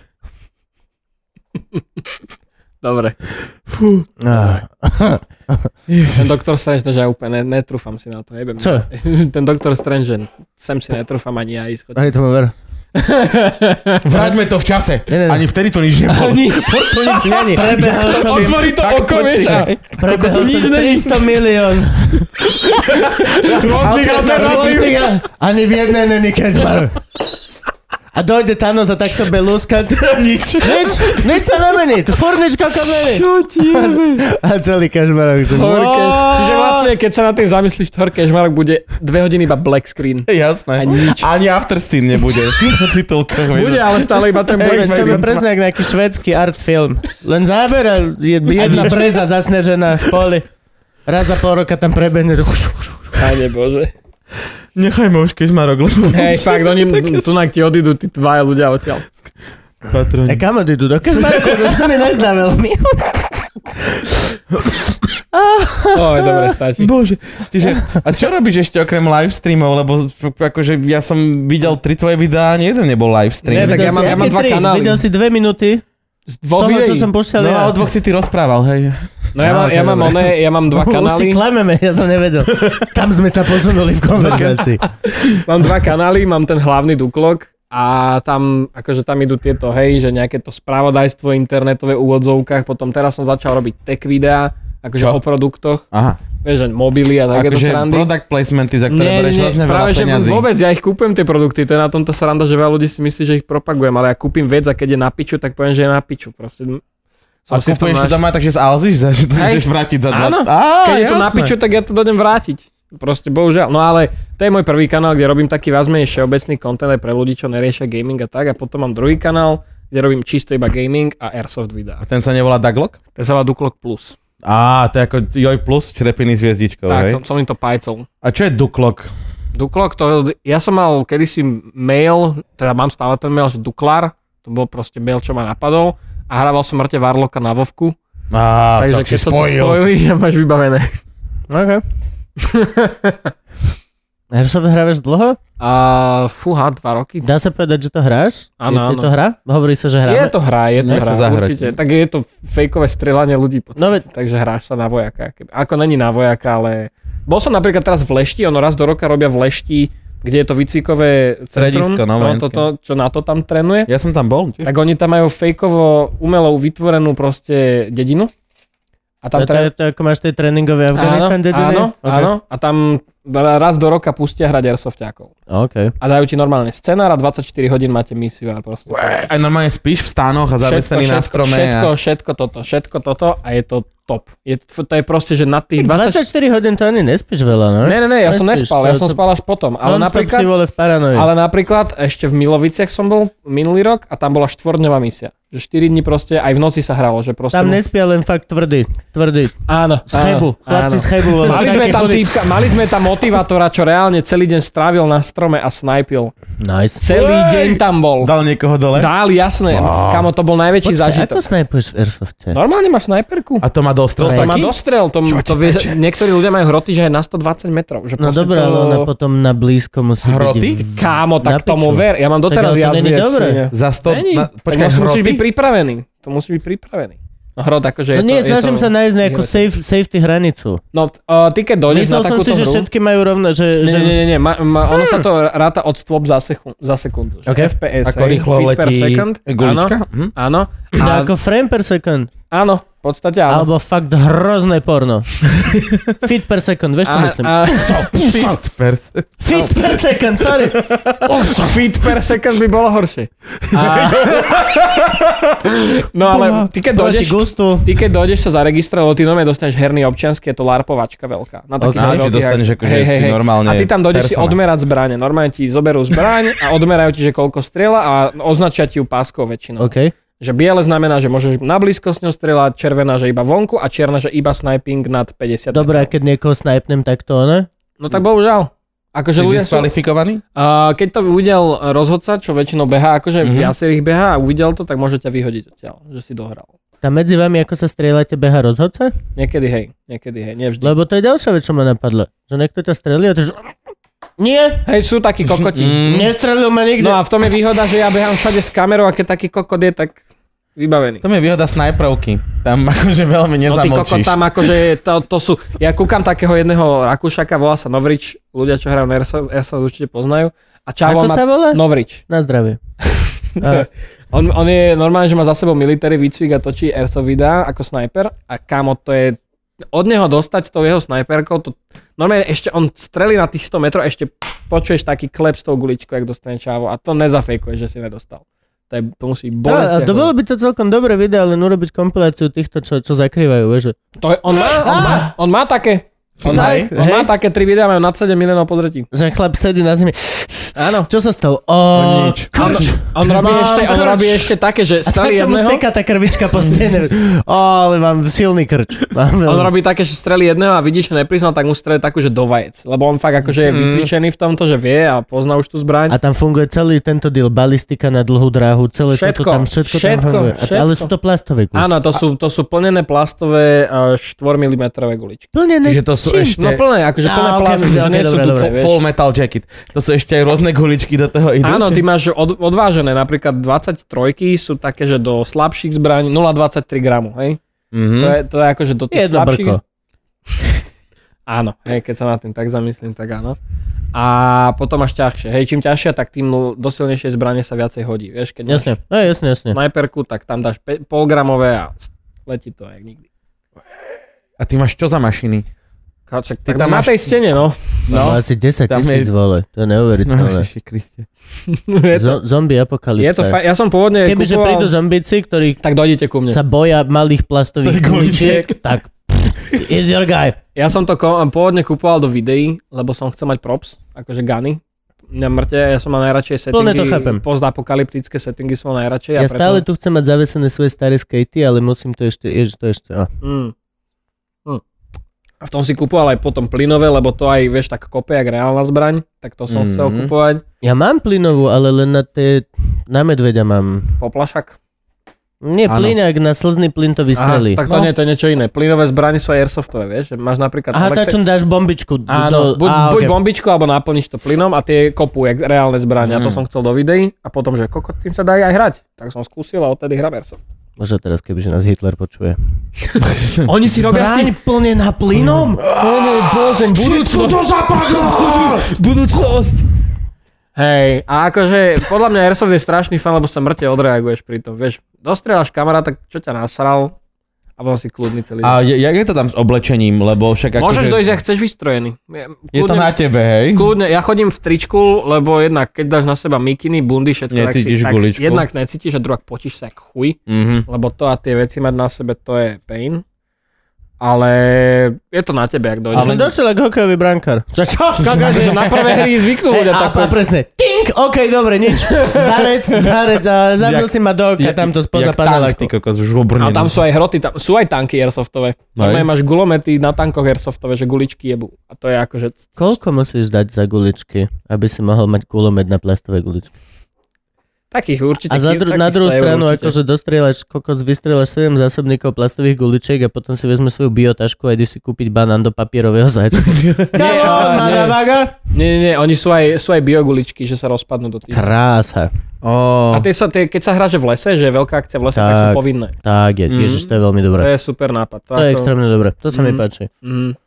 C: Dobre.
A: Ah.
C: Ten Doktor Strange, to že ja úplne ne, netrúfam si na to. Jebem.
A: Čo?
C: Ten Doktor Strange, že sem si netrúfam ani ja ísť.
A: Aj tomu ver.
B: Vráťme to v čase.
A: Ne, ne, ne.
B: Ani vtedy to nič nebolo.
C: Ani to nič není.
A: Prebehol som,
C: Otvorí to
B: Tak
C: oko,
B: poď
C: vieš.
B: si.
C: a-
A: prebehol
C: nič
A: som
C: není.
A: tristo milión.
C: Rôznych alternatív.
A: Ani v jednej není Kežmarok. A dojde Thanos a takto belúska.
B: Nič.
A: Nič, nič sa nemení. Tu furnička kamení.
C: Čo ti jebe?
A: A celý Kežmarok. že-
C: Thor Ke- Čiže vlastne, keď sa na tým zamyslíš, Thor Kežmarok bude dve hodiny iba black screen.
B: Jasné.
C: A nič.
B: Ani after scene nebude. Na titulkoch.
C: Bude, ale stále iba ten black
A: Ej, to je
C: screen.
A: presne jak nejaký švédsky art film. Len záber a je jedna breza zasnežená v poli. Raz za pol roka tam prebehne.
C: Pane Bože.
B: Nechajme už Kežmarok, lebo...
C: Hej, fakt, oni tunak ti odídu, tí dvaja ľudia odtiaľ.
B: Patroni.
A: A kam odídu? Do Kežmarku? To sa mi nezdá veľmi.
C: Oj, dobre, stačí.
B: Bože. Čiže, a čo robíš ešte okrem live streamov? Lebo f- akože ja som videl tri tvoje videá, ani jeden nebol live stream.
C: Nie, tak ja
A: Videl
C: mám-
A: si-
C: ja mám
A: aké
C: dva
A: tri?
C: kanály.
A: Videl si dve minúty
C: Z dvoch
A: toho, čo
C: videí.
A: som pošiel
B: No
A: ja.
B: a o dvoch si ty rozprával, hej.
C: No ja mám, ja mám
A: dobre.
C: oné, ja mám dva
A: Už si
C: kanály.
A: klameme, ja som nevedel. Tam sme sa posunuli v konverzácii.
C: Mám dva kanály, mám ten hlavný Duklok a tam, akože tam idú tieto, hej, že nejaké to spravodajstvo internetové v úvodzovkách, potom teraz som začal robiť tech videá, akože
B: Čo?
C: o produktoch,
B: Aha.
C: vieš, že mobily a takéto
B: Akože
C: srandy.
B: product placementy, za ktoré
C: Nie,
B: bereš
C: nie,
B: hrozne veľa
C: práve že
B: peňazí.
C: vôbec, ja ich kúpujem tie produkty, to je na tomto sranda, že veľa ľudí si myslí, že ich propagujem, ale ja kúpim vec a keď je na piču, tak poviem, že je na piču, proste.
B: A
C: si v tom
B: kúpuješ to
C: naš-
B: doma, takže z Alziš, za- že to
C: Hej.
B: ideš vrátiť za dva...
C: Áno,
B: Á,
C: keď je to na
B: jasné.
C: piču, tak ja to dojdem vrátiť. Proste bohužiaľ. No ale to je môj prvý kanál, kde robím taký viac menej všeobecný content aj pre ľudí, čo neriešia gaming a tak. A potom mám druhý kanál, kde robím čisto iba gaming a airsoft videá.
B: A ten sa nevolá Daglok?
C: To sa volá Duklok Plus.
B: Á, to je ako Joj Plus, črepiny s hviezdičkou, hej?
C: Tak, som, som im to pajcol.
B: A čo je Duklok?
C: Duklok, to, ja som mal kedysi mail, teda mám stále ten mail, že Duklar, to bol proste mail, čo ma napadol. A hrával som mŕte Warlocka na Vovku.
B: Á,
C: Takže
B: tak
C: keď
B: si
C: sa to
B: spojil.
C: spojili, ja máš vybavené.
A: OK. Airsoft hrávaš dlho?
C: A fúha, dva roky.
A: Dá sa povedať, že to hráš?
C: Áno,
A: je, je
C: áno.
A: to hra? Hovorí sa, že
C: Je
A: hráme?
C: to hra, je to
B: Nech
C: hra,
B: sa zahrať.
C: určite. Tak je to fejkové strieľanie ľudí, v podstate,
A: No veď-
C: takže hráš sa na vojaka. Keby- Ako není na vojaka, ale... Bol som napríklad teraz v Lešti, ono raz do roka robia v Lešti, kde je to výcvikové centrum,
B: Stredisko, no,
C: to,
B: vojenské.
C: to, to, čo na to tam trénuje.
B: Ja som tam bol. tiež.
C: Tak oni tam majú fejkovo umelou vytvorenú proste dedinu. A tam
A: To, to, je to, ako máš tie tréningové Afganistan dediny?
C: áno,
A: OK.
C: áno. A tam raz do roka pustia hrať airsofťákov.
A: OK.
C: A dajú ti normálne scenár a dvadsaťštyri hodín máte misiu a proste.
B: Aj normálne spíš v stánoch a zavesený na strome.
C: všetko,
B: a...
C: všetko toto, všetko toto a je to top. Je, to je proste, že na tých dvadsať...
A: dvadsaťštyri hodín to ani nespíš veľa, no?
C: Ne, ne, ne, ja som
A: Nespíš,
C: nespal, ja
A: to-
C: som spal až potom. Ale
A: Non-stop
C: napríklad,
A: si vole v paranoji.
C: ale napríklad ešte v Miloviciach som bol minulý rok a tam bola štvorňová misia. Že štyri dní proste, aj v noci sa hralo, že proste...
A: Tam nespia len fakt tvrdý. Tvrdý.
C: Áno,
A: Z Chebu.
C: áno,
A: Chlapci
C: áno.
A: z Chebu. vole.
C: Mali sme,
A: Také
C: tam
A: chodí-
C: týpka, mali sme tam motivátora, čo reálne celý deň strávil na strome a snajpil.
A: Nice.
C: Celý deň tam bol.
B: Dal niekoho dole?
C: Dal, jasné. Wow. Kamo, to bol najväčší
A: Počkaj,
C: zážitok.
A: ako snajpuješ v Airsofte?
C: Normálne máš snajperku.
B: A to má dostrel
C: To má
B: taký?
C: dostrel. To, to vie, niektorí ľudia majú hroty, že aj na stodvadsať metrov. Že
A: No
C: proste
A: dobré,
C: to...
A: ale ona potom na blízko musí
B: Hroty?
A: byť...
C: Kámo,
A: Na
C: tak tomu
A: piču.
C: ver. Ja mám doteraz
A: Tak ale to není
C: jazviec.
A: dobré.
C: nie.
B: Za sto...
C: Není.
B: Na,
C: Tak
B: počkaj,
C: musíš
B: hroty?
C: byť pripravený. To musí byť pripravený. No hrot, akože je
A: No nie,
C: to, je
A: snažím
C: to...
A: sa nájsť nejakú safe, safety hranicu.
C: No, uh, ty keď dojdeš
A: Myslel
C: na
A: som
C: takúto
A: si, že
C: hru...
A: všetky majú rovno, že...
C: Nie,
A: že...
C: nie, nie, nie. Ma, ma, ono sa to ráta od stôp za, sekund, za sekundu.
A: Okay.
C: ef pé es,
B: Ako
C: hej,
B: rýchlo
C: feet per
B: letí
C: second.
B: gulička?
C: Áno,
B: Hm?
C: áno.
A: No,
C: A,
A: ako frame per second.
C: áno, v podstate áno.
A: Alebo fakt hrozné porno. Feet per second, vieš čo
C: A,
A: myslím?
C: a,
B: Fist percent.
A: Feet per second, sorry.
C: feet per second by bolo horšie. A, no ale ty keď
A: Proti
C: dojdeš...
A: gustu.
C: Ty keď dojdeš sa zaregistrovať, lebo ty normálne dostaneš herný občiansky, je to larpovačka veľká. Na takých
B: Okay.
C: veľkých
B: Či dostaneš
C: akciách.
B: akože ty normálne
C: A ty tam dojdeš si
B: persona.
C: odmerať zbrane. Normálne ti zoberú zbraň a odmerajú ti, že koľko strieľa a označia ti ju páskou väčšinou.
A: OK.
C: Že biele znamená, že môžeš na blízko s ňou strieľať, červená, že iba vonku a čierna, že iba sniping nad päťdesiat.
A: Dobre, a keď niekoho snipnem, tak to ne?
C: No tak bohužiaľ. Akože
B: Si
C: ľudia sú...
B: diskvalifikovaný?
C: Uh, keď to uvidel rozhodca, čo väčšinou behá, akože
B: Mhm.
C: mm-hmm. viacerých behá a uvidel to, tak môže ťa vyhodiť odtiaľ, že si dohral.
A: Tam medzi vami, ako sa strieľate, beha rozhodca?
C: Niekedy hej, niekedy hej, nevždy.
A: Lebo to je ďalšia vec, čo ma napadla. Že niekto ťa strelí a ty že... Nie,
C: Hej, sú takí kokoti.
B: Mm.
A: nestrelil ma nikde.
C: No a v tom je výhoda, že ja behám všade s kamerou a keď taký kokot je, tak vybavený.
B: To je výhoda snajperovky. Tam akože veľmi
C: No ty kokot
B: nezamlčíš.
C: tam akože to, to sú, ja kúkam takého jedného Rakúšaka, volá sa Novrič, ľudia čo hrajú na Airsoft, Airsoft určite poznajú. A Čavo
A: Ako
C: má
A: sa volá?
C: Novrič.
A: Na zdravie. A,
C: On, on je normálne, že má za sebou military výcvik a točí Airsoft videá ako sniper a kámo, to je od neho dostať s tou jeho snajperkou, to normálne ešte on strelí na tých sto metrov, ešte počuješ taký klep s tou guličkou, jak dostane Čavo a to nezafejkuje, že si nedostal. To, je, to musí
A: a,
C: bolesť.
A: a to bolo by to celkom dobré video, len urobiť kompiláciu týchto, čo, čo zakrývajú, vieš. že-
C: To je, on, má, on, má, on má také, on,
A: Tak,
C: on má
A: hej.
C: také tri videá, majú nad sedem miliónov pozretí.
A: Že chlap sedí na zemi.
C: Áno.
A: Čo sa stalo? O,
B: nič.
C: On,
A: krč.
C: on, robí
A: Mám
C: ešte, on
A: krč.
C: robí ešte také, že
A: A tak
C: strelí
A: tomu
C: jedného,
A: steká tá krvička po stene. O, ale mám silný krč. Mám
C: on
A: veľmi.
C: robí také, že strelí jedného a vidíš, že nepriznal, tak mu strelí takú, že do vajec. Lebo on fakt akože je vycvičený v tomto, že vie a pozná už tú zbraň.
A: A tam funguje celý tento deal, balistika na dlhú dráhu, celé
C: Všetko,
A: toto tam, všetko, tam
C: všetko,
A: funguje. A,
C: všetko.
A: ale sú to plastové guličky.
C: Áno, to sú, to sú plnené plastové štyri milimetre guličky.
A: Plne ne...
B: Čiže to sú
A: čím?
B: ešte...
C: No plné, akože plné
A: Á, ok,
C: plasty,
A: ok,
C: že nie sú
A: dobre,
C: tu,
A: dobre.
C: vieš.
B: Full metal jacket. To sú ešte aj rôzne guličky do toho idú.
C: Áno,
B: či-
C: ty máš od, odvážené, napríklad dvadsaťtrojky sú také, že do slabších zbraní nula celá dvadsaťtri gramu, hej?
B: Mhm.
C: To, je, to je akože do tých
A: Jedno
C: slabších...
A: brko.
C: Áno, hej, keď sa na tým tak zamyslím, tak áno. A potom máš ťažšie. Hej, čím ťažšia, tak tým do silnejšej zbrane sa viacej hodí. Vieš, keď máš
A: Jasne, no, jasne, jasne.
C: snajperku, tak tam dáš pe- polgramové a letí to jak nikdy.
B: A ty máš čo za mašiny?
C: Káček,
B: Ty
C: tak
B: tam
C: na
B: máš-
C: tej stene, no.
A: No, asi desať
B: tam
A: tisíc
B: je-
A: vole, to je
B: No,
A: neuveriteľné.
B: Ježiši Kriste.
C: je, to,
A: Zo- zombie
C: je
A: apokalypsa.
C: to fajn. Ja som pôvodne
A: Kebyže
C: kupoval...
A: prídu zombíci, ktorí
C: Tak dojdete ku mne.
A: sa boja malých plastových
B: To je
A: guličiek, tak is your guy.
C: Ja som to ko- pôvodne kupoval do videí, lebo som chcel mať props, akože guny. Mňa mŕte, ja som mal najradšej
A: Plne to
C: settingy,
A: chápem.
C: postapokalyptické settingy som mal najradšej.
A: Ja
C: a preto...
A: stále tu chcem mať zavesené svoje staré skatey, ale musím to ešte, ježiš, to ešte, á.
C: Mm. Mm. A v tom si kupoval aj potom plynové, lebo to aj, vieš, tak kope, jak reálna zbraň, tak to som
B: Mhm.
C: chcel kupovať.
A: Ja mám plynovú, ale len na tie, na medveďa mám.
C: Poplašak.
A: Nie,
B: Áno.
A: plyňák, na slzný plyn to vystrelí.
C: Aha, tak to
B: No.
C: nie, to je niečo iné. Plynové zbranie sú aj airsoftové, vieš, že máš napríklad...
A: Aha, tá,
C: elektri-
A: čo dáš bombičku.
C: Áno,
A: do,
C: buď,
A: á,
C: buď
A: okay.
C: bombičku, alebo naplníš to plynom a tie kopú, jak reálne zbranie.
B: Mm.
C: A to som chcel do videí a potom, že kokot, tým sa dá aj hrať. Tak som skúsil a odtedy hrám airsoft.
A: Možno teraz, kebyže nás Hitler počuje.
C: Oni si robia s tým...
A: plne na plynom?
B: Všetko to zapadlo! Budúcnosť!
C: Hej, a akože podľa mňa airsoft je strašný fan, lebo sa mŕte odreaguješ pri tom. Vieš, dostrieľaš kamaráta, čo ťa nasral a on si kľudný celý
B: A
C: deň.
B: je- jak je to tam s oblečením? Lebo však
C: Môžeš
B: akože-
C: dojsť, ak chceš vystrojený.
B: Je to na tebe, hej?
C: Kľudne, ja chodím v tričku, lebo jednak keď dáš na seba mikiny, bundy, všetko, tak si,
B: Necítiš
C: tak
B: guličku.
C: jednak necítiš a druhak potíš sa jak chuj,
B: Mhm.
C: lebo to a tie veci mať na sebe, to je pain. Ale je to na tebe, ak
A: Ja som
C: dojdeš.
A: došiel ako hokejový brankár. Čo, čo?
C: Takže na prvé hry zvyknú
A: Hej,
C: ľudia
A: a,
C: tak
A: a presne. Ty Pink! OK, dobre, nič. Zdarec, zdarec a zabil si ma do oka tamto spoza paneláku.
B: Jak tank, ty kokos, už obrnený.
C: A tam sú aj hroty, tam sú aj tanky airsoftové. Tam aj máš gulomety na tankoch airsoftové, že guličky jebú. A to je akože...
A: Koľko musíš dať za guličky, aby si mohol mať kulomet na plastové guličky?
C: Takých určite.
A: A za dru- na druhú stranu, akože dostrieľaš, kokos, vystrieľaš sedem zásobníkov plastových guličiek a potom si vezme svoju biotašku a ideš si kúpiť banán do papierového záčku.
C: Nie, nie, nie, oni sú aj, sú aj bioguličky, že sa rozpadnú do tých.
A: Krása.
B: Oh.
C: A tie sa, tie, keď sa hráže v lese, že je veľká akcia v lese, tak, tak sú povinné.
A: Tak je, mm. Ježiš, to je veľmi dobré.
C: To je super nápad.
A: To, to je ako... extrémne dobré, to sa mm. mi páči.
C: Mm.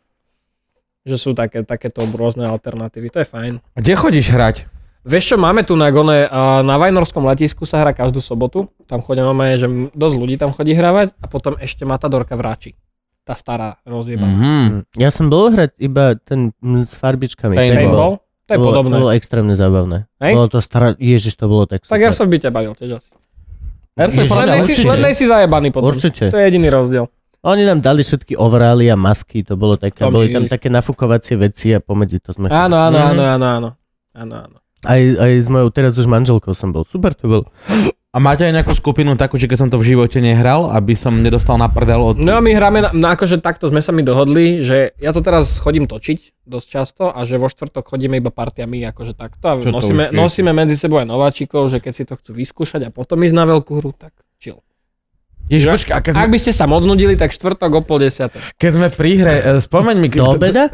C: Že sú také, takéto rôzne alternatívy, to je fajn.
B: A kde chodíš hrať?
C: Vieš čo, máme tu na Gone, na Vajnorskom letisku sa hrá každú sobotu. Tam chodia máme, že dosť ľudí tam chodí hravať a potom ešte Matadorka v Ráči. Tá stará rozjebaná.
A: Mm-hmm. Ja som bol hrať iba ten s farbičkami.
C: Paintball? To je
A: to bolo,
C: podobné.
A: To bolo extrémne zábavné.
C: Hej?
A: Bolo to stará... Ježiš, to bolo tak super.
C: Tak Airsoft by ťa bavil tiež asi.
B: Airsoft,
C: len nej si zajebaný potom.
A: Určite.
C: To je jediný rozdiel.
A: Oni nám dali všetky overály a masky, to bolo také,
C: To
A: boli
C: mi-
A: tam také nafukovacie veci a pomedzi to sme...
C: Áno, áno,
A: Mhm.
C: áno, áno, áno. Áno, áno.
A: Aj, aj s mojou teraz už manželkou som bol. Super to bolo.
B: A máte aj nejakú skupinu takú, že keď som to v živote nehral, aby som nedostal na prdel od...
C: No a my hráme, na, no akože takto sme sa mi dohodli, že ja to teraz chodím točiť dosť často a že vo štvrtok chodíme iba partiami akože takto a
B: Čo to
C: nosíme,
B: už je?
C: nosíme medzi sebou aj nováčikov, že keď si to chcú vyskúšať a potom ísť na veľkú hru, tak chill.
B: Ježiš,
C: Že-
B: počkaj, a keď sme,
C: Ak by ste sa modnudili, tak štvrtok o pol desiatej.
B: keď sme pri hre, e, spomeň mi...
A: Do obeda?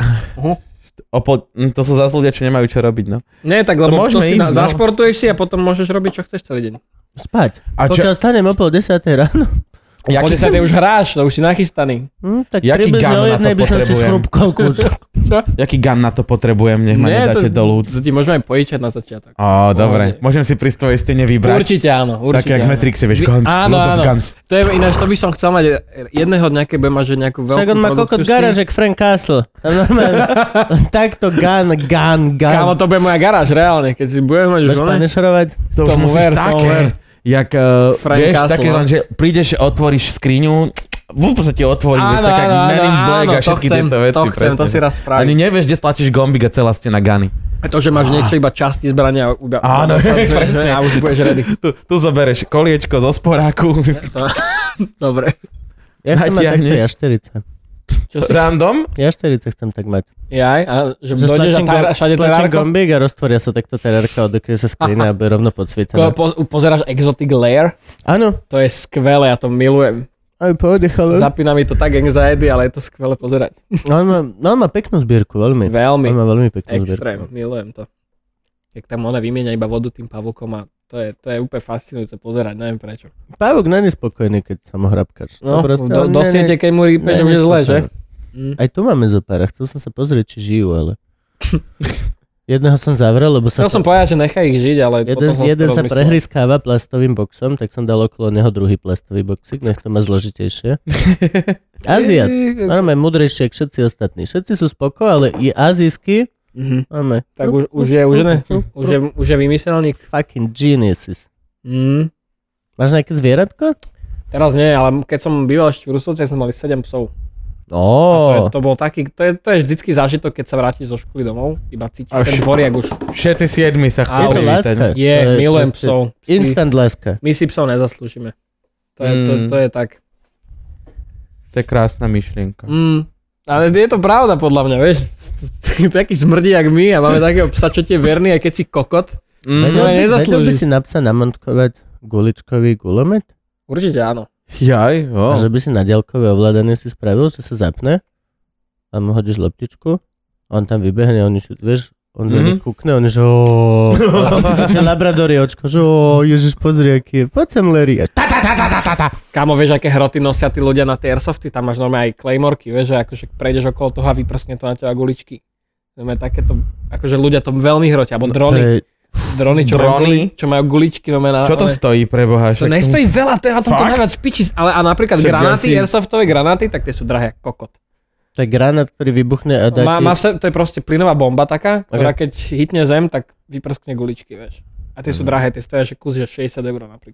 B: O pol, hm, to sú zase ľudia, čo nemajú čo robiť, no.
C: Nie, tak lebo to,
B: môžeme
C: si na,
B: ísť, no.
C: zašportuješ si a potom môžeš robiť, čo chceš celý deň.
A: Spať.
B: A čo-
A: Pokiaľ stanem o pol desiatej ráno.
C: O pol desiatej už hráš, to už si nachystaný.
A: Hm, tak
B: Jaký
A: približne
B: gun
A: o
B: na
A: jednej
B: to
A: by som si
B: potrebujem?
A: schrupkol kúsok.
C: Čo?
B: Jaký gun na to potrebujem, nech ma
C: Nie, to,
B: nedáte dolu.
C: to ti môžeme aj pojičať na začiatok.
B: Ó, dobre. Môžem si pri tvojej stene vybrať.
C: Určite áno, určite
B: Tak jak
C: áno.
B: Matrixy, vieš,
C: Vy-
B: guns,
C: áno,
B: lot of
C: áno.
B: guns.
C: To je ináč, to by som chcel mať jedného dňa, keď budem mať že nejakú veľkú
A: Však on má kokot
C: produkciu s tým.
A: garáž, jak Frank Castle. Tam normálne, takto gun, gun, gun.
C: Kámo, to bude moja garáž, reálne, keď si budeme mať už
A: Budeš
C: one.
A: panešerovať?
B: To už
C: Tomu
B: musíš
C: ver, tomu
B: také,
C: ver.
B: jak, uh,
C: Frank
B: vieš,
C: Castle,
B: také
C: no.
B: len, že prídeš, otvoríš skriňu, v podstate otvorí, vieš, tak jak Men in Black a
C: to
B: všetky
C: chcem,
B: tieto veci.
C: to chcem, to
B: presne.
C: si raz spraviť.
B: Ani nevieš, kde stlačíš gombík a celá stena guny.
C: A to, že máš niečo iba časti zbrania a iba...
B: Áno, presne.
C: A už budeš ready.
B: Tu, tu zobereš koliečko zo sporáku.
C: To... Dobre.
A: Ja chcem mať
B: Natiahne.
A: takto jašterica.
C: Čo si...
B: Random?
A: Jašterica chcem tak mať.
C: Jaj, a že
A: Že
C: dojdeš a
A: stlačím,
C: tá,
A: go-
C: všade
A: stlačím
C: terárko?
A: gombík a roztvoria sa takto terárka, odokryje sa skrina a bude rovno
C: Ko,
A: podsvietená.
C: po, pozeráš Exotic Lair?
A: Áno,
C: To je skvelé, ja to milujem.
A: aj pohode, chalé.
C: Zapína mi to tak anxiety, ale je to skvelé pozerať.
A: No, on má, no, on má peknú zbierku, veľmi.
C: Veľmi.
A: On má veľmi peknú
C: Extrém,
A: zbierku.
C: milujem to. Jak tam ona vymieňa iba vodu tým pavúkom a to je, to je úplne fascinujúce pozerať, neviem prečo.
A: Pávok není spokojný, keď sa mu hrabkáš.
C: No,
A: proste
C: do,
A: on
C: do
A: nie-
C: siete, keď mu rýpe, že
A: nie-
C: bude zle, že?
A: nespokojný.
C: Mm.
A: Aj tu máme zo pár, chcel som sa pozrieť, či žijú, ale... Jedného som zavrel, lebo sa...
C: Chcel som povedať, že nechaj ich žiť, ale
A: Jeden,
C: potom som
A: jeden
C: to
A: sa
C: rozmyslel.
A: prehryskáva plastovým boxom, tak som dal okolo neho druhý plastový boxík, nech to má zložitejšie. Aziat. Normálne mudrejšie, ako všetci ostatní. Všetci sú spoko, ale je azijský.
C: Mhm.
A: Máme.
C: Tak už, už je, už, ne, už je, už je vymyselník.
A: Fucking geniuses.
C: Mm.
A: Máš nejaké zvieratko?
C: Teraz nie, ale keď som býval ešte v Rusovciach, sme mali sedem psov. A to, je,
A: Ó,
C: to bol taký, to je, to je vždycky zážitok, keď sa vrátiš zo školy domov, iba cítiš
B: A
C: ten
B: vš-
C: dvoriak už.
B: Všetci siedmi sa
C: A
A: je
B: chcú
A: to
C: ale-
A: láska.
B: privítať.
C: Je,
A: To
C: milujem
A: proste
C: psov. Psi-
A: Instant láska.
C: My si psov nezaslúžime. To je, to,
B: Mm.
C: to je tak.
B: To je krásna myšlienka.
C: Mm. Ale je to pravda podľa mňa, vieš. Taký smrdí jak my a máme takého psa, čo ti je verný, aj keď si kokot.
B: Mm.
C: Vedel-
A: Vedel by, vedel
C: nezaslúži.
A: by si na psa namontkovať guličkový gulomet?
C: Určite áno.
B: Jaj,
A: A
B: oh.
A: že by si na diaľkové ovládanie si spravil, že sa zapne a mu hodíš loptičku a on tam vybehne a on už, vieš, on do
B: Mhm.
A: nich kúkne, on už ooo, tie labradory očko, že ooo, ježiš, pozri, aký je, poď sem, Larry. A ta, ta, ta, ta, ta, ta, ta.
C: Kámo, vieš, aké hroty nosia tí ľudia na tie airsofty, tam máš normálne aj claymorky, vieš, že akože prejdeš okolo toho a vyprskne to na teba guličky. Normálne takéto, akože ľudia to veľmi hrotia, alebo
A: To
C: drony,
A: je,
C: drony, čo, Majú,
B: Drony?
C: guli, čo majú guličky, no na,
B: Čo to
C: one-
B: stojí pre Boha?
C: To
B: Však
C: nestojí veľa, to je na tomto
B: Fakt?
C: najviac piči, ale a napríklad
B: Však ja
C: granáty,
B: si-
C: airsoftové granáty, tak tie sú drahé ako kokot.
A: to je granát, ktorý vybuchne a dá
C: Má,
A: ti...
C: má v se, to je proste plynová bomba taká, ktorá
A: Okay.
C: keď hitne zem, tak vyprskne guličky, vieš. A tie sú
B: Mhm.
C: drahé, tie stoja, že kus, že šesťdesiat eur napríklad.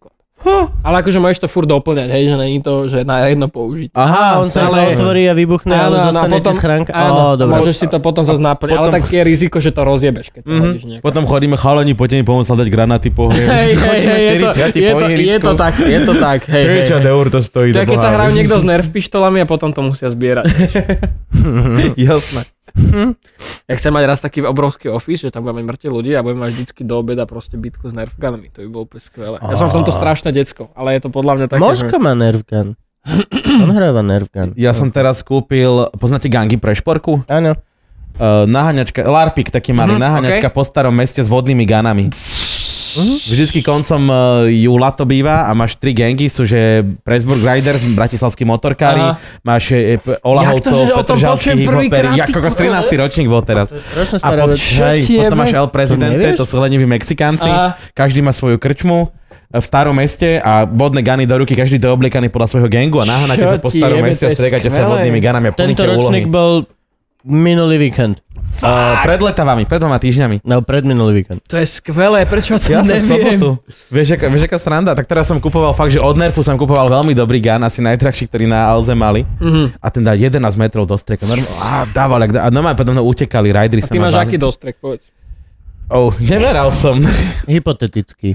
C: Huh. Ale akože môžeš to furt doplňať, hej, že není to, že na jedno použiť.
A: Aha, on sa ale... otvorí a vybuchne, ale zostane ti schránka.
C: Áno, oh, môžeš si to potom zase naplniť, ale tak je riziko, že to rozjebeš, keď to mm-hmm. hodíš nejako.
B: Potom chodíme chalani, poďte mi pomôcť hľadať granáty po hre.
C: Hej, hej, hej, je, to, je, to, je to tak, je to tak, hej, hej.
B: šesťdesiat eur to stojí.
C: To je, keď sa hrajú niekto s nerf pištolami a potom to musia zbierať.
B: Jasné.
C: Hm. Ja chcem mať raz taký obrovský office, že tam budeme mŕte ľudí a budeme mať vždycky do obeda proste bitku s nerf gunami. To by bolo úplne skvelé. Ja som v tomto strašné decko, ale je to podľa mňa také...
A: Možka má nerf gun. On hráva nerf gun.
B: Ja som teraz kúpil, poznáte gangy pre šporku?
A: Áno.
B: Uh, naháňačka, larpik taký malý, uh-huh, naháňačka okay. po starom meste s vodnými ganami. Uh-huh. Vždycky koncom uh, júla to býva a máš tri gangy, sú že Pressburg Riders, bratislavskí motorkári, aha. máš e, Olahovcov, Petržalský hiphopery, ako trinásty ročník bol teraz.
A: A pot,
B: hej, potom máš El Presidente, to sú leniví Mexikánci, aha. každý má svoju krčmu v starom meste a vodné gany do ruky, každý je obliekaný podľa svojho gangu a naháňate sa po starom meste a striekate sa vodnými ganami a plníte úlohy.
A: Tento ročník bol minulý víkend.
B: Uh, pred letavami, pred dvoma týždňami.
A: No, pred minulý víkend.
C: To je skvelé, prečo to
B: ja
C: neviem?
B: Vieš, aká, vieš, aká sranda? Tak teraz som kupoval fakt, že od Nerfu som kupoval veľmi dobrý gun, asi najdrahší, ktorý na Alze mali. Mm-hmm. A ten dá jedenásť metrov do streka. A dával, a normálne predo mnou utekali, ridery
C: sa
B: ma bavili.
C: A ty máš aký dostrek, povedz?
B: Oh, nemeral som.
A: Hypotetický.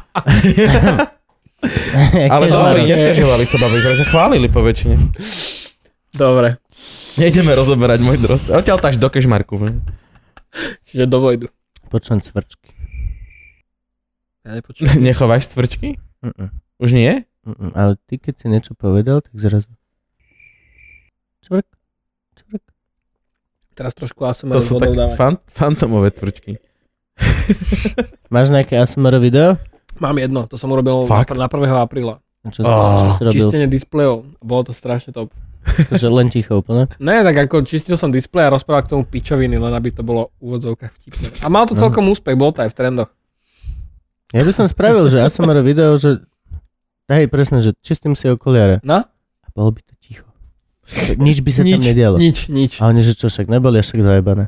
B: Ale dobrý, nestiažovali sa babi, pretože chválili po väčšine.
C: Dobre.
B: Nejdeme rozoberať môj drost. Odtiaľ táž do Kešmarku.
C: Čiže do Vojdu.
A: Počujem cvrčky.
C: Ja nepočujem.
B: Nechováš cvrčky? Uh-uh. Už nie?
A: Uh-uh. Ale ty, keď si niečo povedal, tak zrazu... Cvrk. Cvrk.
C: Teraz trošku á es em er
B: to sú tak fan, fantomové cvrčky.
A: Máš nejaké á es em er video?
C: Mám jedno, to som urobil Fakt? na prvého apríla.
A: Čo, oh. čo, čo si robil?
C: Čistenie displejov. Bolo to strašne top.
A: Takže len ticho úplne?
C: Ne, tak ako čistil som displej a rozprával k tomu pičoviny, len aby to bolo v úvodzovkách vtipné. A mal to celkom no. úspech, bol to aj v trendoch.
A: Ja by som spravil, že á es em er video, že hej, presne, že čistím si okuliare.
C: No?
A: A bolo by to ticho. Nič by sa nič, tam nedialo.
C: Nič, nič.
A: A oni, že čo, však neboli až tak zajebané.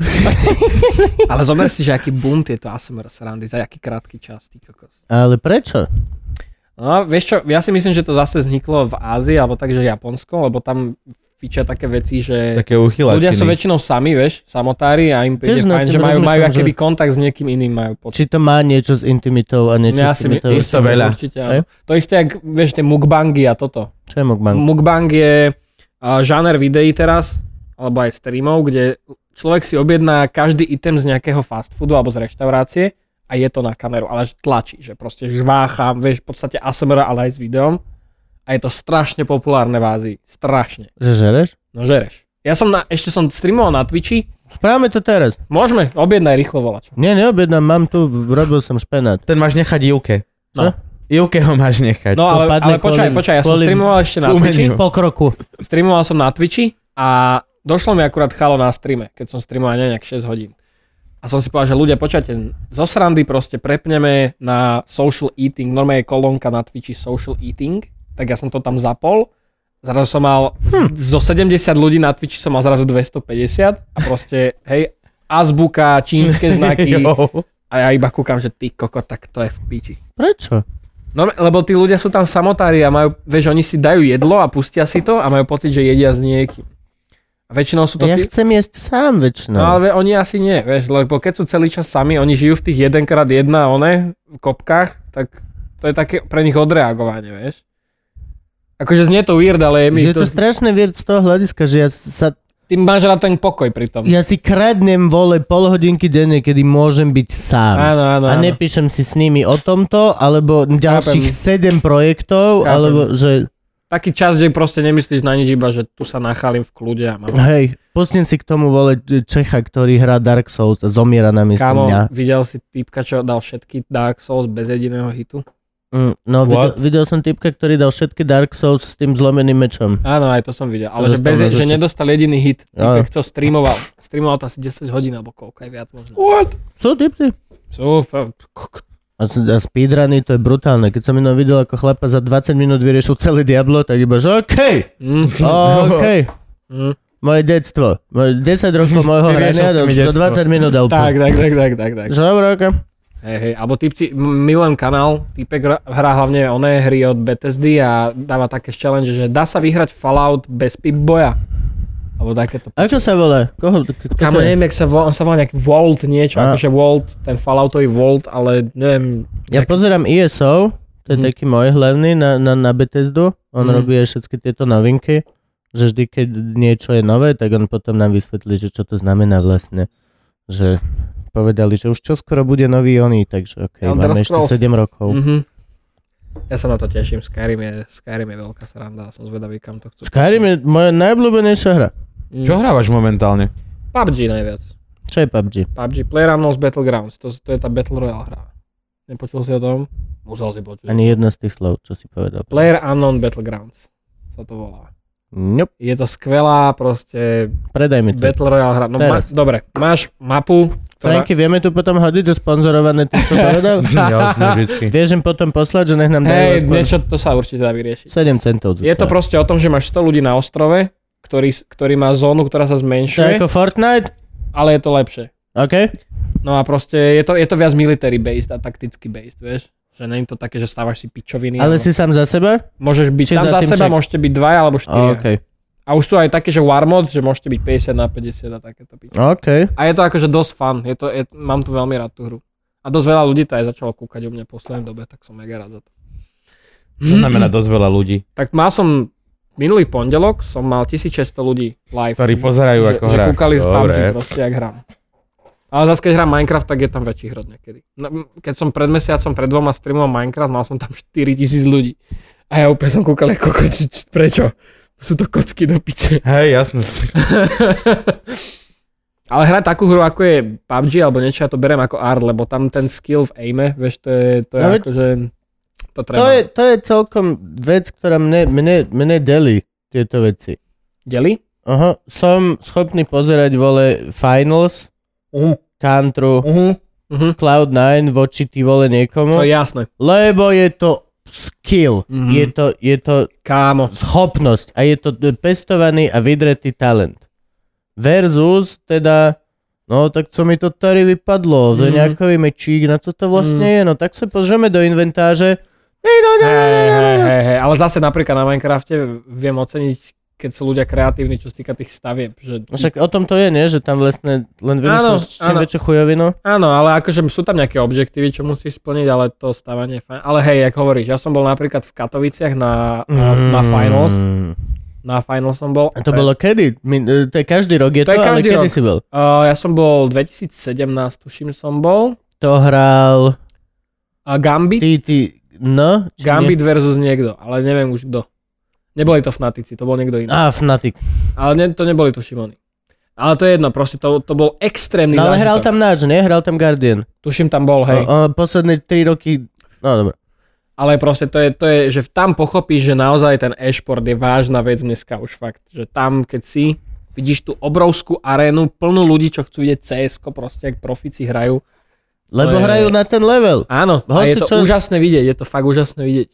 C: Ale zober si, že aký boom tieto á es em er srandy za aký krátky čas, ty kokos.
A: Ale prečo?
C: No, vieš čo, ja si myslím, že to zase vzniklo v Ázii, alebo takže Japonsko, lebo tam fičia také veci, že
B: také
C: ľudia sú väčšinou sami, vieš, samotári a im príde fajn, že majú, majú akýby že... kontakt s niekým iným. Majú pocit.
A: Či to má niečo s intimitou a niečo
C: ja
A: s intimitou?
B: Isto veľa.
C: Určite, áno. To isté, jak, vieš, tie mukbangy a toto.
A: Čo je mukbang?
C: Mukbang je uh, žáner videí teraz, alebo aj streamov, kde človek si objedná každý item z nejakého fast foodu alebo z reštaurácie a je to na kameru, ale tlačí, že proste žvácha, vieš, v podstate á es em er, ale aj s videom. A je to strašne populárne v Ázii. Strašne.
A: Že žereš?
C: No žereš. Ja som na, ešte som streamoval na Twitchi.
A: Správame to teraz.
C: Môžeme, objednaj rýchlo volačo.
A: Nie, neobjednám, mám tu, robil som špenát.
B: Ten máš nechať Ivke.
C: No.
B: Ivke ho máš nechať.
C: No ale, ale počkaj, počkaj, ja som streamoval ešte na Twitchi.
A: Po kroku.
C: Streamoval som na Twitchi a došlo mi akurát chalo na streame, keď som streamoval nejak šesť hodín. A som si povedal, že ľudia, počujete, zo srandy proste prepneme na social eating, normálne je kolónka na Twitchi social eating, tak ja som to tam zapol. Zrazu som mal, hm. zo sedemdesiat ľudí na Twitchi som mal zrazu dvestopäťdesiat a proste, hej, azbuka, čínske znaky a ja iba kúkam, že ty koko, tak to je v piči.
A: Prečo?
C: No, lebo tí ľudia sú tam samotári a majú, vieš, oni si dajú jedlo a pustia si to a majú pocit, že jedia s niekým. A väčšinou sú to
A: ja
C: tí...
A: chcem jesť sám väčšinou.
C: No ale oni asi nie, vieš, lebo keď sú celý čas sami, oni žijú v tých jeden krát jedna one v kopkách, tak to je také pre nich odreagovanie, vieš. Akože znie to weird, ale je mi
A: je to... Je to strašné weird z toho hľadiska, že ja sa...
C: Ty máš rád ten pokoj pri tom.
A: Ja si kradnem vole pol hodinky denne, kedy môžem byť sám.
C: Áno, áno,
A: a nepíšem si s nimi o tomto, alebo ďalších Chápem. sedem projektov, Chápem. alebo že...
C: Taký čas, že proste nemyslíš na nič, iba že tu sa nachálim v kľude a mám...
A: Hej, pustím si k tomu vole Čecha, ktorý hrá Dark Souls a zomiera na miesto mňa.
C: Videl si typka, čo dal všetky Dark Souls bez jediného hitu?
A: Mm, no, videl, videl som typka, ktorý dal všetky Dark Souls s tým zlomeným mečom.
C: Áno, aj to som videl, ale že, bez, že nedostal jediný hit. Typek to streamoval. Streamoval to asi desať hodín, alebo koľko, aj viac možno.
A: What? Sú typci?
C: Sú,
A: A speedruny, to je brutálne. Keď som jednou videl, ako chlapa za dvadsať minút vyriešil celé Diablo, tak iba, že okej, okay. okej. Okay. Moje detstvo. Moje desať rokov môjho hrania do dvadsať minút dal.
C: Tak, tak, tak, tak, tak, tak.
A: Že dobré, okej.
C: Hej, hej, alebo typci, milujem kanál, typek hrá hlavne oné hry od Bethesdy a dáva také challenge, že dá sa vyhrať Fallout bez Pip-Boya. Alebo takéto.
A: Ako sa volá? Koho?
C: Kámo, neviem, jak sa volá, on sa volá nejaký Vault niečo, a. akože Vault, ten Falloutový Vault, ale neviem.
A: Ja
C: nejaký...
A: pozerám í es ó, to je hmm. taký môj hlavný na, na, na Bethesdu, on hmm. robí aj všetky tieto novinky, že vždy, keď niečo je nové, tak on potom nám vysvetlí, že čo to znamená vlastne, že povedali, že už čoskoro bude nový oný, takže okej, okay, máme ešte sedem rokov. Mm-hmm.
C: Ja sa na to teším, Skyrim je, Skyrim je veľká sranda, som zvedavý, kam to chcú.
A: Skyrim je moja najobľúbenejšia hra.
B: Mm. Čo hrávaš momentálne?
C: pé ú bé gé najviac.
A: Čo je pé ú bé gé?
C: pé ú bé gé, PlayerUnknown's Battlegrounds, to, to je tá Battle Royale hra. Nepočul si o tom? Musel si počuť.
A: Ani jedno z tých slov, čo si povedal.
C: PlayerUnknown's Battlegrounds sa to volá.
A: Nope.
C: Je to skvelá proste
A: Predaj mi to.
C: Battle Royale hra. No ma, dobre, máš mapu. Ktorá...
A: Franky, vieme tu potom hodiť, že sponzorované tým, čo povedal?
B: Jasne, vždycky.
A: Vieš im potom poslať, že nech nám dajú
C: Hej, niečo, to sa určite dá vyriešiť.
A: sedem centov.
C: Je to proste o tom, že máš sto ľudí na ostrove, ktorý, ktorý má zónu, ktorá sa
A: To je
C: zmenšuje.
A: ako Fortnite?
C: Ale je to lepšie.
A: OK.
C: No a proste je to, je to viac military based a takticky based, vieš? Že nie je to také, že stávaš si pičoviny.
A: Ale
C: alebo...
A: si sám za seba?
C: Môžeš byť
A: Či
C: sám
A: za
C: za,
A: tým,
C: seba,
A: ček...
C: môžete byť dvaja alebo štyria.
A: Oh, okay.
C: A už sú aj také, že war mod, že môžete byť päťdesiat na päťdesiat a takéto pičoviny.
A: OK.
C: A je to akože dosť fun, je to, je, mám tu veľmi rád tú hru. A dosť veľa ľudí to aj začalo kúkať u mňa v poslednej dobe, tak som mega rád za to.
B: To znamená dosť veľa ľudí.
C: Tak mal som, minulý pondelok som mal tisícšesťsto ľudí live.
B: Ktorí pozerajú
C: že,
B: ako
C: že
B: hra.
C: kúkali z pé ú bé gé
B: Dobre.
C: proste, jak hrám. Ale zase keď hrám Minecraft, tak je tam väčší hrod niekedy. No, keď som pred mesiacom, pred dvoma streamoval Minecraft, mal som tam štyritisíc ľudí. A ja úplne som kúkal, ako kokot, prečo? Sú to kocky do piče.
B: Hej, jasné.
C: Ale hrať takú hru, ako je pé ú bé gé alebo niečo, ja to beriem ako art, lebo tam ten skill v aime, vieš, to je, to je
A: no,
C: akože, to treba.
A: To je, to je celkom vec, ktorá mne, mne, mne delí tieto veci.
C: Deli?
A: Aha, som schopný pozerať, vole, Finals,
C: Uh-huh.
A: Counteru,
C: Uh-huh. Uh-huh.
A: cloud nine voči ty vole niekomu,
C: To je jasné.
A: lebo je to skill,
C: Mhm.
A: je, to, je to
C: Kámo.
A: schopnosť a je to pestovaný a vydretý talent. Versus teda, no tak co mi to tady vypadlo, za
C: Mhm.
A: nejakový mečík, na co to vlastne je, no tak sa pozrieme do inventáže. Hej, no, no, no, no,
C: Hej,
A: no,
C: hej,
A: no.
C: hej, hej, ale zase napríklad na Minecrafte viem oceniť, keď sú ľudia kreatívni, čo sa týka tých stavieb. Že...
A: Však o tom to je, nie? Že tam vlastne len vymýšľaš čím
C: áno.
A: väčšiu chujovinu.
C: Áno, ale akože sú tam nejaké objektívy, čo musíš splniť, ale to stávanie je fajn. Ale hej, jak hovoríš, ja som bol napríklad v Katoviciach na, na, na Finals. Na Finals som bol.
A: A to bolo kedy? Mi- To je každý rok, je to,
C: To je
A: ale
C: každý
A: kedy
C: rok.
A: si bol?
C: Uh, ja som bol dvetisícsedemnásť, tuším som bol.
A: To hral...
C: A Gambit?
A: Ty, ty... No? či
C: Gambit
A: nie?
C: versus niekto, ale neviem už kto. Neboli to Fnatici, to bol niekto iný.
A: Á, Fnatic.
C: Ale ne, to neboli to Šimony. Ale to je jedno, proste to, to bol extrémny
A: No ale
C: zážitok.
A: hral tam náš, nie? Hral tam Guardian.
C: Tuším tam bol, hej.
A: O, o, posledné tri roky... No, dobre.
C: Ale proste to je, to je, že tam pochopíš, že naozaj ten e-šport je vážna vec dneska už fakt. Že tam, keď si, vidíš tú obrovskú arénu, plnú ľudí, čo chcú vidieť cé esko, proste, jak profíci hrajú.
A: Lebo
C: je-
A: hrajú na ten level.
C: Áno, a
A: Hoci
C: je to
A: čo-
C: úžasné vidieť, je to fakt úžasné vidieť.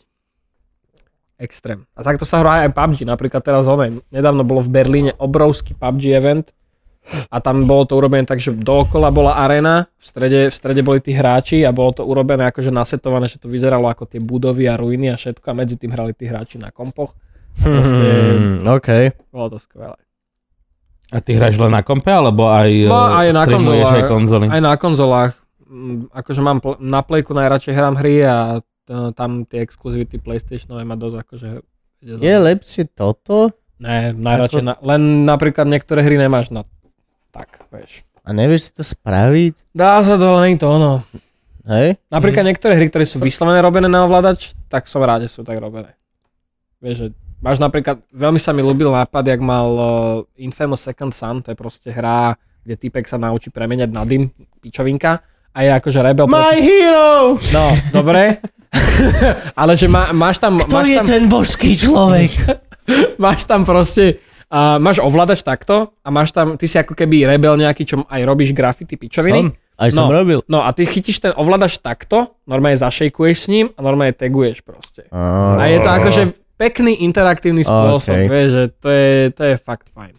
C: Extrém. A takto sa hrá aj pé ú bé gé, napríklad teraz oné. Nedávno bolo v Berlíne obrovský pé ú bé gé event a tam bolo to urobené tak, že dookola bola arena, v strede, v strede boli tí hráči a bolo to urobené akože nasetované, že to vyzeralo ako tie budovy a ruiny a všetko a medzi tým hrali tí hráči na kompoch. A proste
A: Hmm, OK.
C: bolo to skvelé.
B: A ty hráš len na kompe, alebo aj,
C: No, aj
B: eh,
C: na
B: streamuješ
C: konzolách.
B: aj konzoly?
C: Aj na konzolách. Mm, Akože mám pl- na Playku najradšej hrám hry a t- tam tie exkluzivity PlayStationové ma dosť akože... ide za-
A: Je lepšie toto?
C: Ne, najradšej, na, len napríklad niektoré hry nemáš na tak, vieš.
A: A nevieš si to spraviť?
C: Dá sa to, ale nie je to ono.
A: Hej?
C: Napríklad niektoré hry, ktoré sú vyslovené robené na ovládač, tak som rád, že sú tak robené. Vieš, že máš napríklad, veľmi sa mi ľúbil nápad, jak mal uh, Infamous Second Son, to je proste hra, kde typek sa naučí premeniať na dym, pičovinka, a je akože rebel
A: My
C: proti...
A: hero!
C: No, dobre. Ale že má, máš tam...
A: Kto
C: máš
A: je
C: tam...
A: ten božský človek?
C: máš tam proste, uh, máš ovládač takto a máš tam, ty si ako keby rebel nejaký, čo aj robíš graffiti pičoviny.
A: Som? Aj som
C: No.
A: robil.
C: No a ty chytíš ten ovládač takto, normálne zašejkuješ s ním a normálne taguješ proste. A je to akože pekný interaktívny spôsob,
A: Okay.
C: vieš, že to je, to je fakt fajn.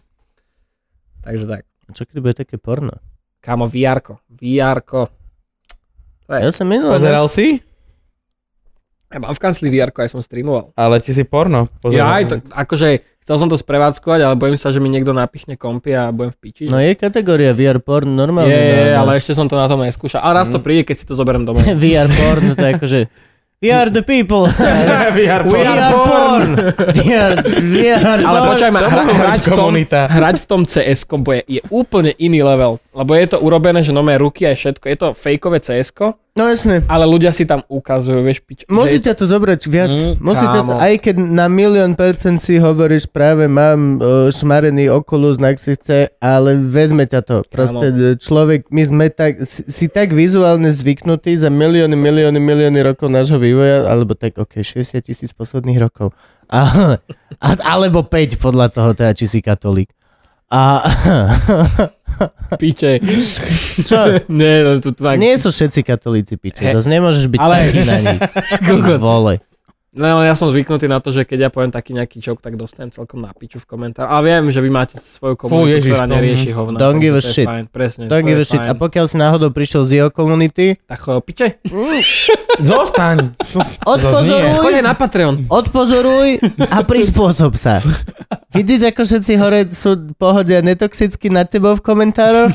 C: Takže tak.
A: Čo keď bude také porno?
C: Kámo, vé erko, vé erko. To
A: Ja som minulý.
B: Pozeral si?
C: Ja mám v kancli vé erko, aj som streamoval.
B: Ale ti si porno pozeral.
C: Ja aj to, akože chcel som to sprevádzkovať, ale bojím sa, že mi niekto napichne kompy a budem v piči.
A: No je kategória vé er porn normálne.
C: Je,
A: no, no.
C: ale ešte som to na tom neskúšal. A raz to príde, keď si to zoberiem domov.
A: vé er porn, to je akože we are the people.
B: vé er
A: We
B: porn.
A: are porn. We are, we are
C: Ale
A: porn.
C: počkaj ma, hra, hrať, v tom,
B: komunita.
C: hrať v tom cé es-ko je, je úplne iný level. Lebo je to urobené, že nomé ruky aj všetko. Je to fejkové cé es-ko,
A: No jasne.
C: ale ľudia si tam ukazujú, vieš, pič.
A: Musí ťa to zobrať viac.
C: Mm,
A: Musí ťa to,
C: kámo.
A: aj keď na milión percent si hovoríš práve mám uh, šmarený okulus na ksichte, ale vezme ťa to. Proste uh, človek, my sme tak, si, si tak vizuálne zvyknutí za milióny, milióny, milióny rokov nášho vývoja, alebo tak, ok, šesťdesiat tisíc posledných rokov. A, a, alebo päť podľa toho, teda, či si katolík. A...
C: Piče.
A: Čo?
C: Nie, no tu tvak.
A: Nie sú všetci katolíci, piče.
C: He.
A: Zas nemôžeš byť
C: Ale-
A: taký na nich. Vole.
C: No ale ja som zvyknutý na to, že keď ja poviem taký nejaký joke, tak dostanem celkom na piču v komentár. A viem, že vy máte svoju komunitu,
B: Ježiš,
C: ktorá
B: to-
C: nerieši hovna.
A: Don't
C: takže
A: give a
C: to je
A: shit.
C: Fajn, presne,
A: Don't
C: to
A: give
C: je
A: a shit.
C: fajn.
A: A pokiaľ si náhodou prišiel z jeho komunity,
C: Tak cho, piče,
B: Zostaň.
A: odpozoruj,
C: choď na Patreon.
A: odpozoruj a prispôsob sa. Vidíš, ako všetci hore sú v pohode a netoxicky nad tebou v komentároch?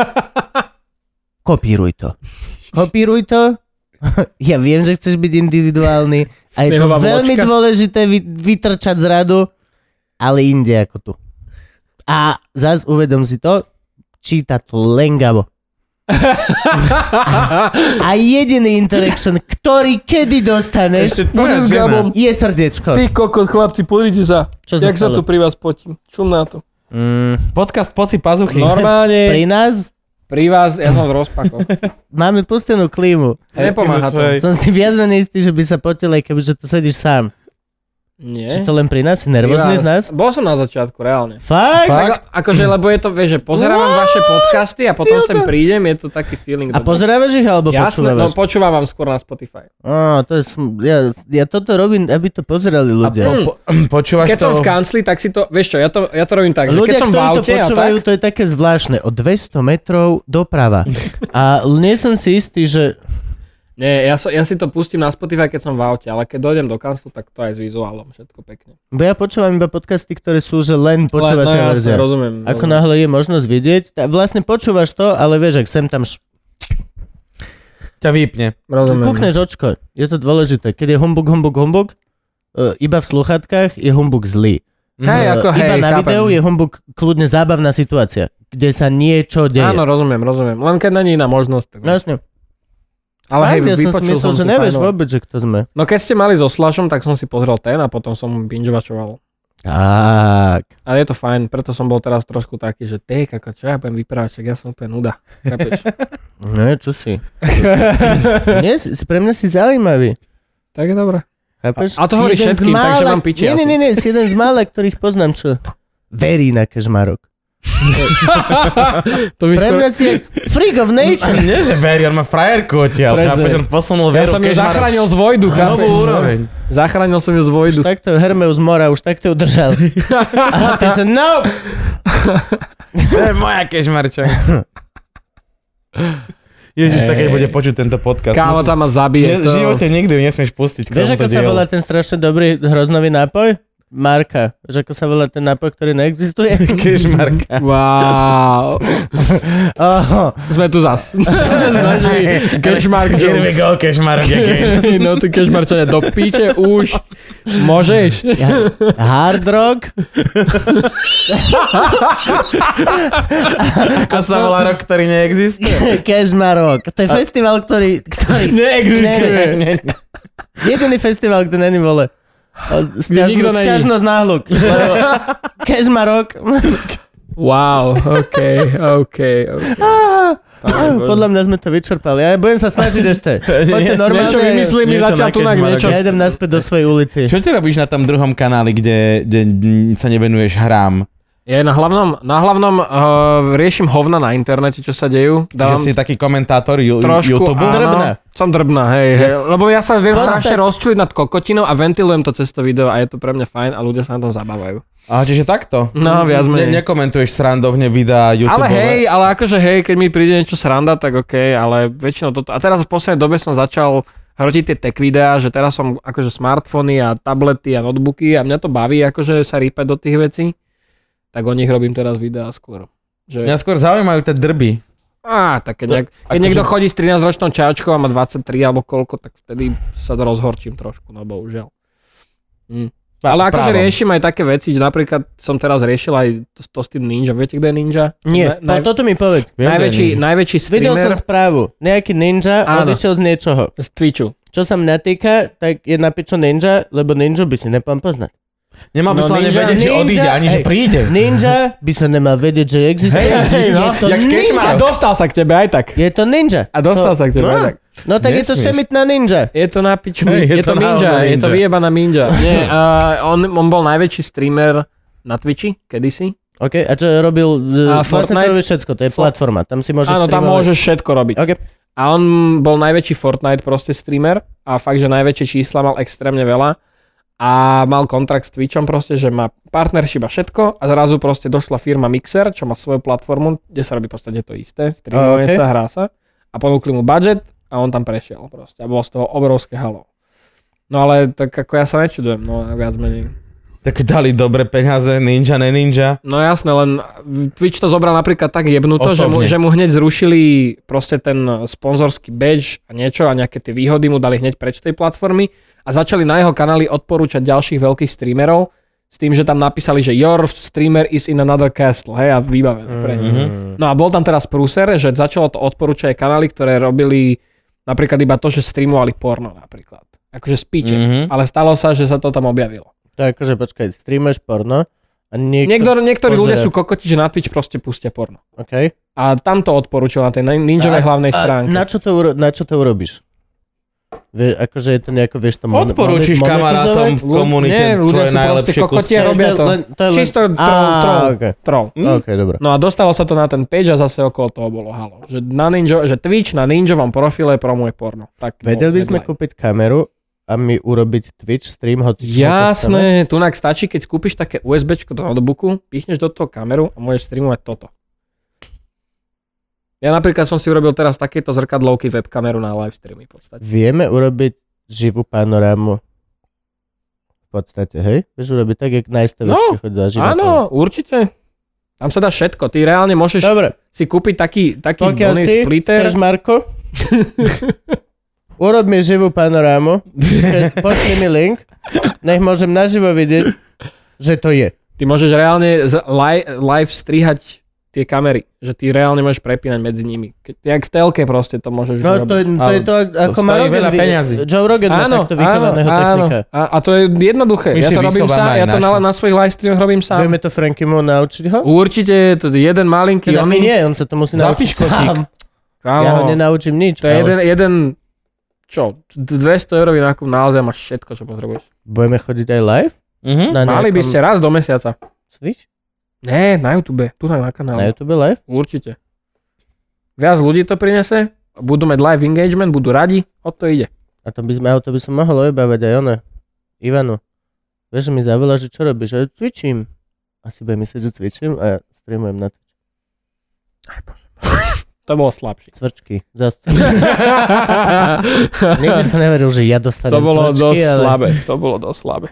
A: Kopíruj to. Kopíruj to. Ja viem, že chceš byť individuálny a je to
C: Snehová
A: veľmi
C: vločka.
A: dôležité vy, vytrčať z radu, ale inde ako tu. A zás uvedom si to, číta to len Gabo. A jediný interaction, ktorý kedy dostaneš,
B: Ešte tvoja
C: Budem s
B: žena.
C: Gabom.
A: je srdiečko.
C: Ty kokot, chlapci, pozrite sa.
A: Čo sa
C: Jak sa
A: stalo?
C: tu pri vás potím. Čum na to.
A: Mm,
B: Podcast Poci pazuchy.
C: Normálne,
A: pri nás
C: pri vás, ja som v rozpakoch.
A: máme pustenú klímu.
C: Nepomáha to.
B: Hej.
A: Som si viac menej istý, že by sa potil, aj kebyže to sedíš sám.
C: Nie.
A: Či to len pri nás? Si nervózny z nás?
C: Bol som na začiatku, reálne.
A: Fakt?
B: Fakt?
C: Tak, akože, lebo je to, vieš, že pozerávam
A: What?
C: vaše podcasty a potom sem prídem, je to taký feeling.
A: A
C: dobrý.
A: pozerávaš ich, alebo
C: Jasné, no
A: počúvaš?
C: počúvam vám skôr na Spotify.
A: Á, to je, sm- ja, ja toto robím, aby to pozerali ľudia.
B: Po, počúvaš
C: Keď
B: to...
C: som v kancli, tak si to, vieš čo, ja to, ja to robím tak, že
A: Ľudia,
C: keď som v
A: ktorí to
C: aute a
A: počúvajú,
C: tak,
A: to je také zvláštne. O dvesto metrov doprava. A nie som si istý, že...
C: nie, ja, so, ja si to pustím na Spotify, keď som v aute, ale keď dojdem do kanclu, tak to aj s vizuálom, všetko pekne.
A: Bo ja počúvam iba podcasty, ktoré sú, že len
C: No
A: počúvacia
C: jasne,
A: verzia.
C: rozumiem.
A: Ako
C: rozumiem.
A: náhle je možnosť vidieť, tá, vlastne počúvaš to, ale vieš, ak sem tam š-
B: Ťa vypne.
C: Rozumiem.
A: kúkneš očko. Je to dôležité. Keď je humbug, humbug, humbug, uh, iba v sluchatkách je humbug zlý.
C: Hej,
A: Uh,
C: ako
A: iba
C: hej,
A: na
C: chápem.
A: videu je humbug kľudne zábavná situácia, kde sa niečo deje.
C: Áno, rozumiem, rozumiem. Len keď není iná možnosť. Tak...
A: No jasne.
C: Ale hej,
A: Fakt, ja som si
C: vypočul
A: myslel,
C: som
A: že
C: si
A: nevieš
C: fajnové.
A: vôbec, že kto sme.
C: No keď ste mali so Slashom, tak som si pozrel ten a potom som binge-watchoval.
A: Tak.
C: Ale je to fajn, preto som bol teraz trošku taký, že ty, kako, čo ja budem vyprávať, však ja som úplne nuda. Chápeš?
A: No, čo si? Nie, si, si- pre mňa si zaujímavý.
C: Tak je dobré.
A: Chápeš?
C: A- a to
A: Si
C: hovorí
A: jeden z
C: všetkým, takže
A: mála-
C: mám piči
A: Nie, nie,
C: asi.
A: nie, nie, si jeden z mála, ktorých poznám, čo verí na kežmarok.
C: To mi
A: Pre
C: skoro...
A: mňa si jak freak of nature.
B: Nie, že verí, on má frajerku odtiaľ.
C: Presne.
B: Chápeš, on posunul
C: Ja
B: veru
C: som
B: v
C: ju
B: kežmar-
C: zachránil z vojdu,
B: na
C: chápeš?
B: novú úroveň.
C: Zachránil som ju z vojdu.
A: Už takto Hermeus mora, už takto udržal. A ty sa, no!
B: To je moja kežmarča. Ježiš, tak keď bude počuť tento podcast.
C: Kámo,
B: musí-
C: tam ma
B: Ne,
C: zabije.
B: v
C: To...
B: živote nikdy ju nesmieš pustiť. k
A: Vieš,
B: tomuto
A: ako sa
B: dielu.
A: volá ten strašne dobrý hroznový nápoj? Marka. Vieš, ako sa volá ten nápoj, ktorý neexistuje?
B: Kežmarka.
C: Wow.
A: Oho.
C: Sme tu zas. Cashmark
B: Here we
C: jokes.
B: go, kežmark again.
C: No ty cashmarčania, do píče už môžeš.
A: Ja, hard rock?
B: Ako sa volá rok, ktorý neexistuje?
A: Kežmarok. To je festival, ktorý... ktorý
C: Neexistuje.
A: Ne, ne, ne. Jediný festival, kde není vole.
C: nikto
A: Sťažnosť,
C: není.
A: sťažnosť náhluk. Kežmarok.
C: Wow, OK, OK, OK.
A: Podľa mňa sme to vyčerpali. Ja budem sa snažiť ešte. Poďte normálne.
C: Niečo vymyslím mi
B: niečo
C: zatiaľ
B: na
C: tu na
B: Cashmark.
C: niečo.
A: Ja idem naspäť do svojej ulity.
B: Čo ty robíš na tom druhom kanáli, kde, kde sa nevenuješ hrám?
C: Je na hlavnom, na hlavnom uh, riešim hovna na internete, čo sa dejú.
B: Dávam že si taký komentátor ju,
C: trošku,
B: YouTube?
C: Áno,
A: drbná.
C: Som drbná, hej, hej.
B: Yes.
C: Lebo ja sa viem
A: Podstate...
C: strašne rozčuliť nad kokotinou a ventilujem to cez to video a je to pre mňa fajn a ľudia sa na tom zabávajú.
B: A čiže takto?
C: No, viac menej.
B: Ne, nekomentuješ srandovne videá YouTube.
C: Ale hej, ale akože hej, keď mi príde niečo sranda, tak okej, okay, ale väčšinou toto. A teraz v poslednej dobe som začal hrotiť tie tech videá, že teraz som akože smartfóny a tablety a notebooky a mňa to baví akože sa rýpať do tých vecí. Tak o nich robím teraz videá skôr. Že...
B: Mňa skôr zaujímajú tie drby.
C: Á, tak keď, nejak, keď
B: akože...
C: niekto chodí s trinásťročnou čačkou a má dvadsaťtri alebo koľko, tak vtedy sa to rozhorčím trošku, no bohužiaľ. Hm. Ale akože riešim aj také veci, že napríklad som teraz riešil aj to, to s tým Ninja. Viete, kto je Ninja?
A: Nie, na, naj... toto mi povedz.
C: Najväčší, najväčší streamer.
A: Videl som správu. Nejaký Ninja odišiel z niečoho.
C: Z Twitchu.
A: Čo sa mňa týka, tak je na pičo Ninja, lebo Ninja by si nepám poznať.
B: Nemal by no, sa len vedieť, že odíde, ani
A: hej,
B: že príde.
A: Ninja by sa nemal vedieť, že existuje.
C: Hej, hej, no.
B: Jak
C: A dostal sa k tebe aj tak.
A: Je to Ninja.
C: A dostal
A: to...
C: sa k tebe
B: no.
C: aj tak.
A: No tak
B: Nesmieš.
A: je to šemitná Ninja.
C: Je to na piču,
B: hey,
C: je, je to, to ninja, ninja, je to vyjebaná ninja. Nie, uh, on, on bol najväčší streamer na Twitchi, kedysi.
A: OK, a čo robil?
C: A
A: vlastne to robí všetko, to je platforma, tam si môžeš
C: Áno, tam môžeš všetko robiť.
A: Okay.
C: A on bol najväčší Fortnite proste streamer a fakt, že najväčšie čísla mal extrémne veľa a mal kontrakt s Twitchom proste, že má partnership a všetko a zrazu proste došla firma Mixer, čo má svoju platformu, kde sa robí v podstate to isté, streamuje okay. sa, hrá sa a ponúkli mu budget a on tam prešiel proste a bolo z toho obrovské halo. No ale tak ako ja sa nečudujem, no viac menej.
B: Tak dali dobre peniaze, ninja, ne ninja.
C: No jasné, len Twitch to zobral napríklad tak jebnuto, že mu, že mu hneď zrušili proste ten sponzorský badge a niečo a nejaké tie výhody mu dali hneď preč tej platformy a začali na jeho kanáli odporúčať ďalších veľkých streamerov s tým, že tam napísali, že your streamer is in another castle, hej, a vybavené pre nich. Mm-hmm. No a bol tam teraz prúser, že začalo to odporúčať kanály, ktoré robili napríklad iba to, že streamovali porno napríklad. Akože spíče. Mm-hmm. Ale stalo sa, že sa to tam objavilo.
A: To je akože, počkaj, streamuješ porno a niekto...
C: Niektor, niektorí pozera. Ľudia sú kokoti, že na Twitch proste pustia porno.
A: OK.
C: A tam to odporúčil na tej ninjovej hlavnej stránke.
A: Na čo to, uro- na čo to urobíš? Vie, akože je to nejako, vieš to mon-
B: odporúčiš kamarátom v komunite
C: nie, ľudia sú proste kokoti a robia to.
A: Len, to je len...
C: Čisto troll. troll,
A: okay.
C: troll.
A: Mm. OK, dobre.
C: No a dostalo sa to na ten page a zase okolo toho bolo halo. Že, na ninja, že Twitch na ninjovom profile promuje porno. Tak
A: vedel by sme kúpiť kameru a mi urobiť Twitch stream, hoci čo
C: jasné, tunak stačí, keď kúpiš také USBčko do notebooku, pichneš do toho kameru a môžeš streamovať toto. Ja napríklad som si urobil teraz takéto zrkadlovky webkameru na live streamy v podstate.
A: Vieme urobiť živú panorámu v podstate, hej? Vieš urobiť tak, jak na STVčke
C: no,
A: chodila živá
C: áno, panoráma. Určite. Tam sa dá všetko. Ty reálne môžeš dobre. Si kúpiť taký, taký bonus splitter.
A: Pokiaľ si, Marko, urob mi živú panorámu, pošli mi link, nech môžem naživo vidieť, že to je.
C: Ty môžeš reálne z live, live strihať tie kamery, že ty reálne môžeš prepínať medzi nimi. Keď, jak v telke proste to môžeš
A: no, to, to je to, ako má Rogan. Joe Rogan má takto vychovaného technika.
C: A, a to je jednoduché. My ja to robím sám, ja to na, na svojich live streamoch robím sám.
A: Vieme to Frankymu naučiť ho?
C: Určite, to je jeden malinký.
A: Teda my nie, on sa to musí naučiť sám. Ja ho nenaučím nič.
C: To je jeden, jeden, čo, dvesto eurový nákup, naozaj máš všetko, čo potrebuješ.
A: Budeme chodiť aj live?
C: Uh-huh. Mali by ste raz do mesiaca.
A: Switch?
C: Nie, na YouTube, tu na kanále.
A: Na YouTube live?
C: Určite. Viac ľudí to prinese, budú mať live engagement, budú radi, o to ide.
A: A to by sme, to by som mohol objavať aj ono. Ivanu. Vieš, že mi zavolá, že čo robíš? Ja cvičím. Asi bude myslieť, že cvičím a ja streamujem na Twitch.
C: Aj bože. To bolo slabšie.
A: Cvrčky. Zas. Nikdy som neveril, že ja dostanem cvrčky.
C: To bolo
A: cvrčky,
C: dosť
A: ale...
C: slabé. To bolo dosť slabé.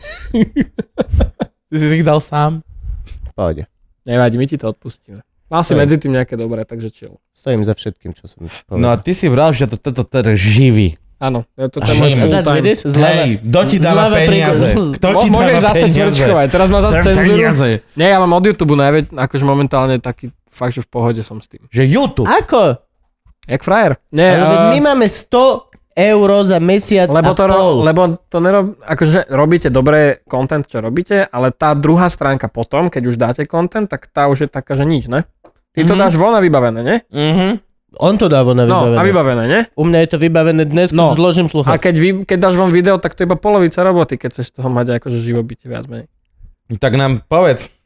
B: Ty si ich dal sám?
A: Pohode.
C: Nevadí, my ti to odpustíme. Mal si medzi tým nejaké dobré, takže chill.
A: Stojím za všetkým, čo som povedal.
B: No a ty si vral, že toto to, to, to, to živý.
C: Áno, to je môj full time.
A: Vidíš? Zľava,
B: hej, kto ti dáva peniaze? Kto ti dáva
C: môžeš zase
B: peniaze?
C: cvrčkovať, teraz má zase cenzúru.
B: Peniaze.
C: Nie, ja mám od YouTube najväč, akože momentálne taký fakt, že v pohode som s tým.
B: Že YouTube?
A: Ako?
C: Jak frajer. Nie,
A: ale uh... my máme sto euro za mesiac
C: lebo
A: a
C: to
A: pol.
C: Ro, lebo to nerob, akože robíte dobré content, čo robíte, ale tá druhá stránka potom, keď už dáte content, tak tá už je taká, že nič, ne? Ty to mm-hmm. dáš von a vybavené, ne?
A: Mhm. On to dá von a vybavené.
C: No, a vybavené, ne?
A: U mňa je to vybavené dnes, keď
C: no.
A: zložím sluchátko.
C: A keď, vy, keď dáš von video, tak to je iba polovica roboty, keď chceš toho mať akože živobytie viac menej.
B: Tak nám povedz.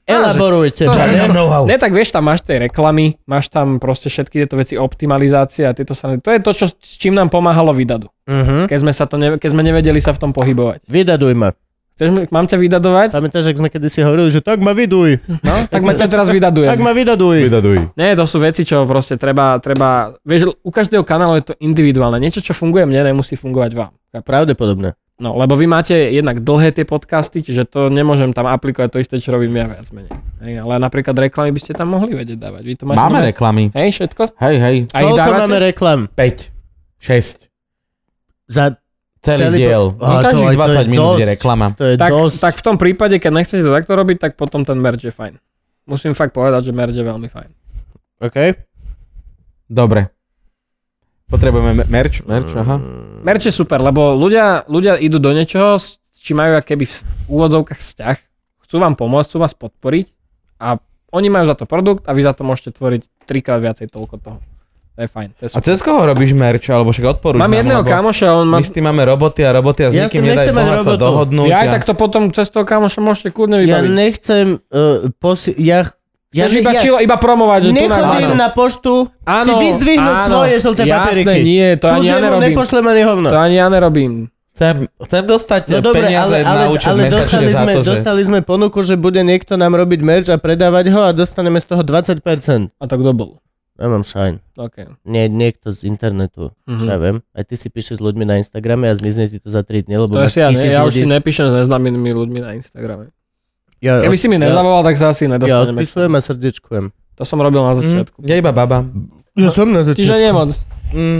A: Elaborujte.
C: To,
B: Ja nemám know-how.
C: Ne, tak vieš, tam máš tej reklamy, máš tam proste všetky tieto veci, optimalizácia a tieto sa... To je to, čo, s čím nám pomáhalo Vydadu.
A: Uh-huh.
C: Keď sme, sa to ne, keď sme nevedeli sa v tom pohybovať.
A: Vydaduj ma.
C: Chceš, mám ťa vydadovať?
A: Pamätáš, ak sme kedysi hovorili, že tak ma vyduj.
C: No, tak ma ťa teraz vydadujem.
A: Tak ma vydaduj.
B: Vydaduj.
C: Nie, to sú veci, čo proste treba, treba... Vieš, u každého kanálu je to individuálne. Niečo, čo funguje mne, nemusí fungovať vám.
A: Pravdepodobne.
C: No, lebo vy máte jednak dlhé tie podcasty, čiže to nemôžem tam aplikovať to isté, čo robím ja viac menej. Hej, ale napríklad reklamy by ste tam mohli vedieť dávať. Vy to máte
B: Máme
C: mnohé?
B: reklamy.
C: Hej, všetko?
B: Hej, hej.
C: A ich
A: Koľko
C: dávate?
A: máme reklam?
B: päť, šesť.
A: Za
B: Celý,
A: Celý
B: diel.
A: po-
B: No,
A: Á, to
B: každých
A: aj- to je
B: dvadsať minút je
A: dosť.
B: reklama.
A: to je
C: Tak,
A: dosť.
C: tak v tom prípade, keď nechcete to takto robiť, tak potom ten merch je fajn. Musím fakt povedať, že merch je veľmi fajn.
A: OK.
B: Dobre. Potrebujeme me- merch? Merch, aha.
C: Merch je super, lebo ľudia, ľudia idú do niečoho, s čím majú keby v úvodzovkách vzťah, chcú vám pomôcť, chcú vás podporiť a oni majú za to produkt a vy za to môžete tvoriť trikrát viacej toľko toho. To je fajn. To je
B: A
C: super.
B: cez koho robíš merch? Alebo však odporúč
C: Mám
B: nám,
C: jedného
B: lebo
C: kamoša, on má...
B: my s tým máme roboty a roboty a s
A: Ja s
B: nikým
A: tým
B: nedaj
A: nechcem mať
B: Boha sa
A: robotu.
B: dohodnúť.
C: Ja aj
B: a-
C: tak to potom cez toho kamoša môžete kľudne
A: Ja
C: vybaviť.
A: nechcem uh, posi... Ja, ja,
C: Chceš iba,
A: ja,
C: čilo, iba promovať, že tu nám...
A: nechodím
C: Áno.
A: na poštu si
C: Áno,
A: vyzdvihnúť
C: áno.
A: svoje žlté
C: Jasné,
A: papieriky.
C: nie, to ani ja
A: Cudziemu
C: nerobím.
A: nepošlem ani hovno.
C: To ani ja nerobím.
B: Chcem, chcem dostať
A: No dobre,
B: peniaze
A: ale,
B: na
A: ale,
B: účet
A: ale
B: mesačne
A: dostali,
B: za
A: sme,
B: to, že...
A: dostali sme ponuku, že bude niekto nám robiť merch a predávať ho a dostaneme z toho dvadsať percent.
C: A to kto bol?
A: Ja mám šajn.
C: OK.
A: Nie, niekto z internetu,
C: Mhm.
A: čo ja viem. Aj ty si píšeš s ľuďmi na Instagrame a zmizne ti to za tri dni, lebo
C: To je
A: máš
C: si ja, ne,
A: tisíc
C: ja už
A: ľudí.
C: si nepíšem s neznámymi ľuďmi na Instagrame.
A: Ja,
C: Keby si mi
A: ja,
C: nezavolal, tak sa asi
A: ja
C: nedostaneme.
A: odpisujem a srdiečkujem.
C: To som robil na začiatku.
B: Mm, ja iba baba.
A: Ja som na
C: Čiže
A: začiatku.
C: nemoc.
B: Mm.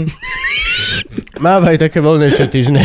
A: Mávaj také voľnejšie týždne.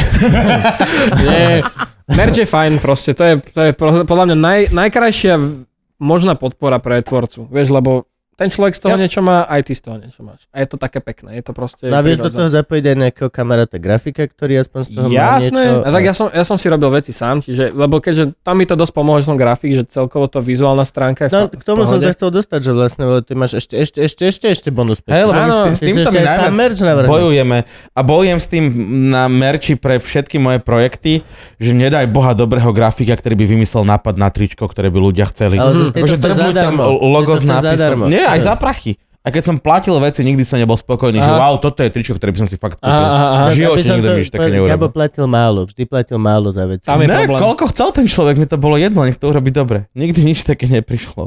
C: Nie. Merch je fajn proste. To je, to je pro- podľa mňa naj, najkrajšia v- možná podpora pre tvorcu. Vieš, lebo ten človek z toho
A: Ja.
C: niečo má, aj ty z toho niečo máš. A je to také pekné. Je to proste...
A: No a vieš do
C: prirodzené.
A: toho zapojiť aj nejakého kamaráta grafika, ktorý aspoň z toho má
C: Jasné,
A: niečo.
C: a tak ja som, ja som si robil veci sám, čiže, lebo keďže tam mi to dosť pomohlo, že som grafik, že celkovo to vizuálna stránka je
A: No,
C: fa-
A: k tomu
C: v
A: som
C: pohode.
A: sa chcel dostať, že vlastne lebo ty máš ešte, ešte, ešte, ešte, ešte bonus.
B: Hej, lebo my
C: Áno,
B: s, tým, s
A: ty
B: týmto
A: si
B: my
A: ešte aj sám merch
B: najviac
A: navrhneš.
B: bojujeme a bojujem s tým na merči pre všetky moje projekty, že nedaj Boha dobrého grafika, ktorý by vymyslel nápad na tričko, ktoré by ľudia chceli.
A: Ale zase ty
B: Akože
A: to chceš
B: drbnúť tam
A: zadarmo.
B: logo
A: Ty to
B: s
A: chceš
B: nápisom.
A: zadarmo.
B: Nie, aj
A: Nie.
B: za prachy. A keď som platil veci, nikdy som nebol spokojný, že
C: Aha.
B: wow, toto je tričko, ktoré by som si fakt kúpil.
C: Aha, aha, aha.
B: V živote
A: Aby som
B: nikto
A: to-
B: by už také
A: Gabo
B: neurobil.
A: platil málo, vždy platil málo za veci.
C: Tam je
B: Ne,
C: problém.
B: koľko chcel ten človek, mi to bolo jedno, nech to urobí dobre. Nikdy nič také neprišlo.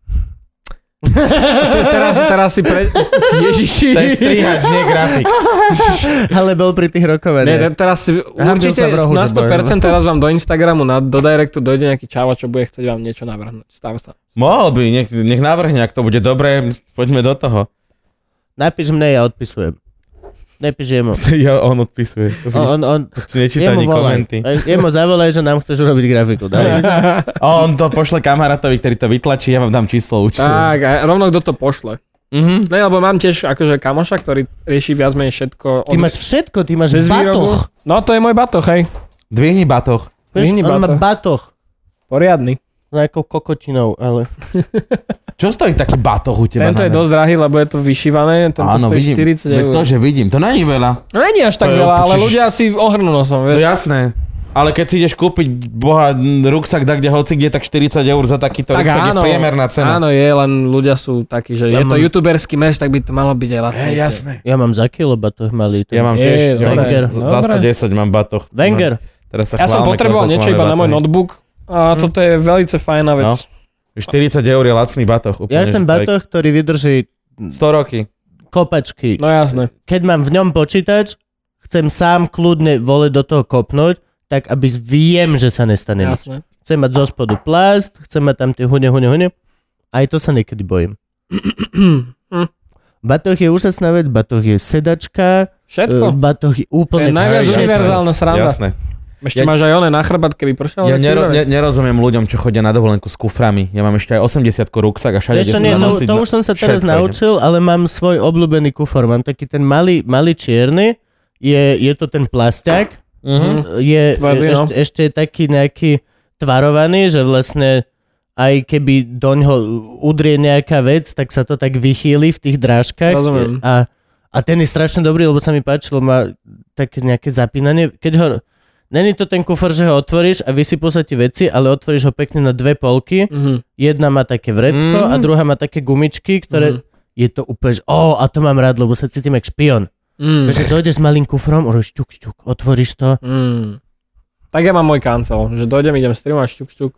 C: Te- teraz, teraz si pre... Ježiši.
B: To je strihač, nie grafik.
A: Ale bol pri tých
C: Nie,
A: rokovaniach.
C: te- teraz si,
A: Hrdil
C: určite
A: sa v rohu,
C: na
A: že
C: sto percent teraz vám do Instagramu, na, do Directu dojde nejaký čáva, čo bude chcieť vám niečo navrhnúť. Stáva sa.
B: Mohol by, nech, nech navrhne, ak to bude dobré, poďme do toho.
A: Napíš mne, ja odpisujem. Nepíš jemu.
B: Ja, on odpisuje.
A: On, on, on,
B: Nečíta
A: jemu
B: ani
A: volaj.
B: komenty.
A: Jemu zavolaj, že nám chceš urobiť grafiku. Daj.
B: A on to pošle kamarátovi, ktorý to vytlačí, ja vám dám číslo účtu.
C: Tak, a rovno kto to pošle.
B: Mhm.
C: Ne, lebo mám tiež akože kamoša, ktorý rieši viac menej všetko.
A: Ty máš všetko, ty máš
C: cez výrobu.
A: batoh.
C: No to je môj batoh, hej.
B: Dvihni batoh.
A: Vieš,
C: Vyhni
A: on má
C: batoh.
A: batoh.
C: Poriadny.
A: S nejakou kokotinou, ale...
B: Čo stojí taký batoh u teba?
C: Tento je
B: na
C: dosť drahý, lebo je to vyšívané. Tento
B: Áno,
C: stojí
B: vidím.
C: štyridsať
B: Veď
C: eur.
B: to, že vidím, to není veľa.
C: No nie až tak
B: To je
C: veľa, ale
B: opičiš-
C: ľudia si ohrnú nosom,
B: No
C: vieš.
B: jasné. Ale keď si ideš kúpiť boha ruksak da kde hoci kde, tak štyridsať eur za takýto
C: Tak
B: ruksak je
C: áno,
B: priemerná cena.
C: áno, je, len ľudia sú takí, že
A: Ja
C: je to
A: mám-
C: youtuberský merch, tak by to malo byť aj lacnejšie.
B: Hej, jasné.
A: Ja mám za kilo batoh malý. to-
B: Ja mám
C: Je,
B: tiež, ja mám
C: dobre,
B: za- za
C: dobre.
B: sto desať mám batoh.
A: Wenger.
B: Teraz sa
C: Ja som
B: chválme,
C: potreboval
B: koľko
C: niečo
B: máme
C: iba na môj
B: batohy.
C: notebook a toto je veľmi fajná vec.
B: No. štyridsať eur je lacný batoh. Úplne,
A: Ja chcem
B: že
A: batoh, ktorý vydrží
B: sto roky.
A: kopačky.
C: No jasné.
A: Keď mám v ňom počítač, chcem sám kľudne vole do toho kopnúť, tak aby viem, že sa nestane nič.
C: Jasné.
A: Chcem mať zo spodu plast, chcem mať tam tie hune, hune, hune. Aj to sa niekedy bojím. Batoh je úžasná vec, batoh je sedačka,
C: Všetko.
A: uh, batoh je
C: To je
A: úplne...
C: najviac
B: Jasné.
C: univerzálna sranda.
B: Jasné.
C: Ešte
B: Ja-
C: máš aj oné na chrbát, keby pršalo.
B: Ja
C: tak si
B: nero,
C: vybaveť.
B: ne, nerozumiem ľuďom, čo chodia na dovolenku s kuframi. Ja mám ešte aj osemdesiatku ruksak a všade,
A: Vieš
B: kde
A: čo,
B: sa
A: nie,
B: dá
A: to,
B: nosiť
A: to
B: na-
A: už som sa teraz
B: všetko
A: naučil, ale mám svoj obľúbený kufor. Mám taký ten malý, malý čierny, je, je to ten plasták,
B: Mhm.
A: je
C: Tvrdý, no.
A: ešte, ešte taký nejaký tvarovaný, že vlastne aj keby doňho udrie nejaká vec, tak sa to tak vychýli v tých drážkach.
C: Rozumiem.
A: A, a ten je strašne dobrý, lebo sa mi páčilo, má také nejaké zapínanie. Keď ho Není to ten kufor, že ho otvoríš a vysypú sa ti veci, ale otvoríš ho pekne na dve polky. Mm-hmm. Jedna má také vrecko mm-hmm. a druhá má také gumičky, ktoré mm-hmm. je to úplne, že ó, a to mám rád, lebo sa cítim jak špion. Mm. Takže dojdeš s malým kufrom, urobíš šťuk, šťuk, otvoríš to.
C: Mm. Tak ja mám môj kancel, že dojdem, idem streamovať šťuk, šťuk.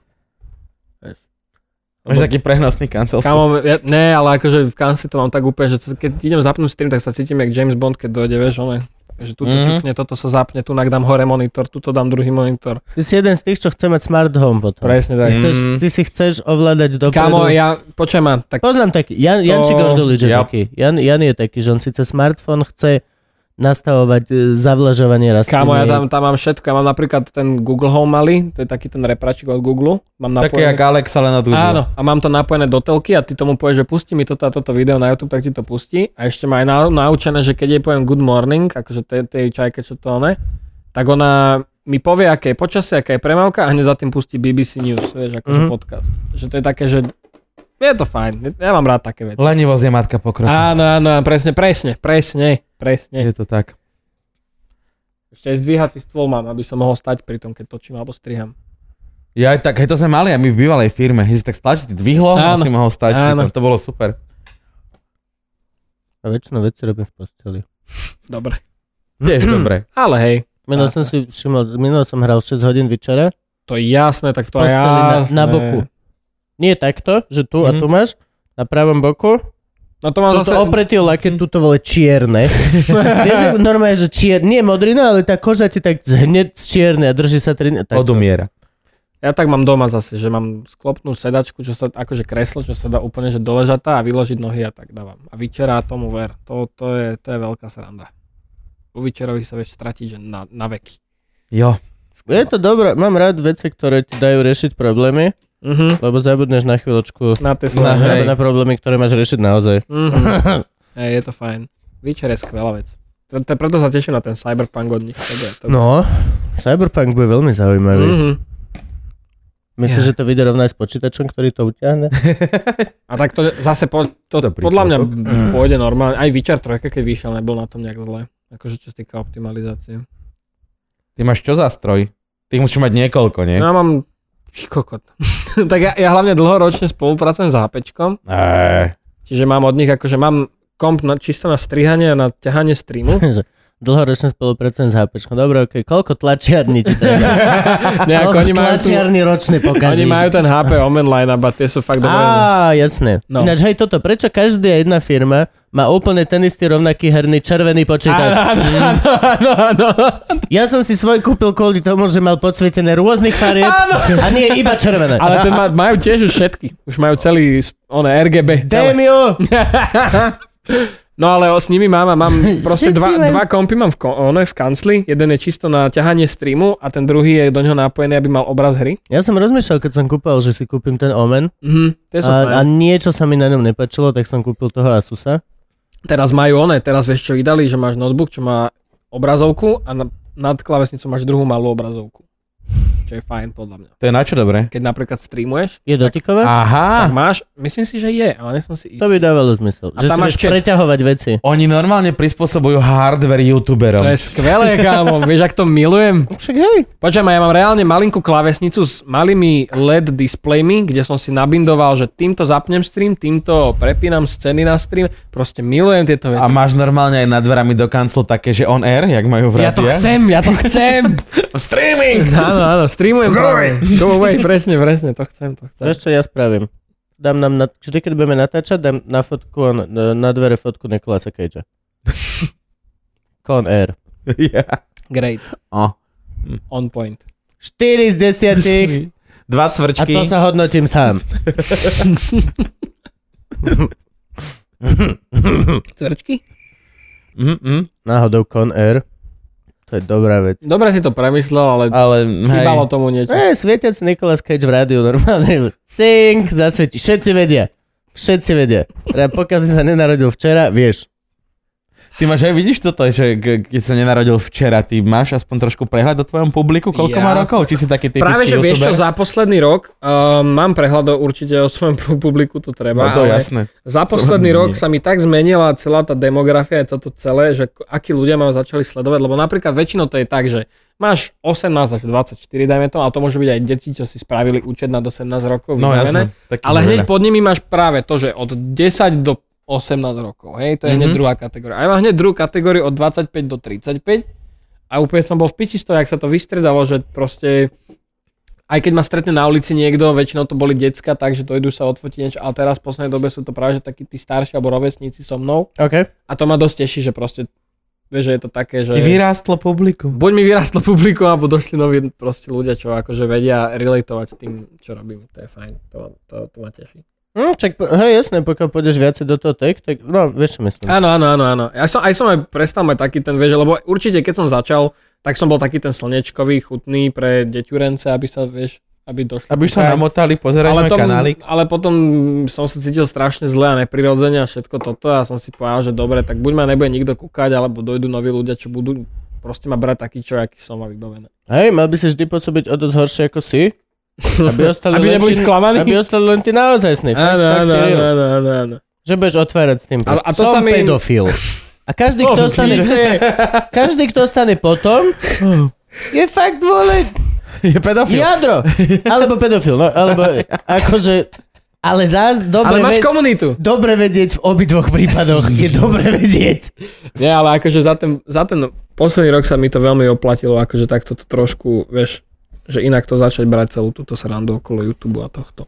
B: Máš taký prenosný kancel.
C: Kámo, ja, ne, ale akože v kancli to mám tak úplne, že keď idem zapnúť stream, tak sa cítim jak James Bond, keď dojde, vieš, ale... že tuto mm-hmm. čukne, toto sa zapne, tu dám hore monitor, tuto dám druhý monitor.
A: Ty si jeden z tých, čo chce mať smart home potom.
C: Presne tak.
A: Chceš, mm-hmm. Ty si chceš ovládať dopredu.
C: Kámo, ja, počujem ma. Tak...
A: Poznám taký, Jan, to... Janči Gordulič je
B: ja.
A: taký. Jan, Jan je taký, že on síce smartfón chce nastavovať zavlažovanie rastliny.
C: Kámo, ja tam, tam mám všetko. Ja mám napríklad ten Google Home malý, to je taký ten repračík od Google. Mám
B: Také jak Alexa, len od Google.
C: Áno, a mám to napojené do telky a ty tomu povieš, že pustí mi toto a toto video na YouTube, tak ti to pustí. A ešte ma aj na, naučené, že keď jej poviem good morning, akože tej, tej čajke, čo to one, tak ona mi povie, aké je počasie, aká je premávka a hneď za tým pustí bé bé cé News, vieš, akože mm-hmm. podcast. Že to je také, že je to fajn, ja mám rád také veci.
B: Lenivosť je matka pokroku.
C: Áno, áno, presne, presne, presne, presne.
B: Je to tak.
C: Ešte aj zdvíhací stôl mám, aby som mohol stať pri tom, keď točím alebo striham.
B: Ja aj tak, hej, to sme mali a my v bývalej firme, hej, si tak stlačil, ty dvihlo a si mohol stať pri tom, to bolo super.
A: A väčšinu veci robím v posteli.
C: Dobre.
B: Tiež dobre.
C: Ale hej.
A: Minul som si všimol, minul som hral šesť hodín večera.
C: To je jasné, tak to je
A: Na,
C: jasné.
A: na boku. Nie takto, že tu mm-hmm. a tu máš, na pravom boku.
C: No to mám
A: toto
C: zase...
A: opretý o laket, tu to vole čierne. Vieš, normálne, že čierne, nie modrina, ale tá koža ti tak hneď čierne a drží sa tri...
B: Odumiera.
C: Ja tak mám doma zase, že mám sklopnú sedačku, čo sa, akože kreslo, čo sa dá úplne, že doležatá a vyložiť nohy a tak dávam. A večera tomu ver, to, to, je, to je veľká sranda. U večerovi sa vieš stratiť, že na, na veky.
B: Jo.
A: Je to dobré, mám rád veci, ktoré ti dajú riešiť problémy, mm-hmm. lebo zabudneš na chvíľočku
C: na,
A: na, na, na problémy, ktoré máš riešiť naozaj.
C: Mm-hmm. Hej, je to fajn. Večer je skvelá vec. Preto sa teším na ten Cyberpunk od nich. To
A: no, Cyberpunk bude veľmi zaujímavý. Mm-hmm. Myslíš, ja. že to vyjde rovno aj s počítačom, ktorý to utiahne?
C: A tak to zase po, to, to podľa mňa pôjde normálne. Aj Witcher tri, keď vyšiel, nebol na tom nejak zle. Akože čo sa týka optimalizácie.
B: Ty máš čo za stroj? Ty musíš mať niekoľko, nie?
C: No ja mám... Kokot. Tak ja, ja hlavne dlhoročne spolupracujem s HPčkom.
B: Eee.
C: Čiže mám od nich akože mám komp na, čisto na strihanie a na ťahanie streamu.
A: Dlhoročne spolupracujem s HPčkom. Dobre, okej, okay. Koľko tlačiarní ti treba? Koľko
C: oni
A: tlačiarní tu... ročne pokazíš?
C: Oni majú ten há pé Omen line, a tie sú fakt dobré.
A: Á, jasné. No. Ináč, hej, toto, prečo každá jedna firma má úplne ten istý rovnaký herný červený počítač?
C: Áno, áno, áno, áno.
A: Ja som si svoj kúpil kvôli tomu, že mal podsvietené rôznych farieb a nie iba červené.
C: Ale ten má, majú tiež už všetky. Už majú celý, one, er gé bé.
A: Démio!
C: No ale s nimi mám a mám proste dva, dva kompy mám v, one, v kancli. Jeden je čisto na ťahanie streamu a ten druhý je do ňoho nápojený, aby mal obraz hry.
A: Ja som rozmýšľal, keď som kúpal, že si kúpim ten Omen
C: mm-hmm,
A: a, a niečo sa mi na ňom nepáčilo, tak som kúpil toho Asusa.
C: Teraz majú one, teraz vieš čo vydali, že máš notebook, čo má obrazovku a na, nad klávesnicou máš druhú malú obrazovku. Čo je fajn podľa mňa.
B: To je na čo dobré?
C: Keď napríklad streamuješ.
A: Je dotykové?
B: Aha.
C: Tak máš, myslím si, že je, ale nie som si istý.
A: To by dávalo zmysel. A že si vieš preťahovať veci.
B: Oni normálne prispôsobujú hardware youtuberom.
C: To je skvelé, kámo. Vieš, ak to milujem?
A: Však hej.
C: Počuj ma, ja mám reálne malinkú klávesnicu s malými el é dé displejmi, kde som si nabindoval, že týmto zapnem stream, týmto prepínam scény na stream. Proste milujem tieto veci.
B: A máš normálne aj nad dverami do kanclu také, že on air, jak majú v rádia?
C: Ja to chcem, ja to chcem.
B: Streaming!
C: Áno, áno, streamujem práve. Go away, presne, presne, to chcem, to chcem.
A: Vieš čo ja spravím? Dám nám, na, vždy keď budeme natáčať, dám na fotku, na, na dvere fotku Nicolasa Cagea. Con Air.
B: Yeah.
C: Great.
B: Oh.
C: On point.
A: štyri z desiatich.
B: Dva cvrčky.
A: A to sa hodnotím sám.
C: Cvrčky?
B: Mm-mm.
A: Náhodou Con Air. To je dobrá vec.
C: Dobre si to premyslel, ale,
B: ale
C: chýbalo tomu niečo.
A: E, svietiac Nicolas Cage v rádiu normálne. Tink, zasvieti. Všetci vedia. Všetci vedia. Teda pokiaľ si sa nenarodil včera, vieš.
B: Ty máš aj, vidíš toto, že keď sa nenarodil včera, ty máš aspoň trošku prehľad o tvojom publiku? Koľko ja, má rokov? Či si taký typický
C: práve, že
B: YouTuber?
C: vieš čo, za posledný rok uh, mám prehľad určite o svojom publiku, to treba.
B: No to
C: ale
B: jasné.
C: Za posledný rok sa mi tak zmenila celá tá demografia, toto celé, že akí ľudia ma začali sledovať, lebo napríklad väčšinou to je tak, že máš osemnásť až dvadsaťštyri, dajme to, ale to môže byť aj deti, čo si spravili účet na osemnásť rokov.
B: No jasné.
C: Ale hneď pod nimi máš práve to, že od desať do osemnásť rokov, hej, to je mm-hmm. hneď druhá kategória. A ja mám hneď druhú kategóriu od dvadsaťpäť do tridsaťpäť a úplne som bol v piči z toho, jak sa to vystredalo, že proste aj keď ma stretne na ulici niekto, väčšinou to boli decka, takže dojdú sa odfotiť niečo, ale teraz v poslednej dobe sú to práve že takí tí starší alebo rovesníci so mnou.
A: Okay.
C: A to ma dosť teší, že proste vieš, že je to také, že...
B: Ti vyrástlo publikum.
C: Buď mi vyrástlo publikum, alebo došli noví proste ľudia, čo akože vedia relatovať s tým, čo robím. To je fajn, to, to, to ma teší.
A: Hm, čak, hej, jasné, pokiaľ pôjdeš viacej do toho tech, tak no, vieš čo myslím.
C: Áno, áno, áno, áno. Ja som, aj som aj prestal mať taký ten, vieš, lebo určite keď som začal, tak som bol taký ten slnečkový, chutný pre deťurence, aby sa, vieš, aby došli.
B: Aby sa namotali, pozerať môj kanálik.
C: Ale potom som sa cítil strašne zle a neprirodzene a všetko toto a som si povedal, že dobre, tak buď ma nebude nikto kúkať, alebo dojdú noví ľudia, čo budú proste ma brať taký, čo aký som a vybavené.
A: Hej, mal by si vždy pôsobiť o dosť horšie ako si. Aby, ostali
C: aby neboli sklamaní.
A: Aby ostali len tí naozajstní.
C: Áno, áno, áno, áno, áno.
A: Že budeš otvárať s tým.
C: A, a to
A: som
C: mi...
A: pedofil. A každý, kto ostane, každý, kto ostane potom, je fakt vole...
B: Je pedofil.
A: Jadro. Alebo pedofil. No, alebo akože... Ale zás dobre...
C: Ale máš
A: ved-
C: komunitu.
A: Dobre vedieť v obidvoch prípadoch. Je dobre vedieť.
C: Nie, ale akože za ten, za ten posledný rok sa mi to veľmi oplatilo, akože takto to trošku, vieš, že inak to začať brať celú túto srandu okolo YouTube a tohto.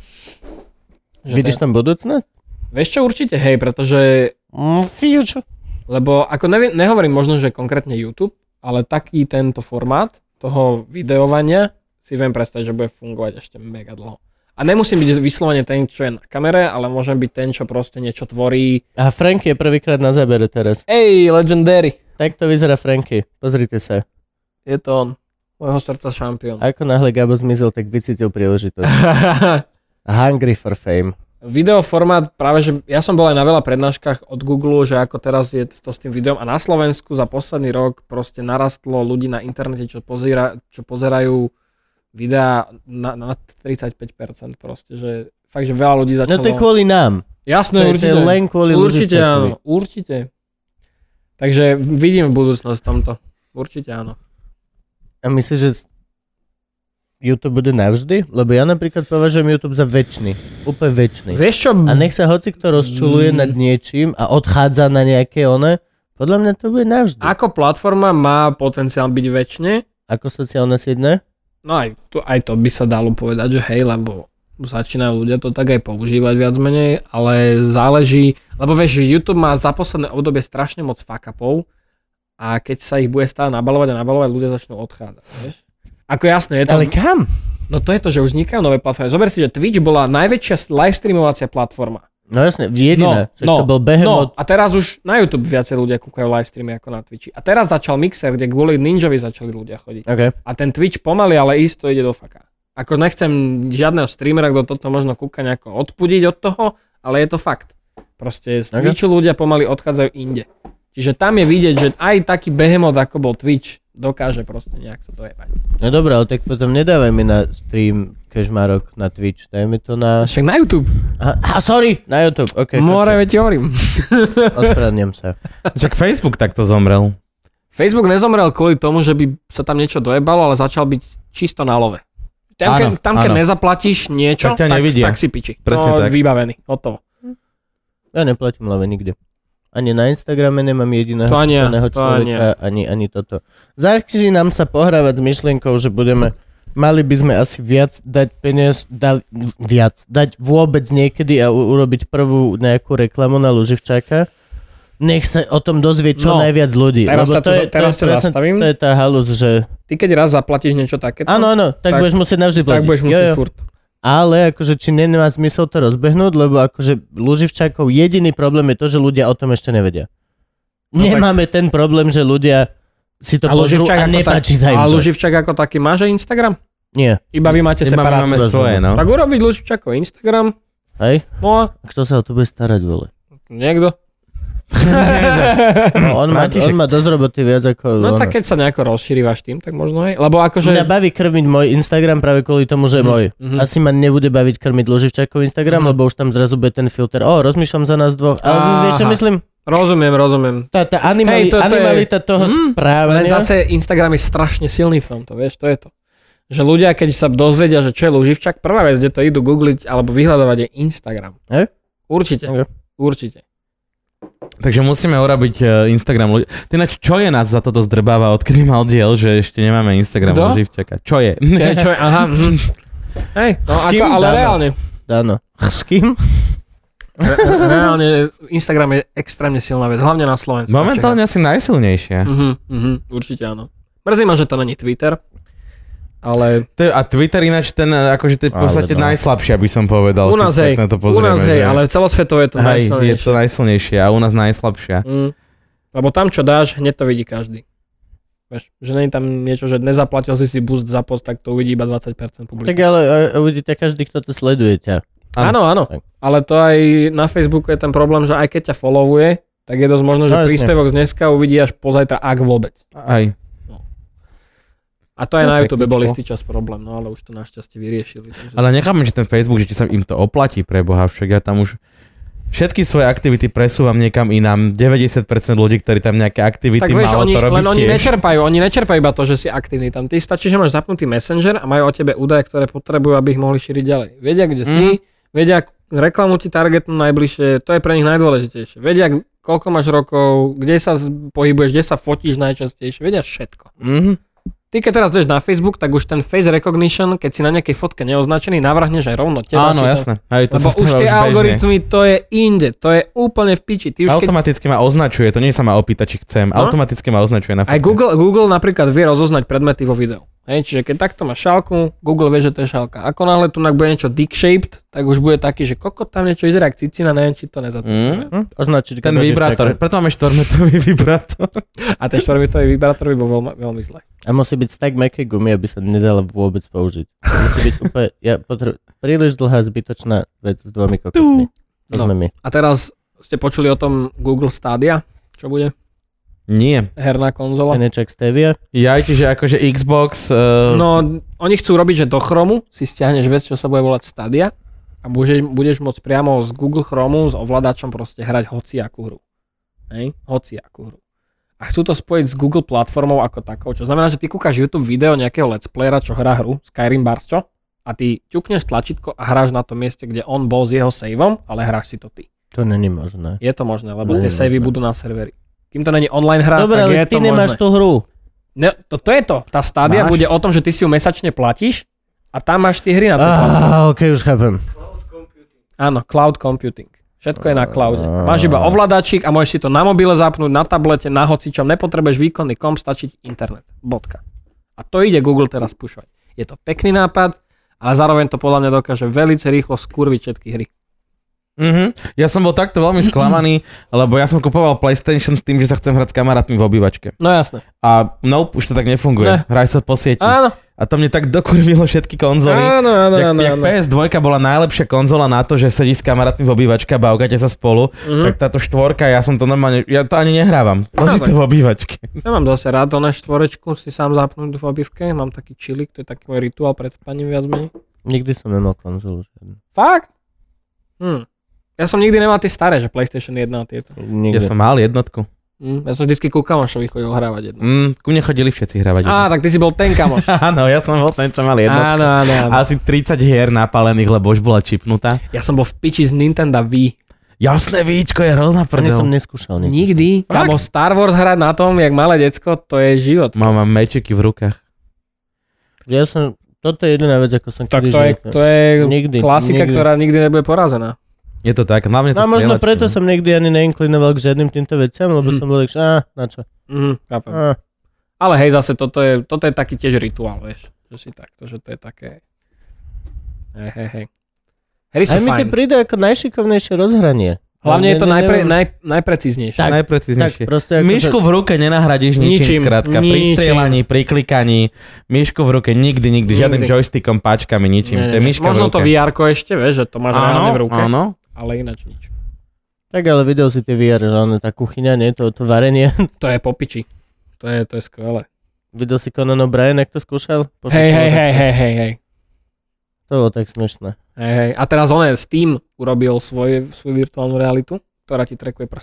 C: Že
A: Vidíš tam budúcnosť?
C: Vieš čo, určite, hej, pretože...
A: Mm, future.
C: Lebo ako neviem, nehovorím možno, že konkrétne YouTube, ale taký tento formát toho videovania si viem predstaviť, že bude fungovať ešte mega dlho. A nemusím byť vyslovene ten, čo je na kamere, ale môžem byť ten, čo proste niečo tvorí.
A: A Franky je prvýkrát na zábere teraz.
C: Ej, legendary.
A: Tak to vyzerá Franky. Pozrite sa.
C: Je to on. Môjho srdca šampión.
A: Ako náhle Gabo zmizol, tak vycítil príležitosť. Hungry for fame.
C: Videoformát, práve že ja som bol aj na veľa prednáškach od Google, že ako teraz je to s tým videom a na Slovensku za posledný rok proste narastlo ľudí na internete, čo, pozera, čo pozerajú videá na, na tridsaťpäť percent proste, že fakt, že veľa ľudí začalo...
A: No to je kvôli nám.
C: Jasné,
A: to
C: určite.
A: To je len kvôli
C: určite áno, určite. Takže vidím budúcnosť v tomto. Určite áno.
A: A myslíš, že YouTube bude navždy? Lebo ja napríklad považujem YouTube za večný. Úplne večný.
C: Vieš čo?
A: A nech sa hoci kto rozčuluje mm. nad niečím a odchádza na nejaké one, podľa mňa to bude navždy.
C: Ako platforma má potenciál byť večne?
A: Ako sociálna sieť, ne?
C: No aj to, aj to by sa dalo povedať, že hej, lebo začínajú ľudia to tak aj používať viac menej, ale záleží, lebo vieš, YouTube má za posledné obdobie strašne moc fuck-upov a keď sa ich bude stále nabalovať a nabalovať, ľudia začnú odchádzať, vieš? Ako jasné, je to...
A: Ale kam?
C: No to je to, že už vznikajú nové platformy. Zober si, že Twitch bola najväčšia livestreamovacia platforma.
A: No jasne, jediná. No, no, to bol behemoth.
C: No, a teraz už na YouTube viacej ľudia kúkajú livestreamy ako na Twitchi. A teraz začal Mixer, kde kvôli Ninjovi začali ľudia chodiť.
A: Okay.
C: A ten Twitch pomaly, ale isto ide do faka. Ako nechcem žiadneho streamera, kto toto možno kúka nejako odpudiť od toho, ale je to fakt. Proste z Twitchu okay. ľudia pomaly odchádzajú inde. Čiže tam je vidieť, že aj taký behemoth, ako bol Twitch, dokáže proste nejak sa dojebať.
A: No dobré, ale tak potom nedávaj mi na stream Kežmarok na Twitch, daj mi to na...
C: Však na YouTube.
A: Aha, sorry, na YouTube, ok.
C: More, veď hovorím.
A: Ospravedlňujem sa.
B: Však Facebook takto zomrel.
C: Facebook nezomrel kvôli tomu, že by sa tam niečo dojebalo, ale začal byť čisto na love. Tam, áno, keď, tam keď nezaplatíš niečo, tak, tak, tak si piči.
B: Presne
C: no,
B: tak.
C: Vybavený, hotovo.
A: Ja neplatím love nikde. Ani na Instagrame nemám jediného
C: to ani,
A: to človeka, ani, ani toto. Začíži nám sa pohrávať s myšlienkou, že budeme, mali by sme asi viac dať peniaz, da, viac, dať vôbec niekedy a u, urobiť prvú nejakú reklamu na Luživčáka. Nech sa o tom dozvie čo no, najviac ľudí.
C: Teraz
A: lebo
C: sa
A: to, je,
C: teraz
A: to, je,
C: zastavím.
A: to je tá halus, že...
C: Ty keď raz zaplatíš niečo takéto...
A: Áno, áno, tak, tak budeš musieť navždy platiť.
C: Tak budeš musieť jo, jo. furt.
A: Ale akože či nemá zmysel to rozbehnúť, lebo akože Luživčákov jediný problém je to, že ľudia o tom ešte nevedia. No Nemáme tak... ten problém, že ľudia si to pozrú a nepáči sa im to.
C: A Luživčák ako taký máš aj Instagram?
A: Nie.
C: Iba vy máte separátne.
B: Máme svoje, no.
C: Tak urobiť Luživčákov Instagram.
A: Hej?
C: No a...
A: Kto sa o to bude starať, vole?
C: Niekto.
A: No, on, má, on má dosť roboty viac ako...
C: No
A: ono.
C: tak keď sa nejako rozšírivaš tým, tak možno aj. Lebo akože...
A: Mňa baví krmiť môj Instagram práve kvôli tomu, že je môj.
C: Mm-hmm.
A: Asi ma nebude baviť krmiť Luživčákov Instagram, mm-hmm. lebo už tam zrazu bude ten filter. O, rozmýšľam za nás dvoch. Ale vieš, čo myslím?
C: Rozumiem, rozumiem.
A: Tá, tá animali,
C: Hej, to- to je-
A: animalita toho
C: Mm,
A: správania.
C: Len zase Instagram je strašne silný v tomto, vieš, to je to. Že ľudia, keď sa dozvedia, že čo je lúživčak, prvá vec, kde to idú googliť alebo vyhľadávať je Instagram.
A: Hej?
C: Určite,
A: Okay.
C: určite.
B: Takže musíme urobiť uh, Instagram ľudí. Ty ináč, čo je nás za toto zdrbáva, odkedy mal diel, že ešte nemáme Instagram
C: Kto?
B: Živčaka? Čo je?
C: Čo je, čo je, aha, mhm. Hej, no
B: S
C: ako,
B: kým?
C: ale
A: Dáno.
C: reálne.
A: Áno. S kým?
C: Re- reálne Instagram je extrémne silná vec, hlavne na Slovensku.
B: Momentálne asi najsilnejšia.
C: Mhm, mhm, určite áno. Mrzí ma, že to není Twitter, ale
B: To je- A Twitter ináč ten, akože to je v
A: Ale
B: podstate
A: no.
B: najslabšia, by som povedal.
C: u nás
B: keď sa
C: hej,
B: na to
C: u
B: pozrieme,
C: nás hej,
B: že-
C: ale celosvetovo je to
B: Hej, je
C: najsilnejšie.
B: to najsilnejšie a u nás najslabšia.
C: Mm. Lebo tam, čo dáš, hneď to vidí každý. Vieš, že nie je tam niečo, že nezaplatil si si boost za post, tak to uvidí iba dvadsať percent
A: Tak
C: publika.
A: ale e, uvidíte každý, kto to sleduje ťa.
C: Áno, áno.
A: Tak.
C: Ale to aj na Facebooku je ten problém, že aj keď ťa followuje, tak je dosť možné, že
A: No, jasne.
C: príspevok z dneska uvidí až pozajtra, ak vôbec.
B: Aj.
C: A to aj
B: No,
C: na YouTube bol
B: pekničko.
C: istý čas problém, no ale už to našťastie vyriešili. Takže...
B: Ale nechápem, že ten Facebook, že či sa im to oplatí pre Boha, však ja tam už všetky svoje aktivity presúvam niekam inám. deväťdesiat percent ľudí, ktorí tam nejaké aktivity
C: Tak vieš,
B: málo
C: oni,
B: to robí
C: len oni
B: tiež.
C: nečerpajú, oni nečerpajú iba to, že si aktívny tam. Ty stačí, že máš zapnutý Messenger a majú o tebe údaje, ktoré potrebujú, aby ich mohli šíriť ďalej. Vedia, kde
B: Mhm.
C: si, vedia, reklamu ti targetnú najbližšie, to je pre nich najdôležitejšie. Vedia, koľko máš rokov, kde sa z- pohybuješ, kde sa fotíš najčastejšie, vedia všetko.
B: Mhm.
C: Ty keď teraz ideš na Facebook, tak už ten face recognition, keď si na nejakej fotke neoznačený, navrhneš aj rovno teba.
B: Áno,
C: či to-
B: jasné. Aj to
C: Lebo
B: sa
C: už
B: stáva
C: tie
B: bežne.
C: algoritmy, to je inde, to je úplne v piči. Ty už keď
B: Automaticky ma označuje, to nie sa ma opýta, či chcem.
C: No.
B: Automaticky ma označuje na
C: Aj
B: fotke.
C: Google, Google napríklad vie rozoznať predmety vo videu. Hej, čiže keď takto máš šálku, Google vie, že to je šálka. Ako náhle tu bude niečo dick-shaped, tak už bude taký, že koko tam niečo vyzerá jak cicina, neviem, či to nezacíti.
B: Mm.
A: Hm? Označiť
B: Ten
A: koho
B: vibrátor,
A: Živčaka.
B: preto máme štvormetrový vibrátor.
C: A ten štvorbitový vibrátor by bol veľmi, veľmi zle.
A: A musí byť tak mäkké gumy, aby sa nedala vôbec použiť. Musí byť úplne, ja potrebujem, príliš dlhá zbytočná vec s dvomi kokotmi. To
C: No.
A: sme my.
C: A teraz ste počuli o tom Google Stadia? Čo bude?
B: Nie.
C: Herná konzola?
A: Teneček Stevia.
B: Ja, čiže akože Xbox... Uh,
C: No, oni chcú robiť, že do Chromu si stiahneš vec, čo sa bude volať Stadia a budeš, budeš môcť priamo z Google Chromu s ovládačom proste hrať hociakú hru. Hej? Hociakú hru. A chcú to spojiť s Google platformou ako takou, čo znamená, že ty kúkaš YouTube video nejakého let's playera, čo hrá hru, Skyrim Bars, čo? A ty ťukneš tlačítko a hráš na tom mieste, kde on bol s jeho saveom, ale hráš si to ty.
A: To není možné.
C: Je to možné, lebo
A: Nie
C: tie
A: je
C: savey
A: možné.
C: budú na serveri. Kým to není online hra,
A: Dobre,
C: tak je
A: ale
C: to
A: ty nemáš
C: možné.
A: tú hru.
C: Ne, to, to je to. Tá Stadia
B: Máš?
C: bude o tom, že ty si ju mesačne platíš a tam máš tie hry na tú platformu.
A: Ah, ok, už chápem.
C: Áno, cloud computing. Všetko je na cloude. Máš iba ovládačik a môžeš si to na mobile zapnúť, na tablete, na hocičom. Nepotrebuješ výkonný komp, stačí internet. Bodka. A to ide Google teraz pušovať. Je to pekný nápad, ale zároveň to podľa mňa dokáže veľmi rýchlo skurviť všetky hry.
B: Mhm. Ja som bol takto veľmi sklamaný, lebo ja som kupoval PlayStation s tým, že sa chcem hrať s kamarátmi v obývačke.
C: No jasné.
B: A nope, už to tak nefunguje.
C: Ne.
B: Hraj sa po sieti.
C: Áno,
B: A to mne tak dokurvilo všetky konzoly.
C: áno, áno,
B: Jak,
C: áno.
B: jak
C: áno.
B: pé es dva bola najlepšia konzola na to, že sedíš s kamarátmi v obývačke a bavkáte sa spolu,
C: Mhm.
B: tak táto štvorka, ja som to normálne, ja to ani nehrávam. Leží
C: tak.
B: to v obývačke.
C: Ja mám zase rád na štvorečku si sám zapnúť v obývke. Mám taký chillik, to je taký môj rituál pred spaním viac menej.
A: Nikdy som nemal konzolu. žiadnu.
C: Fakt? Hm. Ja som nikdy nemal tie staré, že PlayStation jeden a tieto.
A: Nikdy.
B: Ja som mal jednotku.
C: Hm. Ja som vždycky ku kamošovi chodil hrávať jedno.
B: Mm, ku mne chodili všetci hravať.
C: Á, tak ty si bol ten kamoš.
B: Áno, ja som bol ten, čo mal jednotku.
C: Áno, áno, áno.
B: Asi tridsať hier napálených, lebo už bola čipnutá.
C: Ja som bol v piči z Nintendo Wii.
B: Jasné, víčko je hrozná
A: Ani som
B: prdel.
A: neskúšal. nikdy.
C: Nikdy. Kamo, Star Wars hrať na tom, jak malé decko, to je život.
B: Mám, mám mečiky v rukách.
A: Ja som, toto je jediná vec, ako som
C: Tak
A: kedy
C: to je,
A: životne-
C: to je
A: Nikdy,
C: klasika,
A: nikdy.
C: ktorá nikdy nebude porazená.
B: Je to tak, hlavne to
A: No a možno
B: strieľačky,
A: preto
B: no.
A: som nikdy ani neinklinoval k žiadnym týmto veciam, lebo
C: Hm.
A: som bol tak, že á, na čo?
C: Mhm, chápem.
A: Á.
C: Ale hej, zase toto je, toto je taký tiež rituál, vieš. Že si takto, že to je také... Hej, hej, hej. Hry sú
A: Aj mi to
C: fajn.
A: príde ako najšikovnejšie rozhranie.
C: Hlavne je to
A: Ne- ne-
C: najpre,
A: neviem.
C: naj, najprecíznejšie.
A: Tak,
B: Najprecíznejšie.
A: tak proste ako
B: Myšku v ruke nenahradíš ničím,
C: Ničím,
B: skrátka. Pri
C: ničím.
B: strieľaní, pri klikaní. Myšku v ruke nikdy, nikdy. Žiadnym
C: Nikdy.
B: joystickom, páčkami, ničím.
C: Nie,
B: To je
C: nie, nie.
B: myška
C: Možno
B: v ruke.
C: to vé erko ešte, vieš, že to máš reálne v ruke,
B: áno.
C: ale ináč nič.
A: Tak ale videl si tie vé er, že ono, tá kuchyňa, nie? To, to varenie.
C: To je popiči. To je, to je skvelé.
A: Videl si Conan O'Brien, jak to skúšal? Pošli
C: Hej,
A: to
C: hej,
A: bolo tak
C: hej,
A: smiešné.
C: hej, hej, hej.
A: To bolo tak smiešné.
C: Hej, hej. A teraz on Steam urobil svoj, svoju virtuálnu realitu, ktorá ti trackuje prsty.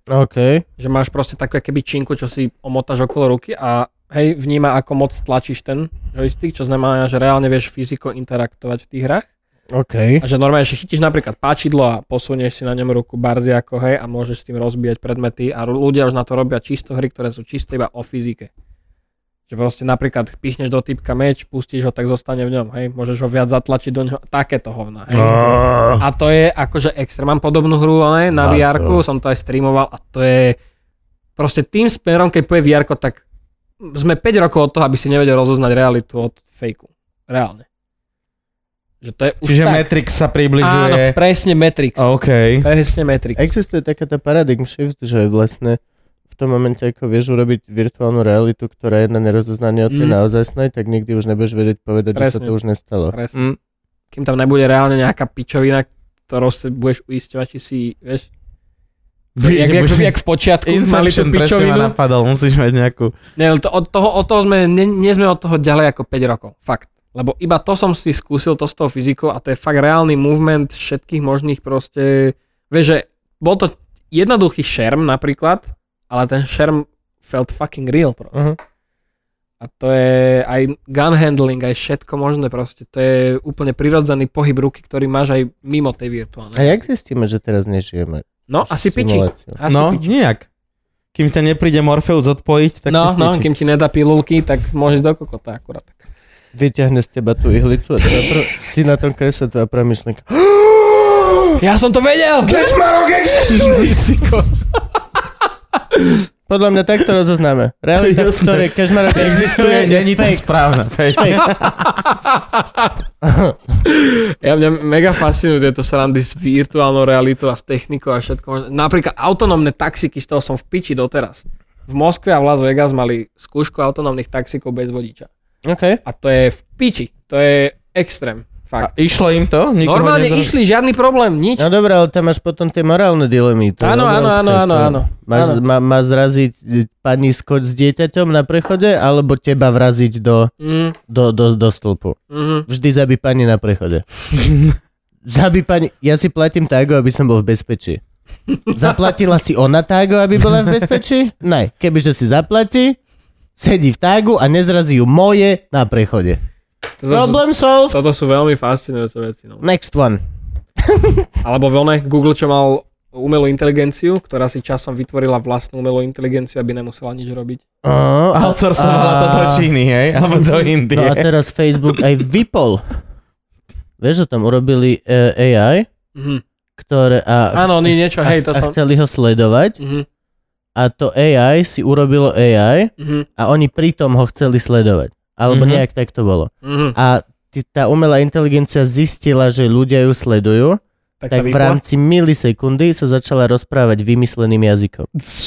A: OK.
C: Že máš proste takú keby činku, čo si omotáš okolo ruky a hej, vníma, ako moc tlačíš ten joystick, čo znamená, že reálne vieš fyziko interaktovať v tých hrách.
A: OK.
C: A že normálne, že chytíš napríklad páčidlo a posunieš si na ňom ruku barzy ako hej a môžeš s tým rozbíjať predmety a ľudia už na to robia čisto hry, ktoré sú čisto iba o fyzike. Že proste napríklad pichneš do typka meč, pustíš ho, tak zostane v ňom, hej, môžeš ho viac zatlačiť do ňoho, takéto hovna, hej. A to je akože extra, mám podobnú hru, ne, na vé erku, som to aj streamoval a to je proste tým smerom, keď povie vé erko, tak sme päť rokov od toho, aby si nevedel rozoznať realitu od fejku. Reálne. Že to je už
B: Čiže
C: tak.
B: Matrix sa približuje.
C: Áno, presne Matrix.
B: OK.
C: Presne Matrix.
A: Existuje taká tá paradigm shift, že vlastne v tom momente, ako vieš urobiť virtuálnu realitu, ktorá je na nerozoznanie od tej
C: Mm.
A: naozajstnej, tak nikdy už nebudeš vedieť povedať, že sa
C: Presne.
A: to už nestalo.
C: Presne.
B: Mm.
C: Kým tam nebude reálne nejaká pičovina, ktorou si budeš uisťovať, či si, vieš, jak, jak, jak v počiatku mali tú
B: Inception presne ma
C: pičovinu.
B: napadal, musíš mať nejakú...
C: Nie, to, od, toho, od toho sme, nie, nie sme od toho ďalej ako päť rokov. Fakt. Lebo iba to som si skúsil, to s tou fyzikou a to je fakt reálny movement všetkých možných proste... Vieš, že bol to jednoduchý šerm napríklad, ale ten šerm felt fucking real proste.
A: Uh-huh.
C: A to je aj gun handling, aj všetko možné proste. To je úplne prirodzený pohyb ruky, ktorý máš aj mimo tej virtuálnej.
A: A jak zistíme, že teraz nežijeme?
C: No, asi piči.
A: Simuláciu.
C: Asi
B: No,
C: piči.
B: nijak. Kým ťa nepríde Morpheus odpojiť, tak
C: No,
B: si v
C: no,
B: piči.
C: kým ti nedá pilulky, tak môžeš do kokota akurát.
A: Vyťahne z teba tú ihlicu a teda pr- si na tom kresle tvoja premyšlenka.
C: Ja som to vedel!
B: Kežmarok existuje!
A: Podľa mňa takto rozoznáme. Realita, v ktorej Kežmarok existuje, je
B: Není to
A: fake.
B: správne. Fake.
A: Fake.
C: Ja mňa mega fascinujú tieto srandy s virtuálnou realitou a s technikou a všetko. Napríklad autonómne taxiky, z toho som v piči doteraz. V Moskve a v Las Vegas mali skúšku autonómnych taxikov bez vodiča.
A: OK.
C: A to je v piči. To je extrém.
B: A
C: Fakt.
B: išlo im to? Nikoho
C: Normálne
B: nezro...
C: išli, žiadny problém, nič.
A: No dobré, ale tam máš potom tie morálne dilemy. To je
C: Áno, áno,
A: obrovské.
C: áno, áno,
A: To-
C: áno.
A: Máš,
C: Áno.
A: má, má zraziť pani skoč s dieťaťom na prechode, alebo teba vraziť do,
C: Mm,
A: do, do, do stĺpu.
C: mm.
A: Vždy zabí pani na prechode. Zabí pani... Ja si platím tágo, aby som bol v bezpečí. Zaplatila si ona tágo, aby bola v bezpečí? Ne. Kebyže si zaplatí, sedí v tágu a nezrazí ju moje na prechode.
C: Toto sú,
A: Problem solved.
C: toto sú veľmi fascinujúce veci. No.
A: Next one.
C: Alebo veľne Google, čo mal umelú inteligenciu, ktorá si časom vytvorila vlastnú umelú inteligenciu, aby nemusela nič robiť.
A: Uh,
B: Outsourcovala to do Číny, hej? Alebo do Indie.
A: No a teraz Facebook aj vypol. Vieš, o tom urobili uh, á í,
C: Mhm.
A: ktoré... A,
C: Áno, nie, niečo,
A: a,
C: hej, to
A: a
C: som...
A: chceli ho sledovať
C: Mhm,
A: a to á í si urobilo á í
C: mhm,
A: a oni pritom ho chceli sledovať. Alebo
B: Mhm.
A: nejak tak to bolo.
C: mhm.
A: A ty, tá umelá inteligencia zistila, že ľudia ju sledujú,
C: Tak,
A: tak
C: sa
A: v
C: vypla.
A: rámci milisekundy sa začala rozprávať vymysleným jazykom.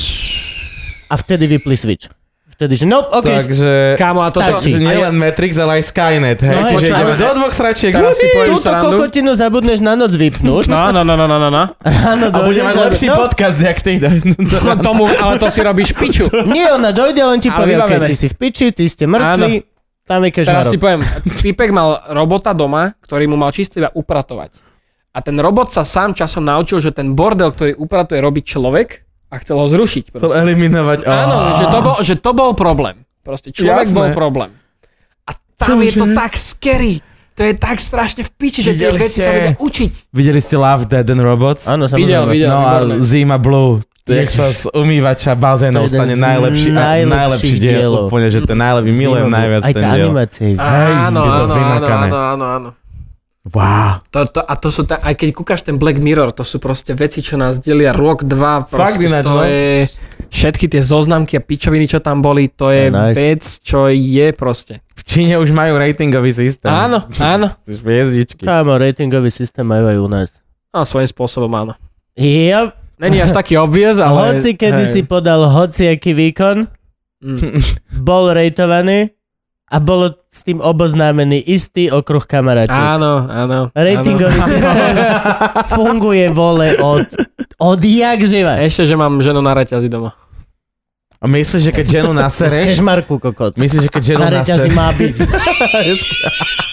A: A vtedy vypli switch. Vtedy, že nope, ok,
B: Takže...
C: Kámo, a toto...
A: stačí.
B: Že nie len Matrix, ale aj Skynet, hej?
A: No, hej,
B: Čiže
A: počkaj,
B: ideme
A: ale-
B: do dvoch sračiek.
C: Teraz si poviem
A: túto
C: srandu.
A: kokotinu zabudneš na noc vypnúť.
C: No, no, no, no, no, no, no.
A: Ráno
B: A bude
A: dojdeš
B: mať
A: a-
B: lepší
A: no,
B: podcast, jak ty.
C: Tomu, ale to si robíš piču.
A: Nie, ona dojde, len ti
C: Ale
A: povie, ok,
C: vybavené.
A: ty si v piči, ty ste mŕtvi, tam je
C: Teraz si
A: kežmarok.
C: poviem, typek mal robota doma, ktorý mu mal čisto iba upratovať. A ten robot sa sám časom naučil, že ten bordel, ktorý upratuje, robí človek a chcel ho zrušiť.
B: Chcel
C: proste.
B: eliminovať.
C: Áno, že to, bol, že to bol problém. Proste človek
B: Jasné.
C: bol problém. A tam
B: Čože?
C: je to tak scary. To je tak strašne v piči, že tie
B: Videli
C: veci
B: ste?
C: sa vedia učiť.
B: Videli ste Love, Dead and Robots?
A: Áno,
C: Videl,
A: samozrejme.
C: videl.
B: No a
C: výborné.
B: Zima Blue. To je, jak
A: Ježiš.
B: sa z umývača bazénov
A: To je jeden
B: stane
A: z
B: najlepší, a
A: najlepších
B: najlepší diel.
A: dielov.
B: Úplne, že ten najlepší, milujem
A: Zimovú.
B: najviac
A: Aj
B: ten
A: tá
B: diel.
A: animácia je...
B: Hej,
C: Áno,
B: je to
C: áno, áno,
B: vymakané.
C: áno, áno, áno.
B: Wow.
C: To, to, a to sú, ta, aj keď kúkaš ten Black Mirror, to sú proste veci, čo nás delia rok, dva,
B: Fakt
C: proste
B: ináč,
C: to
B: no.
C: je, všetky tie zoznamky a pičoviny, čo tam boli, to je
A: No, nice.
C: vec, čo je proste.
B: V Číne už majú ratingový systém.
C: Áno, áno.
B: Hviezdičky.
A: Kámo, ratingový systém majú aj u nás.
C: No, svojím spôsobom áno.
A: Yep.
C: Není až taký obviez, ale...
A: Hoci kedy
C: hej.
A: si podal hociaký výkon,
C: Mm.
A: bol rejtovaný a bolo s tým oboznámený istý okruh kamarátov.
C: Áno, áno.
A: Ratingový
C: áno.
A: systém funguje vole od, od jak živa.
C: Ešte, že mám ženu na reťazi doma.
B: A myslíš, že keď ženu
A: Z
B: nasereš,
A: kežmarku, kokot.
B: myslíš, že keď ženu
A: Na reťazi
B: nasereš,
A: má byť.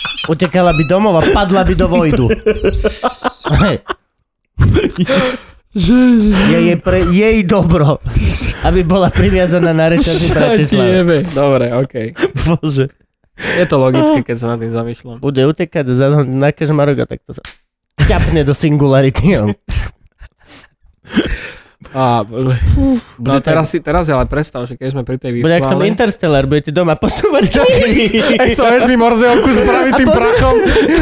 A: Utekala by domov a padla by do vojdu. Hej. Je jej, pre, jej dobro, aby bola priviazaná na reťazi Bratislava.
C: Dobre, okej. Okay.
B: Bože.
C: Je to logické, keď sa nad tým zamýšľam.
A: Bude utekať za na kežmarok a takto sa ťapne do singularity.
C: Á, bože. No a teraz, si, teraz ale predstav, že keď sme pri tej virtuálnej...
A: Bude ak som Interstellar, budete doma posúvať knihy.
C: Ej, so vezmi Morzeovku s pravitým prachom.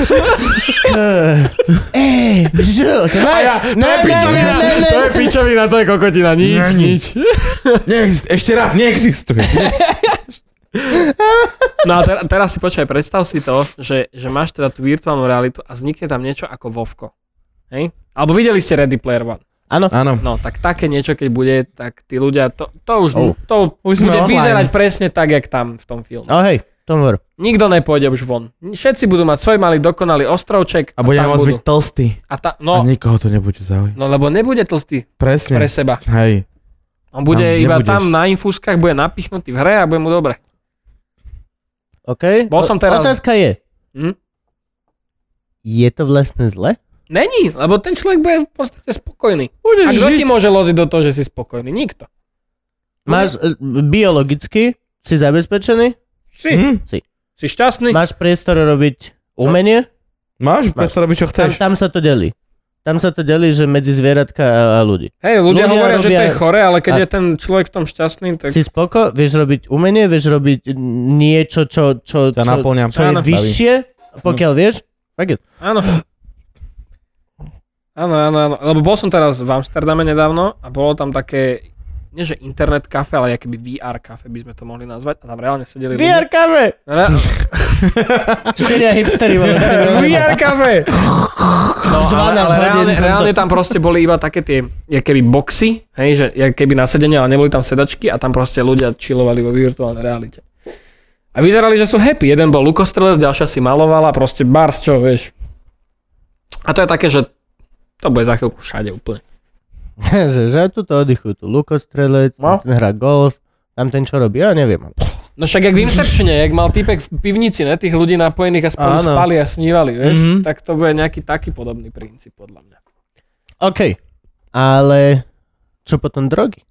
A: Ej, žu, sa
C: A ja, to je pičovina, to je pičovina, to je kokotina, nič, nič.
B: Neexist, ešte raz, neexistuje.
C: No a ter- teraz si počkaj, predstav si to, že, že máš teda tú virtuálnu realitu a vznikne tam niečo ako Vovko. Hej? Alebo videli ste Ready Player One.
A: Áno.
B: Áno.
C: No, tak také niečo, keď bude, tak tí ľudia, to, to už,
B: Oh.
C: to
B: Už
C: bude
B: sme online.
C: vyzerať presne tak, jak tam v tom filme.
A: Oh, hej, tomu ver.
C: Nikto nepôjde už von. Všetci budú mať svoj malý dokonalý ostrovček
B: A
C: a,
B: budeme
C: tam
B: môcť
C: budú.
B: byť tlstý.
C: A ta,
B: A
C: no,
B: nikoho to nebude zaujímať.
C: no, lebo nebude tlstý
B: Presne.
C: pre seba.
B: Hej.
C: On bude
B: Tam
C: iba
B: nebudeš.
C: tam na infúskach, bude napichnutý v hre a bude mu dobre.
A: OK.
C: Bol som teraz-
A: Otázka je,
C: Hm?
A: je to vlastne zle?
C: Není, lebo ten človek bude v podstate spokojný.
B: Budeš
C: A kto
B: žiť.
C: ti môže loziť do toho, že si spokojný? Nikto.
A: Máš e, biologicky, si zabezpečený?
C: Si,
B: Hm.
A: Si.
C: si šťastný.
A: Máš priestor robiť umenie?
B: Máš priestor robiť, čo
A: Tam,
B: chceš.
A: tam sa to delí. Tam sa to delí, že medzi zvieratka a, a ľudí.
C: Hej, ľudia,
A: ľudia
C: hovoria, že to
A: robia-
C: je chore, ale keď
A: a-
C: je ten človek v tom šťastný, tak...
A: Si spoko, vieš robiť umenie, vieš robiť niečo, čo, čo,
B: Ťa
A: čo,
B: naplňa.
A: čo je
C: Áno.
A: vyššie, pokiaľ vieš. Fuck it.
C: Áno. Áno, áno, áno. Lebo bol som teraz v Amsterdame nedávno a bolo tam také, nie že internet kafe, ale akoby vé er kafe by sme to mohli nazvať. A tam reálne sedeli
A: vé er kafe!
C: Re-
A: Štyria hipstery vole s tým.
C: vé er kafe! No, ale, ale
A: dvanásť hodín
C: reálne,
A: som to-
C: reálne tam proste boli iba také tie, jak keby boxy, hej, že jak keby na sedenie, ale neboli tam sedačky a tam proste ľudia chillovali vo virtuálnej realite. A vyzerali, že sú happy. Jeden bol lukostrelec, ďalšia si malovala, proste bars, čo, vieš. A to je také, že to bude za chvíľku všade úplne.
A: že, že tu to oddychujú, tu lukostrelec,
C: No.
A: ten hrá golf, tam ten čo robí, ja neviem.
C: No však jak v Inceptione, jak mal týpek v pivnici, ne, tých ľudí napojených a spolu
B: Áno.
C: spali a snívali, vieš,
B: Mhm.
C: tak to bude nejaký taký podobný princíp, podľa mňa.
A: OK, ale čo potom drogy?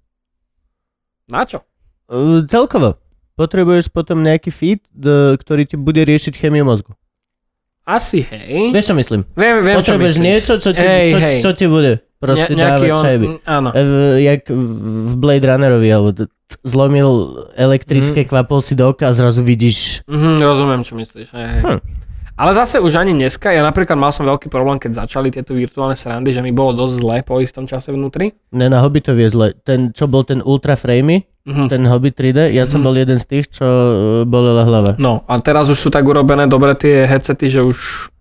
C: Na čo?
A: Uh, celkovo, potrebuješ potom nejaký feed, d- ktorý ti bude riešiť chemiu mozgu.
C: Asi, hej.
A: Vieš čo myslím?
C: Viem, viem, čo
A: Potrebuješ
C: myslíš.
A: niečo, čo ti,
C: Hej,
A: čo,
C: hej.
A: čo ti bude proste
C: Ne- nejaký
A: dávať
C: on-
A: šajby.
C: mm, Áno.
A: E, v- jak v Blade Runnerovi, alebo t- t- zlomil elektrické, kvapol si do oka a zrazu vidíš.
C: Mhm, rozumiem, čo myslíš. Hej, hej.
A: Hm.
C: Ale zase už ani dneska, ja napríklad mal som veľký problém, keď začali tieto virtuálne srandy, že mi bolo dosť zle po istom čase vnútri.
A: Ne, na Hobbitovi je zle. Ten, čo bol ten ultra framey,
C: Mhm.
A: ten Hobbit tri dé, ja som
C: Mhm.
A: bol jeden z tých, čo e, bolela hlava.
C: No a teraz už sú tak urobené dobre tie headsety, že už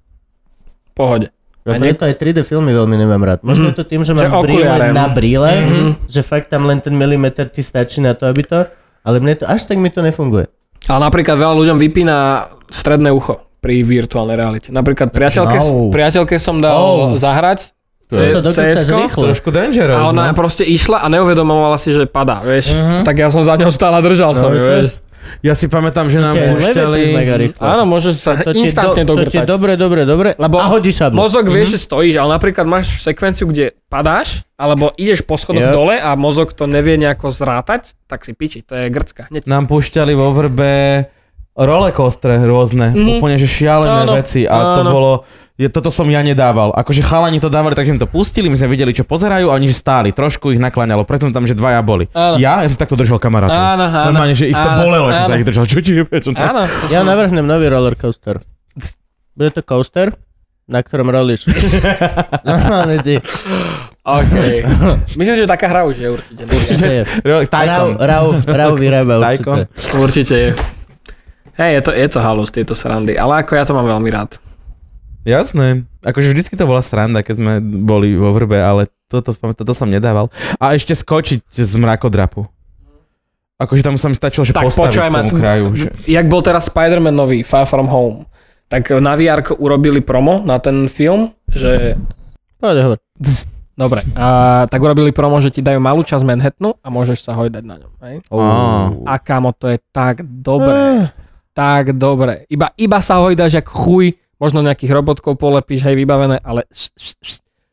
C: v pohode.
A: A
C: A nie-
A: preto aj tri dé filmy veľmi nemám rád. Možno je to tým, že
C: Že
A: mám brýle
C: okuliare, no.
A: na brýle,
C: Mhm.
A: že fakt tam len ten milimeter ti stačí na to, aby to, ale mne to, až tak mi to nefunguje.
C: Ale napríklad veľa ľuďom vypína stredné ucho pri virtuálnej realite. Napríklad priateľke,
A: Au.
C: priateľke som dal
A: Au.
C: zahrať
A: To sa dokonca
C: C S ko,
A: rýchlo.
B: Trošku dangerous,
C: a ona
B: no.
C: proste išla a neuvedomovala si, že padá, vieš. Tak ja som za ňou stále držal
A: No,
C: som ju,
A: to je-
C: vieš.
B: Ja si pamätám, že nám
A: To je zle
B: púšťali...
A: vypísť mega rýchlo.
C: Áno, môžeš sa
A: To ti,
C: instantne
A: do, to ti
C: dogrcať.
A: dobre, dobre, dobre,
C: Lebo
A: a hodíš šablu.
C: Mozog vie, že stojíš, ale napríklad máš sekvenciu, kde padáš, alebo ideš po schodoch
A: Jo.
C: dole a mozog to nevie nejako zrátať, tak si piči, to je grcka. Hneď.
B: Nám púšťali vo Vrbe rollercoastre rôzne,
C: Mhm.
B: úplne že šialené
C: Áno,
B: veci a to
C: áno.
B: bolo, je, toto som ja nedával. Akože chalani to dávali, takže mi to pustili, my sme videli, čo pozerajú a oni stáli, trošku ich nakláňalo, preto som tam, že dvaja boli.
C: Áno.
B: Ja, ja som takto držal kamarátov.
C: Áno, áno.
B: Normálne, že ich to
C: áno,
B: bolelo, čo sa
C: áno.
B: ich držal. Čo ti je? Čo to-
C: Áno, to
A: Ja
C: som-
A: navrhnem nový roller coaster. Bude to coaster, na ktorom rolíš. Normálne ty.
C: OK. Myslím, že taká hra už je určite.
A: Určite je.
B: Rau,
A: Rau,
B: Tajkon.
A: Rau, Rau vyrába
B: Tajkon.
A: určite.
C: Určite je. Hej, je to, je to halus, tieto srandy, ale ako ja to mám veľmi rád.
B: Jasné. Akože vždycky to bola sranda, keď sme boli vo Vrbe, ale toto, toto som nedával. A ešte skočiť z mrakodrapu. Akože tam sa mi stačilo, že
C: Tak
B: postaviť
C: počúvaj
B: k
C: ma,
B: tomu kraju. Že...
C: jak bol teraz Spider-Man nový, Far From Home, tak na vé erko urobili promo na ten film, že...
A: Poďte hovor.
C: Dobre, a tak urobili promo, že ti dajú malú časť Manhattanu a môžeš sa hojdať na ňom. Hej?
B: Á.
C: A kámo, to je tak dobré. Tak dobre. Iba, iba sa hojdáš jak chuj, možno nejakých robotkov polepíš, hej, vybavené, ale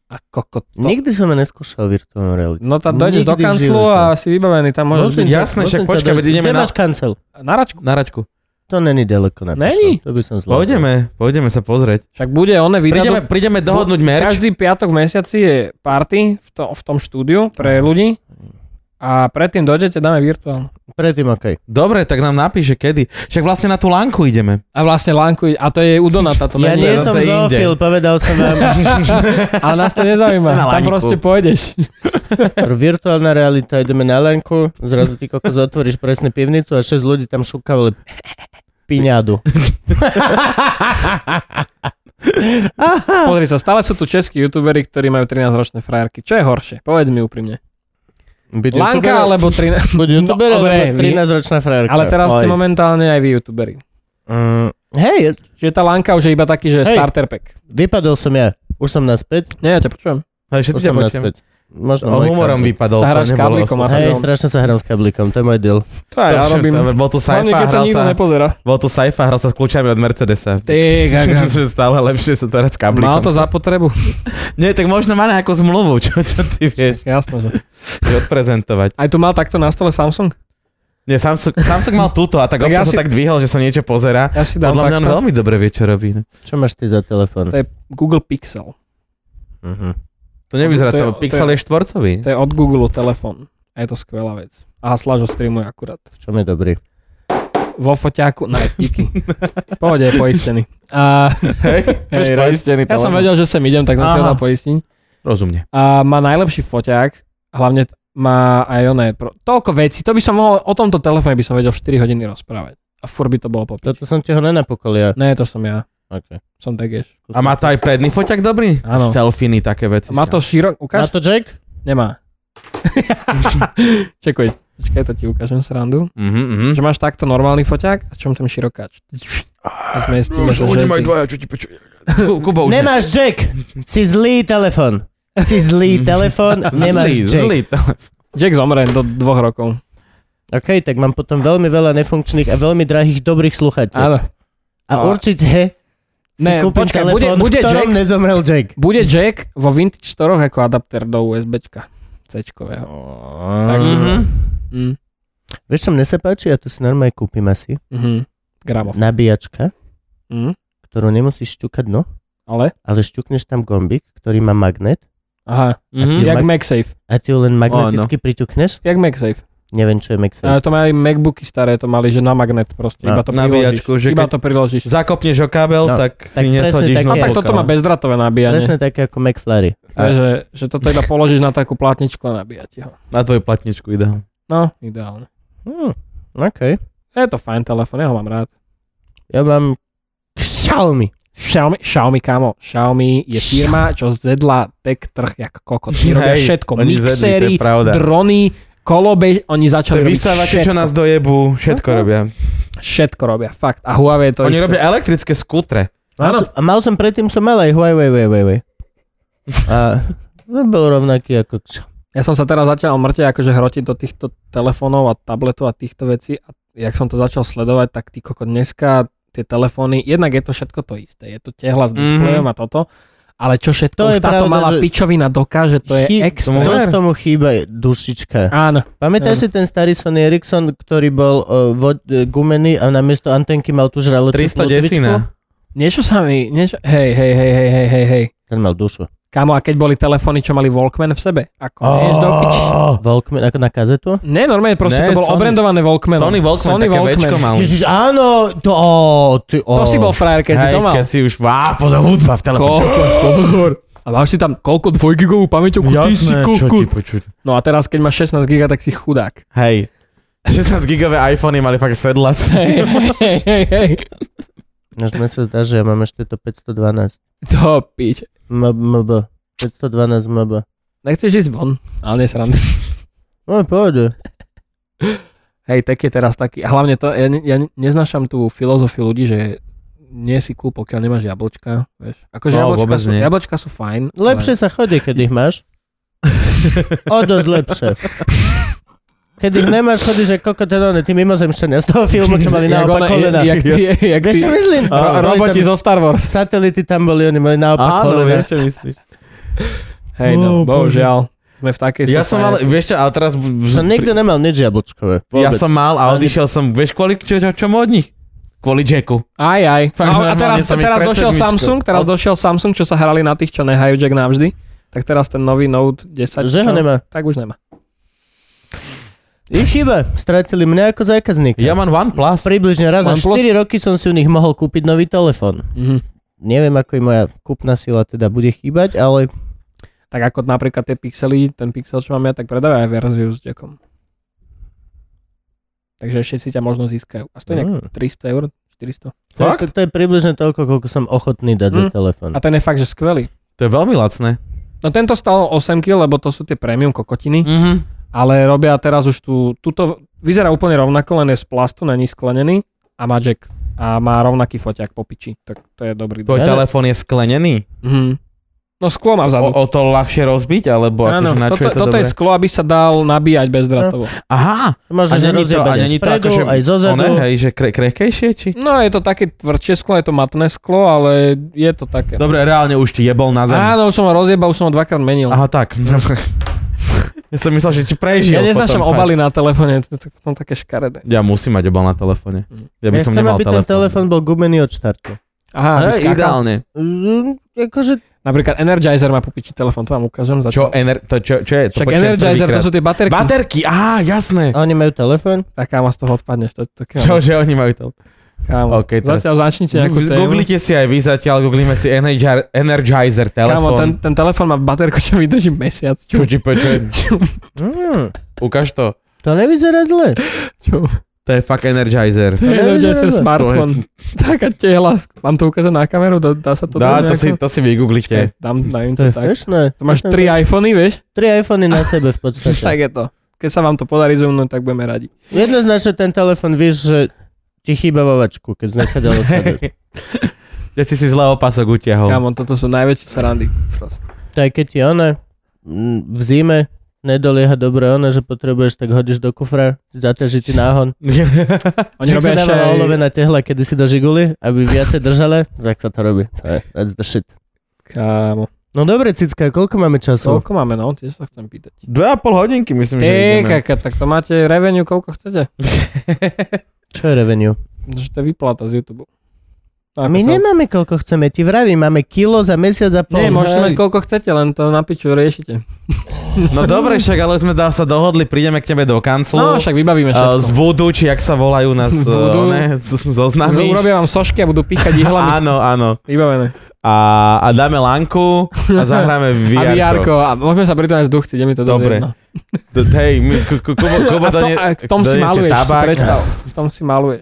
C: A kokot to...
A: Nikdy som neskúšal virtuálnu realitu.
C: No tak dojdeš do kanclu a si vybavený, tam môžeš byť.
B: Jasné, však počkaj, veď ideme
A: na... Kde
B: na...
A: máš kancel?
C: Na Račku.
B: Na Račku.
A: To není ďaleko na
C: Není?
A: To by som zvládol.
B: Pôjdeme, pôjdeme sa pozrieť.
C: Však bude one vydať...
B: Prídeme, prídeme dohodnúť merch.
C: Každý piatok v mesiaci je party v, to, v tom štúdiu pre ľudí a predtým dojdete, dáme virtuálne.
A: Predtým okej. Okay.
B: Dobre, tak nám napíše kedy. Však vlastne na tú lánku ideme.
C: A vlastne lánku, a to je u Donata. To
A: Ja
C: nie
A: nie som zoofil, povedal som vám.
C: Ale nás to nezaujíma, tam
B: lánku.
C: proste pôjdeš.
A: Virtuálna realita, ideme na lánku, zrazu ty kokos otvoríš presne pivnicu a šesť ľudí tam šukavali piňádu.
C: Pozri sa, stále sú tu českí youtuberi, ktorí majú trinásťročné frajerky. Čo je horšie? Povedz mi úprimne.
A: Byť
C: Lánka
A: youtuber,
C: alebo trinásť...
A: Buď youtuber,
C: No,
A: alebo
C: dobre, vy-
A: trinásťročná frajerka.
C: Ale teraz ste
B: Oj.
C: momentálne aj vy youtuberi.
A: Mm, hej,
C: Čiže tá Lánka už je iba taký, že
A: Hej.
C: starter pack.
A: vypadol som ja. Už som naspäť.
C: Nie, ja ťa počujem.
B: Ale
A: Už
B: všetci ťa
A: som
B: počujem.
A: naspäť. Možno
B: O
A: môj
B: humorom
A: kabel.
B: vypadol.
C: Sa
B: to
C: hráš s
B: nebolo
C: kablíkom
B: oslo-
C: asi.
A: Hej,
C: no.
A: strašne sa hrám s kablíkom, to je môj deal.
C: To aj ja
B: To
C: robím.
B: všetko, Bol tu
C: Hlavne,
B: Saifa,
C: keď sa
B: hral
C: nikto
B: sa,
C: nepozerá.
B: bol tu Saifa, hral sa s kľúčami od Mercedesa.
C: Ty, gaga.
B: Že stále lepšie sa teraz s kablíkom.
C: Mal to za potrebu.
B: Nie, tak možno má nejakú zmluvu, čo, čo ty vieš
C: Jasné, že.
B: odprezentovať.
C: Aj tu mal takto na stole Samsung?
B: Nie, Samsung, Samsung mal túto a tak,
C: Tak
B: občas
C: ja si-
B: sa tak dvihol, že sa niečo pozerá.
C: Ja si dám
B: Podľa mňa on
C: takto.
B: veľmi dobre vie, čo robí. ne?
A: Čo máš ty za telefón?
C: To je Google Pixel.
A: Uh-huh.
B: To nevyzerá,
C: To je-
B: to,
C: to
B: Pixel
C: je-
B: je štvorcový.
C: To je od Google telefón. A je to skvelá vec. Aha, Slažo streamuje akurát.
A: V čom je dobrý?
C: Vo foťáku, no díky. Pohode, je poistený. A,
B: Hej,
C: hej,
B: Máš
C: raz.
B: poistený
C: Ja som
B: telefón.
C: vedel, že sem idem, tak som si ho
B: Aha.
C: dal poistiť.
B: Rozumne.
C: A má najlepší foťák, hlavne t- má aj oné, pro, toľko vecí, to by som mohol, o tomto telefóne by som vedel štyri hodiny rozprávať. A furt by to bolo popíč.
A: Toto som ti ho nenapokol ja.
C: Ne, to som ja.
A: Okay.
C: Som takéž.
B: A má to aj predný foťak dobrý?
C: Áno.
B: Selfiny, také veci.
C: Má to širok,
A: Má
C: ukáž?
A: to Jack?
C: Nemá. Čekuj, počkaj, to ti ukážem srandu.
B: Mhm, mhm.
C: Že máš takto normálny foťák a čom tam širokáč. A zmestíme sa všetci.
B: dvaja, čo ti pečuje. Ku- Kubo už
A: Nemáš Jack! Si zlý telefon. Si zlý telefon, nemáš
B: zlý,
A: Jack.
B: zlý telefón.
C: Jack zomre do dvoch rokov.
A: OK, tak mám potom veľmi veľa nefunkčných a veľmi drahých dobrých sluchateľov.
C: Áno.
A: A
C: Ale-
A: určite si
C: Ne,
A: kúpim
C: počkaj,
A: telefón,
C: bude- bude
A: v ktorom
C: Jack?
A: nezomrel Jack.
C: Bude Jack vo Vintage Storoch ako adapter do USBčka. C-čkového. Tak.
B: Mhm.
C: Mm.
A: Vieš, čo mne sa páči? Ja to si normálne kúpim asi.
C: Mhm. Gramov.
A: Nabíjačka,
C: Mm.
A: ktorú nemusíš šťukať, no,
C: Ale?
A: ale šťukneš tam gombík, ktorý má magnet
C: Aha.
B: Mhm.
C: Jak
A: Mag-
C: MagSafe.
A: a ty ju len magneticky priťukneš.
C: Jak MagSafe.
A: Neviem, čo je MagSafe.
C: Ale to majú aj Macbooky staré, to mali, že na magnet proste.
A: No,
C: Iba to
B: nabíjačku,
C: priložíš.
B: že
C: Iba
B: keď-
C: to priložíš.
B: Zakopneš o kábel,
A: No,
B: tak
A: tak
B: si
A: presne
B: nesadíš
A: tak
C: No
A: je.
C: tak
B: notebook.
C: toto má bezdratové nabíjanie.
A: Presne také ako McFlurry.
C: Takže, že toto iba položíš na takú platničku a nabíjate ho.
B: Na tvoju platničku ideálne.
C: No, ideálne.
A: Hmm, OK.
C: Je to fajn telefón, ja ho mám rád.
A: Ja mám Xiaomi.
C: Xiaomi, Xiaomi, kámo. Xiaomi je firma, čo zedla tech trh jak kokot. Oni robia
B: Hej,
C: všetko.
B: oni zedli, to
C: Mixery,
B: je pravda.
C: drony, kolobež, oni začali robiť
B: Vysávače,
C: všetko.
B: čo nás dojebu, všetko
C: Okay.
B: robia.
C: Všetko robia, fakt. A Huawei to
B: Oni
C: isté.
B: robia elektrické skútre.
A: Mal
C: Áno.
A: som, a mal som predtým, som mal aj Huawei, Huawei, Huawei. A no, bol rovnaký ako...
C: Ja som sa teraz začal mŕte akože hrotiť do týchto telefónov a tabletov a týchto vecí a jak som to začal sledovať, tak ty koko dneska tie telefóny, jednak je to všetko to isté, je to tehla s displejom
B: Mhm.
C: a toto, ale čo všetko,
A: To
C: už
A: je
C: táto
A: pravda,
C: malá
A: že-
C: pičovina dokáže, to je
A: Chý-
C: extra.
A: Dosť tomu chýba dušička.
C: Áno.
A: Pamätáš
C: Áno.
A: si ten starý Sony Ericsson, ktorý bol uh, vod, uh, gumený a namiesto antenky mal tú žraločú
B: tristo
A: plotvičku?
B: desina.
C: Niečo sa mi, niečo, hej, hej, hej, hej, hej, hej, hej.
A: Ten mal dušu.
C: Kámo, a keď boli telefóny, čo mali Walkman v sebe? Ako, oh. nevieš do piči?
A: Walkman, ako na kazetu?
C: Nie, normálne proste
B: Ne,
C: to bolo
B: Sony-
C: obrandované Walkmanom.
B: Sony Walkman, také večko mal.
A: Ježiš, áno, to, oh, ty, oh.
C: To si bol frajer, keď si
B: Hej,
C: to mal.
B: keď si už, á, pozor, hudba v telefóne.
C: Koľko, pozor. A máš si tam koľko dvojgigovú pamäťovku? Ty si
B: Jasné, čo
C: kokot.
B: ti počuť.
C: No a teraz, keď máš šestnásť giga, tak si chudák.
B: Hej. šestnásť gigové iPhony mali fakt sedlac.
C: Hej, hej, hej, hej.
A: Až mne sa zdá, že ja mám ešte to päťstodvanásť.
C: To pič.
A: M- MB. päťstodvanásť em bé.
C: Nechceš ísť von? Ale nesranduj.
A: No, pôjde.
C: Hej, tak je teraz taký. A hlavne to, ja, ne- ja neznášam tú filozofiu ľudí, že nie si cool, pokiaľ nemáš jablčka. Vieš. Akože
B: No,
C: jablčka,
B: vôbec
C: sú,
B: nie.
C: jablčka sú fajn.
A: Lepšie sa chodí, keď ich máš. O dosť lepšie. Keď ich nemáš, chodíš, že koko ten one, tí mimozemšťania z toho filmu, čo mali
C: Jak
A: naopak
C: ona-
A: kolena.
C: jak ty- jak
A: Vieš,
C: ty-
A: čo myslím?
C: Ro-
A: Boli
C: roboti
A: tam-
C: zo Star Wars.
A: Satelity tam boli, oni mali naopak
B: Áno,
A: kolena.
B: viem, čo myslíš.
C: Hej, no, oh, bohužiaľ. Sme v takej
B: Ja som mal, vieš čo, ale teraz...
A: Som nikdy nemal nič jablčkové.
B: Ja som mal a odišiel som, vieš kvôli čo, čo, čo od nich? Kvôli Jacku.
C: Aj, aj.
B: Fakt,
C: a, a teraz, teraz došiel
B: predsedničko.
C: Samsung, teraz došiel Samsung, čo sa hrali na tých, čo nehajú Jack navždy. Tak teraz ten nový Note desať.
A: Že ho
C: čo?
A: nemá.
C: Tak už nemá.
A: Ich chyba, stratili mňa ako zákazníka.
B: Ja mám OnePlus.
A: Približne raz za
C: OnePlus?
A: štyri roky som si u nich mohol kúpiť nový telefón.
C: Mhm.
A: Neviem, ako im moja kúpna sila teda bude chýbať, ale
C: Tak ako napríklad tie pixely, ten pixel, čo mám ja, tak predávajú aj verziu s Jackom. Takže všetci ťa možno získajú. A stojí
A: Mm.
C: nejak tristo eur, štyristo.
A: to je,
B: Fakt?
A: to je približne toľko, koľko som ochotný dať za
C: Mm.
A: telefón.
C: A ten je fakt, že skvelý.
B: To je veľmi lacné.
C: No tento stal osem kil, lebo to sú tie premium kokotiny,
B: Mhm.
C: ale robia teraz už tú, túto, vyzerá úplne rovnako, len je z plastu, není sklenený a má Jack. A má rovnaký foťák po piči, tak to je dobrý.
B: Tvoj
A: Ja ne-
B: telefón je sklenený?
C: Mhm. No sklo má vzadu.
B: O, o to ľahšie rozbiť, alebo
C: Áno,
B: akože na čo
C: toto,
B: je to
C: toto
B: dobré?
C: je sklo, aby sa dal nabíjať bezdratovo.
B: Aha,
A: To môžeš
B: a není to,
A: rozjebať
B: a
A: aj
B: není to
A: spredu,
B: akože,
A: aj zozadu.
B: one, hej, že kre, krehkejšie, či?
C: No je to také tvrdšie sklo, je to matné sklo, ale je to také.
B: Dobre, reálne už ti jebol na zem.
C: Áno, už som ho rozjebal, už som ho dvakrát menil.
B: Aha, tak. Ja som myslel, že ti prežil.
C: Ja neznášam
B: potom,
C: obaly na telefóne, to je potom také škaredé.
B: Ja musím mať obal na telefóne. Ja by
A: Ja
B: som
A: chcem,
B: nemal
A: aby ten
B: telefón.
A: telefón bol gumený od štartu.
C: Aha, aby
B: Hej,
C: skákal.
B: ideálne.
A: Mm, akože,
C: Napríklad Energizer má popiči telefón, to vám ukážem.
B: Čo, ener, to, čo, čo je? To
C: Však
B: počujem
C: Energizer, to
B: prvýkrát.
C: sú tie baterky.
B: Baterky, á, jasné.
A: a oni majú telefón?
C: Tak kámo, z toho odpadneš. To, to, kámo,
B: Čo, že oni majú to?
C: kámo.
B: OK, teraz-
C: Zatiaľ začnite nejakú tému.
B: Googlite si aj vy zatiaľ, googlíme si Energizer, Energizer
C: Kámo, ten,
B: telefón.
C: ten telefón má baterku, čo vydrží mesiac.
B: Čo ti počujem?
A: Mm,
B: Ukáž to.
A: to nevyzerá zle.
C: Čo?
B: To je fakt Energizer.
C: To je Energizer
A: To je-
C: smartfón. Taká tehla. Mám to ukázať na kameru? Dá, dá sa to
B: Dá,
C: dať
B: to si,
C: nejako?
B: to si vygooglite.
C: Dám, dám
A: To
C: to
A: je
C: tak.
A: fešné.
C: To máš
A: To je
C: tri
A: fešné.
C: iPhony, vieš?
A: Tri iPhony na sebe v podstate.
C: Tak je to. Keď sa vám to podarí zoomt, tak budeme radi.
A: Jednoznačne ten telefón, vieš, že ti chýba vo vačku, keď znechadal odpadať.
B: Ja si si zlé opasok utiahol.
C: Kámo, toto sú najväčšie srandy. Proste.
A: To aj keď ti ona mm, v zime nedolieha dobre ona, že potrebuješ, tak hodíš do kufra, zaťaží ti náhon.
C: Oni
A: Čak sa
C: robia ešte
A: dáva
C: aj...
A: olovená tehla, kedy si do žiguly, aby viacej držala, tak sa to robí. To je, that's the shit.
C: Kámo.
A: No dobre, Cicka, koľko máme času?
C: Koľko máme, no? Tiež sa chcem pýtať.
B: Dve a pol hodinky myslím, že
C: Ty,
B: ideme.
C: kaka, tak to máte revenue, koľko chcete?
A: Čo je revenue?
C: Že to je vyplata z YouTube.
A: A my nemáme koľko chceme, ti vravím, máme kilo za mesiac a pol.
C: Nie, môžete
A: Hej.
C: mať koľko chcete, len to na piču riešite.
B: No dobre, však ale sme dá, sa dohodli, prídeme k tebe do kanclu.
C: No, však vybavíme
B: Uh, z
C: všetko.
B: Voodoo, či jak sa volajú nás uh,
C: Voodoo.
B: one, z-
C: No,
B: zoznámiš.
C: urobia vám sošky a budú píchať ihlami.
B: Áno, áno.
C: Vybavené.
B: A, a dáme lanku a zahráme vé
C: A
B: er.
C: vé er-ko. A môžeme sa pritom aj zduchci, ide mi to dosť
B: Dobre.
C: jedno.
B: D- Hej, my, Ku- Ku- Kubo, Kubo
C: A v tom,
B: donie-
C: a v tom si
B: doniesie
C: maluješ, si
B: tabak.
C: predstav. V tom si maluješ.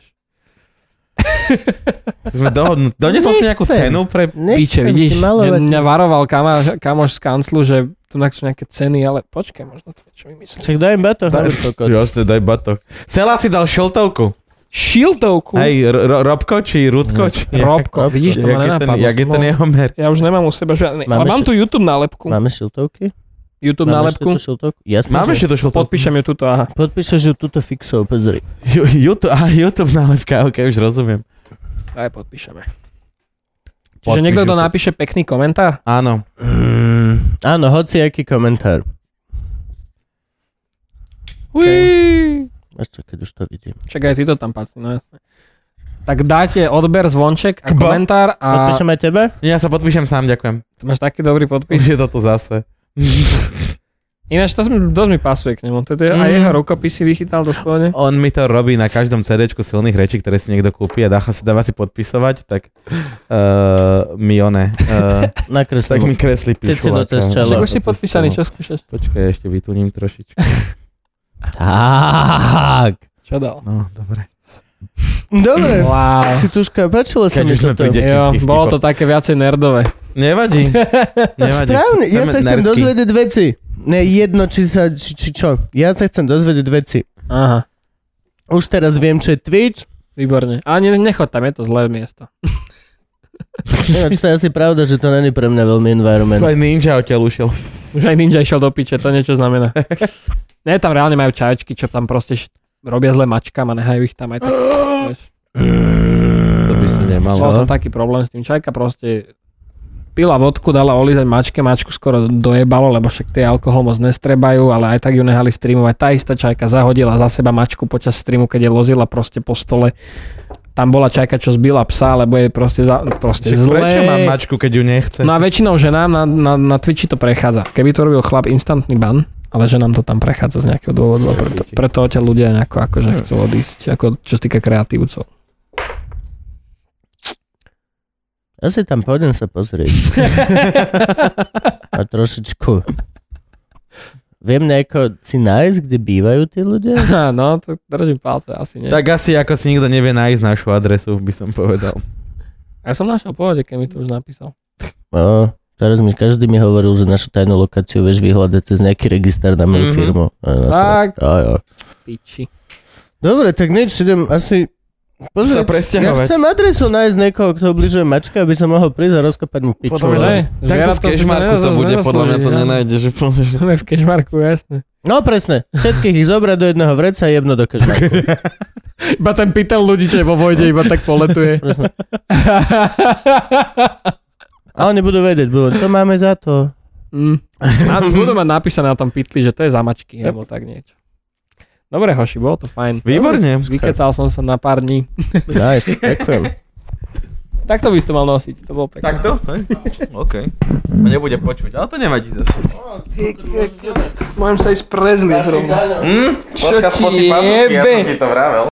B: Sme dohodnutí. Doniesol si nejakú
A: Nechcem.
B: cenu pre...
C: Piče,
A: Nechcem
C: vidíš,
A: si malovať.
C: mňa, mňa varoval kamoš, kamoš z kanclu, že tu sú nejaké ceny, ale počkaj, možno to niečo vymyslím.
A: Však daj im batoh.
B: Daj,
A: hoď kokot.
B: jasne, daj batoh. Celá si dal šiltovku.
C: Šiltovku?
B: Hej, ro- ro- Robko či Rudko? Či
C: Robko, vidíš, to
B: jak
C: ma
B: je ten,
C: nenapadlo.
B: jak je ten
C: No,
B: jeho mer?
C: Ja už nemám u seba žiadny, ale
A: Máme
C: mám
A: ši-
C: tu YouTube nálepku.
A: Máme šiltovky?
C: YouTube
A: Máme
C: nálepku.
A: ešte tú šiltovku? Jasne,
B: Máme
A: že-
B: ešte to šiltovku.
C: Podpíšem ju tuto, aha.
A: Podpíšeš ju túto fixou, pozri.
B: Ju- YouTube, aha, YouTube nálepka, ok, už rozumiem.
C: Aj podpíšeme. Čiže
B: Podpíš
C: niekto, kto
B: YouTube.
C: napíše pekný komentár?
B: Áno.
A: Mm, áno, hoci aký komentár.
B: Okay.
A: Ešte, keď už to vidím.
C: Čak aj ty to tam patrí, no jasné. Tak dáte odber, zvonček a
B: Kba.
C: komentár a
A: Podpíšem aj tebe?
B: Ja sa podpíšem sám, ďakujem.
C: ty máš taký dobrý podpis.
B: Už je toto zase.
C: Ináč to mi, dosť mi pasuje k nemu. Toto je, aj
B: Mm.
C: jeho rukopisy vychytal do spolne.
B: On mi to robí na každom CDčku silných rečí, ktoré si niekto kúpi a dá, si, dáva si podpisovať, tak uh, mi one, uh, tak
A: Nakreslím.
B: mi kreslí
A: Cicino
B: pišuláka.
A: cez čelo.
C: Však už si podpísaný, čo skúšaš?
B: Počkaj, ešte vytuním trošičku.
A: Tak.
C: Čo dal?
B: No, dobre.
A: Dobre.
C: Wow.
A: Cicuška, páčilo sa
B: Keď
A: mi
B: už sme
A: toto.
B: pri de-
C: Jo,
B: technických
C: bolo
B: vtipoch.
C: to také viacej nerdové.
B: Nevadí. Nevadí.
A: Správne, ja
B: Chceme
A: sa chcem
B: nerdky.
A: dozvedieť veci. Ne, jedno, či sa, či, či čo. Ja sa chcem dozvedieť veci.
C: Aha,
A: Už teraz viem, čo je Twitch.
C: výborne. Ale ne, nechod tam, je to zlé miesto.
A: Ináč to je asi pravda, že to není pre mňa veľmi environment.
B: Aj Ninja odtiaľ ušiel.
C: Už aj Ninja išiel do piče, to niečo znamená. Ne, tam reálne majú čajočky, čo tam proste š- robia zle mačkám a nehajú ich tam aj tak. Vieš.
B: To by si nemal.
C: Bol tam taký problém s tým. Čajka proste pila vodku, dala olízať mačke, mačku skoro dojebalo, lebo však tie alkohol moc nestrebajú, ale aj tak ju nehali streamovať. Tá istá čajka zahodila za seba mačku počas streamu, keď je lozila proste po stole. Tam bola čajka, čo zbila psa, lebo je proste, za, proste zlé.
B: Prečo mám mačku, keď ju nechce?
C: No a väčšinou ženám na, na, na Twitchi to prechádza. Keby to robil chlap, instantný ban, ale ženám to tam prechádza z nejakého dôvodu a preto, preto odtiaľ ľudia nejako akože chcú odísť, ako čo sa týka kreatívcov.
A: Asi tam pôjdem sa pozrieť. A trošičku. Viem nejako si nájsť, kde bývajú tí ľudia?
C: No, to držím palce, asi nie.
B: Tak asi ako si nikto nevie nájsť našu adresu, by som povedal.
C: Ja som našiel pohode, keď mi to už napísal.
A: No, teraz mi každý mi hovoril, že našu tajnú lokáciu vieš vyhľadať cez nejaký register na moju mm-hmm. firmu.
C: Tak.
A: Jo, jo.
C: Piči.
A: Dobre, tak nič, idem asi... Pozrieť,
B: sa presťahovať.
A: Ja chcem adresu nájsť niekoho, kto obližuje mačka, aby som mohol prísť a rozkopať mu piču.
B: Takto z Kešmarku to bude, podľa mňa to nenájdeš.
C: V Kešmarku, jasne.
A: No presne, všetkých ich zobrať do jedného vreca a jebno do Kešmarku.
C: Iba ten pytel ľudí, čo je vo vojde, iba tak poletuje.
A: A oni budú vedieť, budú, to máme za to.
C: Mm. Budú mať napísané na tom pytli, že to je za mačky, alebo tak niečo. Dobre, hoši, bolo to fajn.
B: Výborne.
C: Vykecal som sa na pár dní.
A: Nice, ďakujem.
C: Takto by si to mal nosiť, to bolo pekné.
B: Takto? OK. Nebude počuť, ale to nevadí zase.
C: Môžem sa ísť prezliť zrovna.
B: Hm?
C: Čo ti jebe?
B: Ja som ti to vravel.